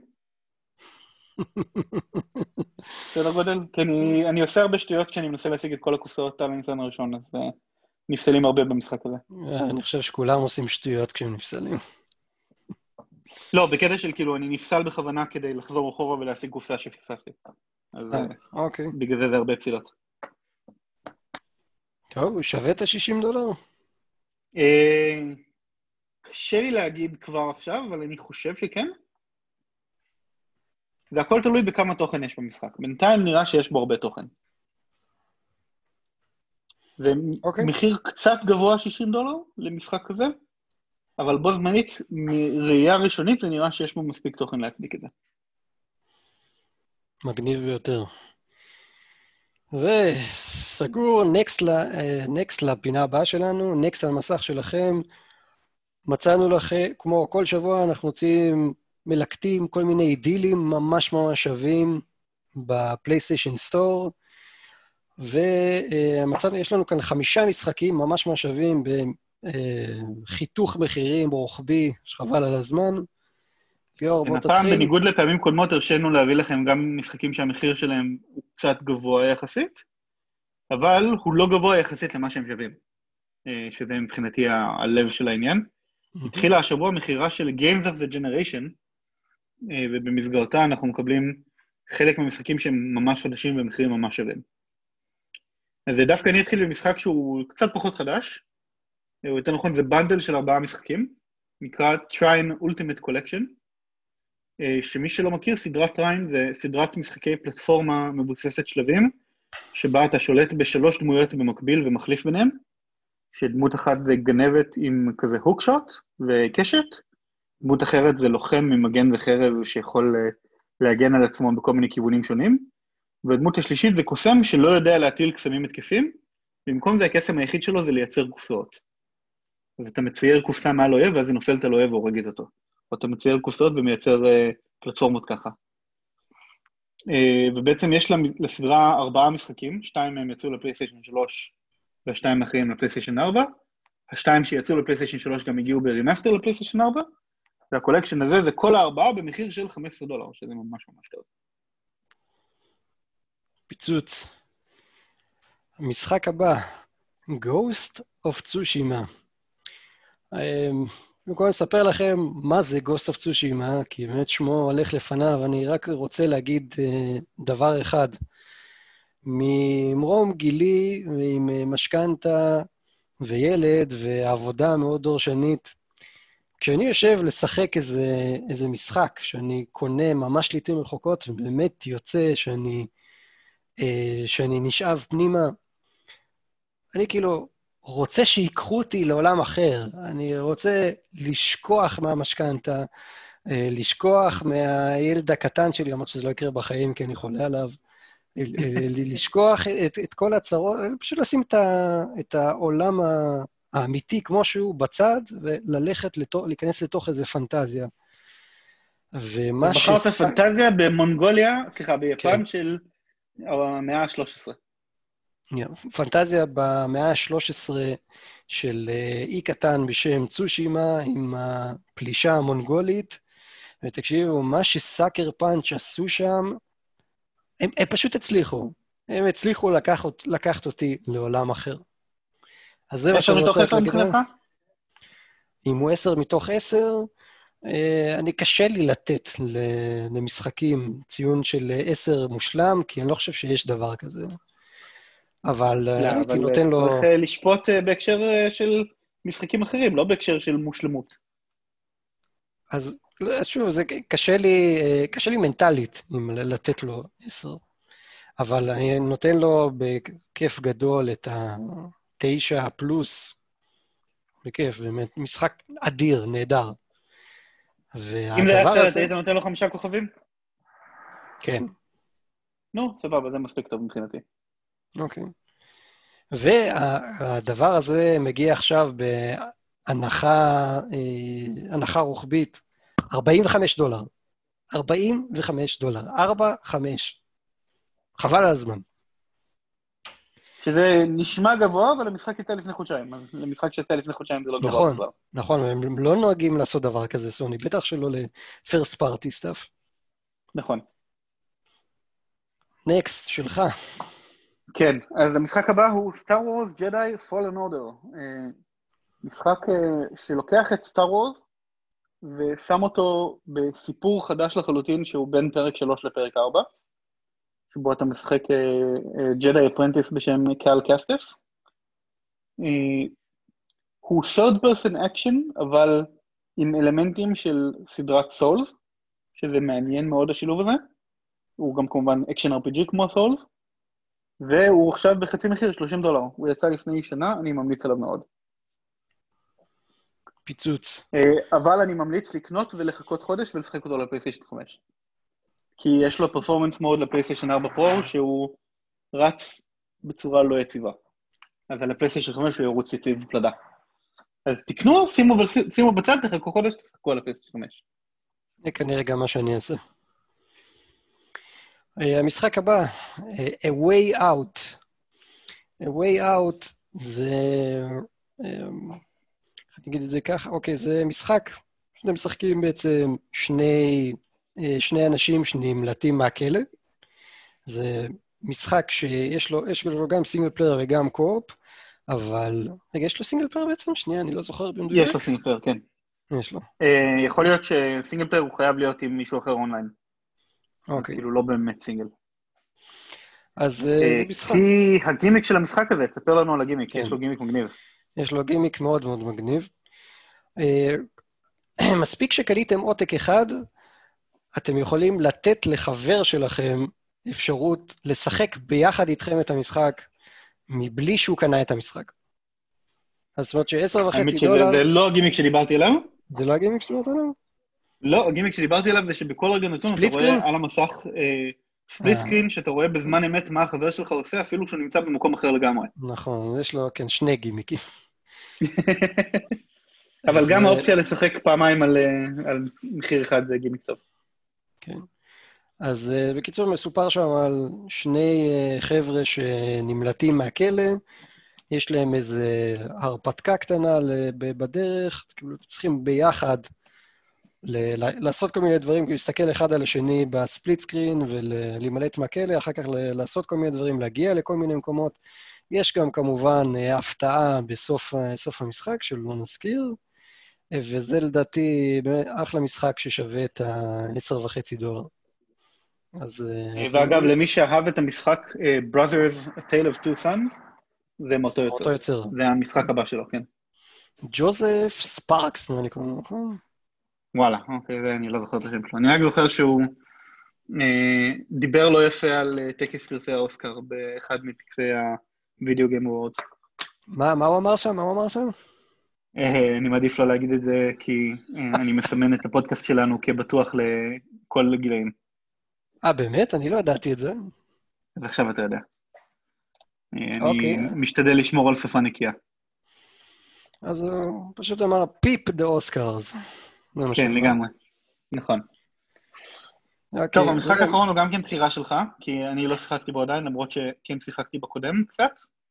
בסדר גודל? כי אני, אני עושה הרבה שטויות כשאני מנסה להשיג את כל הקופסאות על הניסיון הראשון, אז... Uh, נפסלים הרבה במשחק הזה. אני חושב שכולם עושים שטויות כשהם נפסלים. לא, בקטע של כאילו, אני נפסל בכוונה כדי לחזור אחורה ולהשיג קופסה שפספסתי. אז בגלל זה זה הרבה פסילות. טוב, הוא שווה את ה-שישים דולר? קשה לי להגיד כבר עכשיו, אבל אני חושב שכן. זה הכל תלוי בכמה תוכן יש במשחק. בינתיים נראה שיש בו הרבה תוכן. זה okay. מחיר קצת גבוה שישים דולר למשחק כזה, אבל בו זמנית, מראייה ראשונית, זה נראה שיש בו מספיק תוכן להצדיק את זה. מגניב ביותר. וסגור, נקסט, נקסט לפינה הבאה שלנו, נקסט על מסך שלכם. מצאנו לכם, כמו כל שבוע, אנחנו רוצים מלקטים כל מיני דילים ממש ממש שווים בפלייסטיישן סטור, ומצאנו, יש לנו כאן חמישה משחקים ממש ממש שווים בחיתוך מחירים רוחבי, שחבל על הזמן. ליאור, בוא תתחיל. הפעם, בניגוד לפעמים קודמות, הרשנו להביא לכם גם משחקים שהמחיר שלהם הוא קצת גבוה יחסית, אבל הוא לא גבוה יחסית למה שהם שווים, שזה מבחינתי הלב של העניין. התחילה השבוע מחירה של Games of the Generation, ובמסגרתה אנחנו מקבלים חלק מהמשחקים שהם ממש חדשים ומחירים ממש שווים. אז דווקא אני אתחיל במשחק שהוא קצת פחות חדש, הוא יותר נכון, זה בנדל של ארבעה משחקים, נקרא Trine Ultimate Collection, שמי שלא מכיר, סדרת טריין זה סדרת משחקי פלטפורמה מבוססת שלבים, שבה אתה שולט בשלוש דמויות במקביל ומחליף ביניהם, שדמות אחת זה גנבת עם כזה הוקשוט וקשת, דמות אחרת זה לוחם ממגן וחרב שיכול להגן על עצמו בכל מיני כיוונים שונים, והדמות השלישית זה קוסם שלא יודע להטיל קסמים מתקפים, במקום זה הקסם היחיד שלו זה לייצר קופסאות. אז אתה מצייר קופסה מעל אויב, ואז זה נופלת על אויב והורג את אותו. או אתה מצייר קופסאות ומייצר uh, פלטפורמות ככה. Uh, ובעצם יש לסדרה ארבעה משחקים, שתיים מהם יצאו לפלייסטיישן שלוש, והשתיים האחרים לפלייסטיישן ארבע, השתיים שיצאו לפלייסטיישן שלוש גם הגיעו ברימאסטר לפלייסטיישן ארבע, והקולקשן הזה זה כל הארבעה במחיר של חמישה עשר דולר, שזה ממש ממש טוב. פיצוץ. המשחק הבא, Ghost of Tsushima. אני קודם אספר לכם מה זה Ghost of Tsushima, כי באמת שמו הולך לפניו, אני רק רוצה להגיד דבר אחד. ממרום גילי ועם משכנתה וילד ועבודה מאוד דורשנית, כשאני יושב לשחק איזה, איזה משחק שאני קונה ממש לעתים רחוקות, ובאמת יוצא שאני, אה, שאני נשאב פנימה, אני כאילו רוצה שיקחו אותי לעולם אחר, אני רוצה לשכוח מהמשכנתה, אה, לשכוח מהילד הקטן שלי, למרות שזה לא יקרה בחיים כי אני חולה עליו, לשכוח את, את כל הצרות, פשוט לשים את, ה, את העולם ה... האמיתי כמו שהוא בצד, וללכת לתוך, להיכנס לתוך איזה פנטזיה. ומה ש... בחרת פנטזיה במונגוליה, סליחה, ביפן של המאה ה-שלוש עשרה. פנטזיה במאה ה-שלוש עשרה של אי קטן בשם צושימה, עם הפלישה המונגולית, ותקשיבו, מה שסאקר פאנץ' עשו שם, הם, הם פשוט הצליחו. הם הצליחו לקחת, לקחת אותי לעולם אחר. אז זה מה שאני רוצה להגיד. אם הוא עשר מתוך עשר, אני קשה לי לתת למשחקים ציון של עשר מושלם, כי אני לא חושב שיש דבר כזה. אבל הייתי נותן לו... צריך לשפוט בהקשר של משחקים אחרים, לא בהקשר של מושלמות. אז שוב, זה קשה לי, קשה לי מנטלית אם לתת לו עשר. אבל אני נותן לו בכיף גדול את ה... תשע פלוס, בכיף, באמת, משחק אדיר, נהדר. אם זה היה סרט, היית נותן לו חמישה כוכבים? כן. נו, סבבה, זה מספיק טוב מבחינתי. אוקיי. והדבר הזה מגיע עכשיו בהנחה, הנחה רוחבית, ארבעים וחמישה דולר. ארבעים וחמישה דולר. ארבע, חמש. חבל על הזמן. שזה נשמע גבוה, אבל המשחק יצא לפני חודשיים. למשחק שיצא לפני חודשיים זה לא גבוה. נכון, כבר. נכון, הם לא נוהגים לעשות דבר כזה, סוני, בטח שלא ל-first party stuff. נכון. נקסט, שלך. כן, אז המשחק הבא הוא Star Wars Jedi Fallen Order. משחק שלוקח את Star Wars, ושם אותו בסיפור חדש לחלוטין, שהוא בין פרק שלוש לפרק ארבע. שבו אתה משחק ג'די אפרנטיס בשם קל קסטס. הוא third person action, אבל עם אלמנטים של סדרת סולס, שזה מעניין מאוד השילוב הזה. הוא גם כמובן אקשן אר פי ג'י כמו סולס, והוא עכשיו בחצי מחיר, שלושים דולר. הוא יצא לפני שנה, אני ממליץ עליו מאוד. פיצוץ. אבל אני ממליץ לקנות ולחכות חודש ולשחק אותו לפלייסטיישן חמש. כי יש לו פרפורמנס מוד לפלייסטיישן ארבע פרו, שהוא רץ בצורה לא יציבה. אז על הפלייסטיישן חמש הוא ירוץ יציב פלדה. אז תקנו, שימו, שימו בצד, תחכו חודש, תחכו על הפלייסטיישן חמש. זה כנראה גם מה שאני אעשה. המשחק הבא, A Way Out. A Way Out זה... אני אגיד את זה ככה, אוקיי, זה משחק, שאתם משחקים בעצם שני... שני אנשים שנמלטים מהכלא. זה משחק שיש לו, יש לו גם סינגל פלייר וגם קו-אופ, אבל... רגע, יש לו סינגל פלייר בעצם? שנייה, אני לא זוכר במדויק. יש לו סינגל פלייר, כן. יש לו. יכול להיות שסינגל פלייר הוא חייב להיות עם מישהו אחר אונליין. אוקיי. כאילו לא באמת סינגל. אז זה משחק. כי הגימיק של המשחק הזה, תספר לנו על הגימיק, יש לו גימיק מגניב. יש לו גימיק מאוד מאוד מגניב. מספיק שקליתם עותק אחד, אתם יכולים לתת לחבר שלכם אפשרות לשחק ביחד איתכם את המשחק, מבלי שהוא קנה את המשחק. אז זאת אומרת ש-עשרה וחצי דולר... האמת שזה לא הגימיק שדיברתי עליו. זה לא הגימיק שדיברתי עליו? לא, הגימיק שדיברתי עליו זה שבכל רגע נתון אתה רואה על המסך ספליט סקרין, שאתה רואה בזמן אמת מה החבר שלך עושה, אפילו כשהוא נמצא במקום אחר לגמרי. נכון, יש לו, כן, שני גימיקים. אבל גם האופציה לשחק פעמיים על מחיר אחד זה גימיק טוב. כן. אז בקיצור מסופר שם על שני חבר'ה שנמלטים מהכלא, יש להם איזה הרפתקה קטנה בדרך, כאילו צריכים ביחד לעשות כל מיני דברים, להסתכל אחד על השני בספליט סקרין ולהימלט מהכלא, אחר כך לעשות כל מיני דברים, להגיע לכל מיני מקומות. יש גם כמובן הפתעה בסוף סוף המשחק, שלא נזכיר, וזה לדעתי אחלה משחק ששווה את ה-עשרה וחצי דולר. אז... ואגב, למי שאהב את המשחק Brothers, A Tale of Two Sons, זה מאותו יוצר. יוצר. זה המשחק הבא שלו, כן. ג'וזף ספארקס, נראה לי קוראים, נכון? וואלה, אוקיי, זה אני לא זוכר את השם שלו. אני רק זוכר שהוא אה, דיבר לא יפה על טקס פרסי האוסקר באחד מטקסי הווידאו גיים אוורדס. מה, מה הוא אמר שם? מה הוא אמר שם? אה, אני מעדיף לא להגיד את זה, כי אה, אני מסמן את הפודקאסט שלנו כבטוח לכל גילאים. אה, באמת? אני לא ידעתי את זה. אז עכשיו אתה יודע. אני אוקיי. משתדל לשמור על שפה נקייה. אז הוא פשוט אמר, פיפ דה אוסקרס. כן, לגמרי. נכון. טוב, המשחק האחרון הוא גם כן בחירה שלך, כי אני לא שיחקתי בו עדיין, למרות שכן שיחקתי בקודם קצת.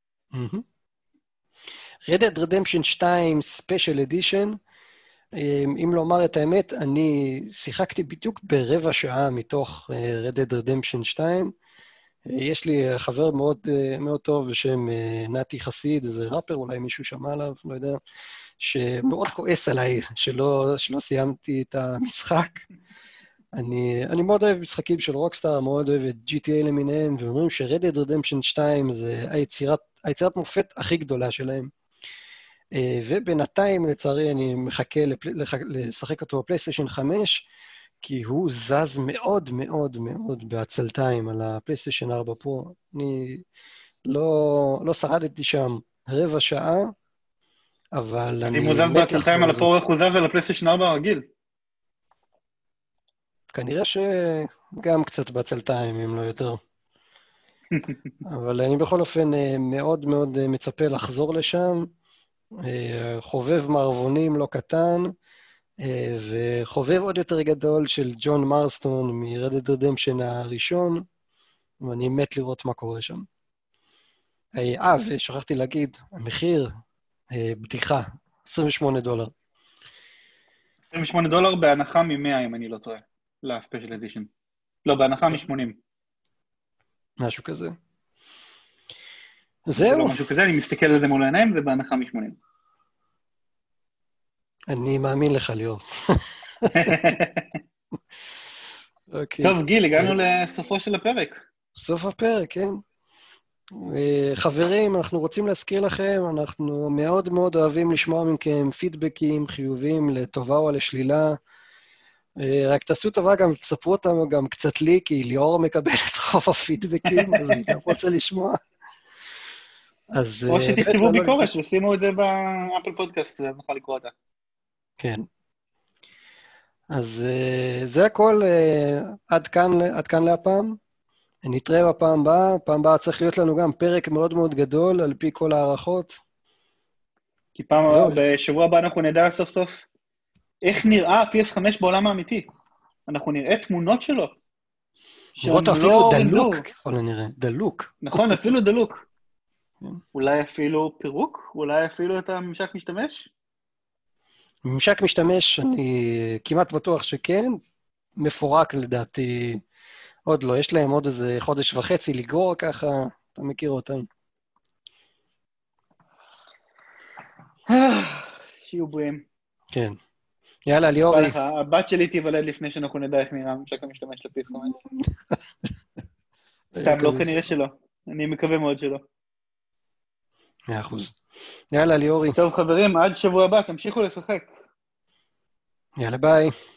Red Dead Redemption שתיים Special Edition, אם לומר את האמת, אני שיחקתי בדיוק ברבע שעה מתוך Red Dead Redemption שתיים, יש לי חבר מאוד, מאוד טוב בשם נתי חסיד, איזה ראפר, אולי מישהו שמע עליו, לא יודע, שמאוד כועס עליי שלא, שלא סיימתי את המשחק. אני, אני מאוד אוהב משחקים של רוקסטאר, מאוד אוהב את ג'י טי איי למיניהם, ואומרים ש-Red Dead Redemption שתיים זה היצירת, היצירת מופת הכי גדולה שלהם. ובינתיים, לצערי, אני מחכה לשחק אותו בפלייסטיישן חמש, כי הוא זז מאוד מאוד מאוד בעצלתיים על הפלייסטיישן ארבע פרו. אני לא, לא שרדתי שם רבע שעה, אבל אני... אם הוא זז בעצלתיים על הפרו, איך הוא זז על הפלייסטיישן ארבע הרגיל? כנראה שגם קצת בעצלתיים, אם לא יותר. אבל אני בכל אופן מאוד מאוד מצפה לחזור לשם, חובב מערבונים לא קטן, וחובב עוד יותר גדול של ג'ון מרסטון מ-Red Dead Redemption הראשון, ואני מת לראות מה קורה שם. אה, ושכחתי להגיד, המחיר, בדיחה, עשרים ושמונה דולר. עשרים ושמונה דולר בהנחה מ-מאה, אם אני לא טועה, לספיישל אדישן. לא, בהנחה מ-שמונים. משהו כזה. זהו. זה לא משהו כזה, אני מסתכל על זה מול העיניים, זה בהנחה מ-שמונים. אני מאמין לך, ליאור. טוב, גיל, הגענו לסופו של הפרק. סוף הפרק, כן. חברים, אנחנו רוצים להזכיר לכם, אנחנו מאוד מאוד אוהבים לשמוע מכם פידבקים חיוביים לטובה או לשלילה. רק תעשו טובה, גם תספרו אותם גם קצת לי, כי ליאור מקבל את רוב הפידבקים, אז אני גם רוצה לשמוע. או שתכתבו ביקורת ושימו את זה באפל פודקאסט, אז נוכל לקרוא אותה. כן. אז זה הכל, עד כאן, עד כאן להפעם. נתראה בפעם הבאה. פעם הבאה צריך להיות לנו גם פרק מאוד מאוד גדול, על פי כל הערכות. כי פעם הבאה, בשבוע הבא אנחנו נדע סוף סוף איך נראה פי אס חמש בעולם האמיתי. אנחנו נראה תמונות שלו. נראות אפילו דלוק, ככל הנראה, דלוק. נכון, אפילו דלוק. אולי אפילו פירוק? אולי אפילו את הממשק משתמש? ממשק משתמש, אני כמעט בטוח שכן. מפורק לדעתי, עוד לא. יש להם עוד איזה חודש וחצי לגרור ככה, אתה מכיר אותם. שיהיו בריאים. כן. יאללה, ליאורי. הבת שלי תיוולד לפני שאנחנו נדע איך נראה ממשק המשתמש לפי חמש. סתם, לא כנראה שלא. אני מקווה מאוד שלא. מאה אחוז. יאללה, ליאורי. טוב, חברים, עד שבוע הבא, תמשיכו לשחק. יאללה, ביי.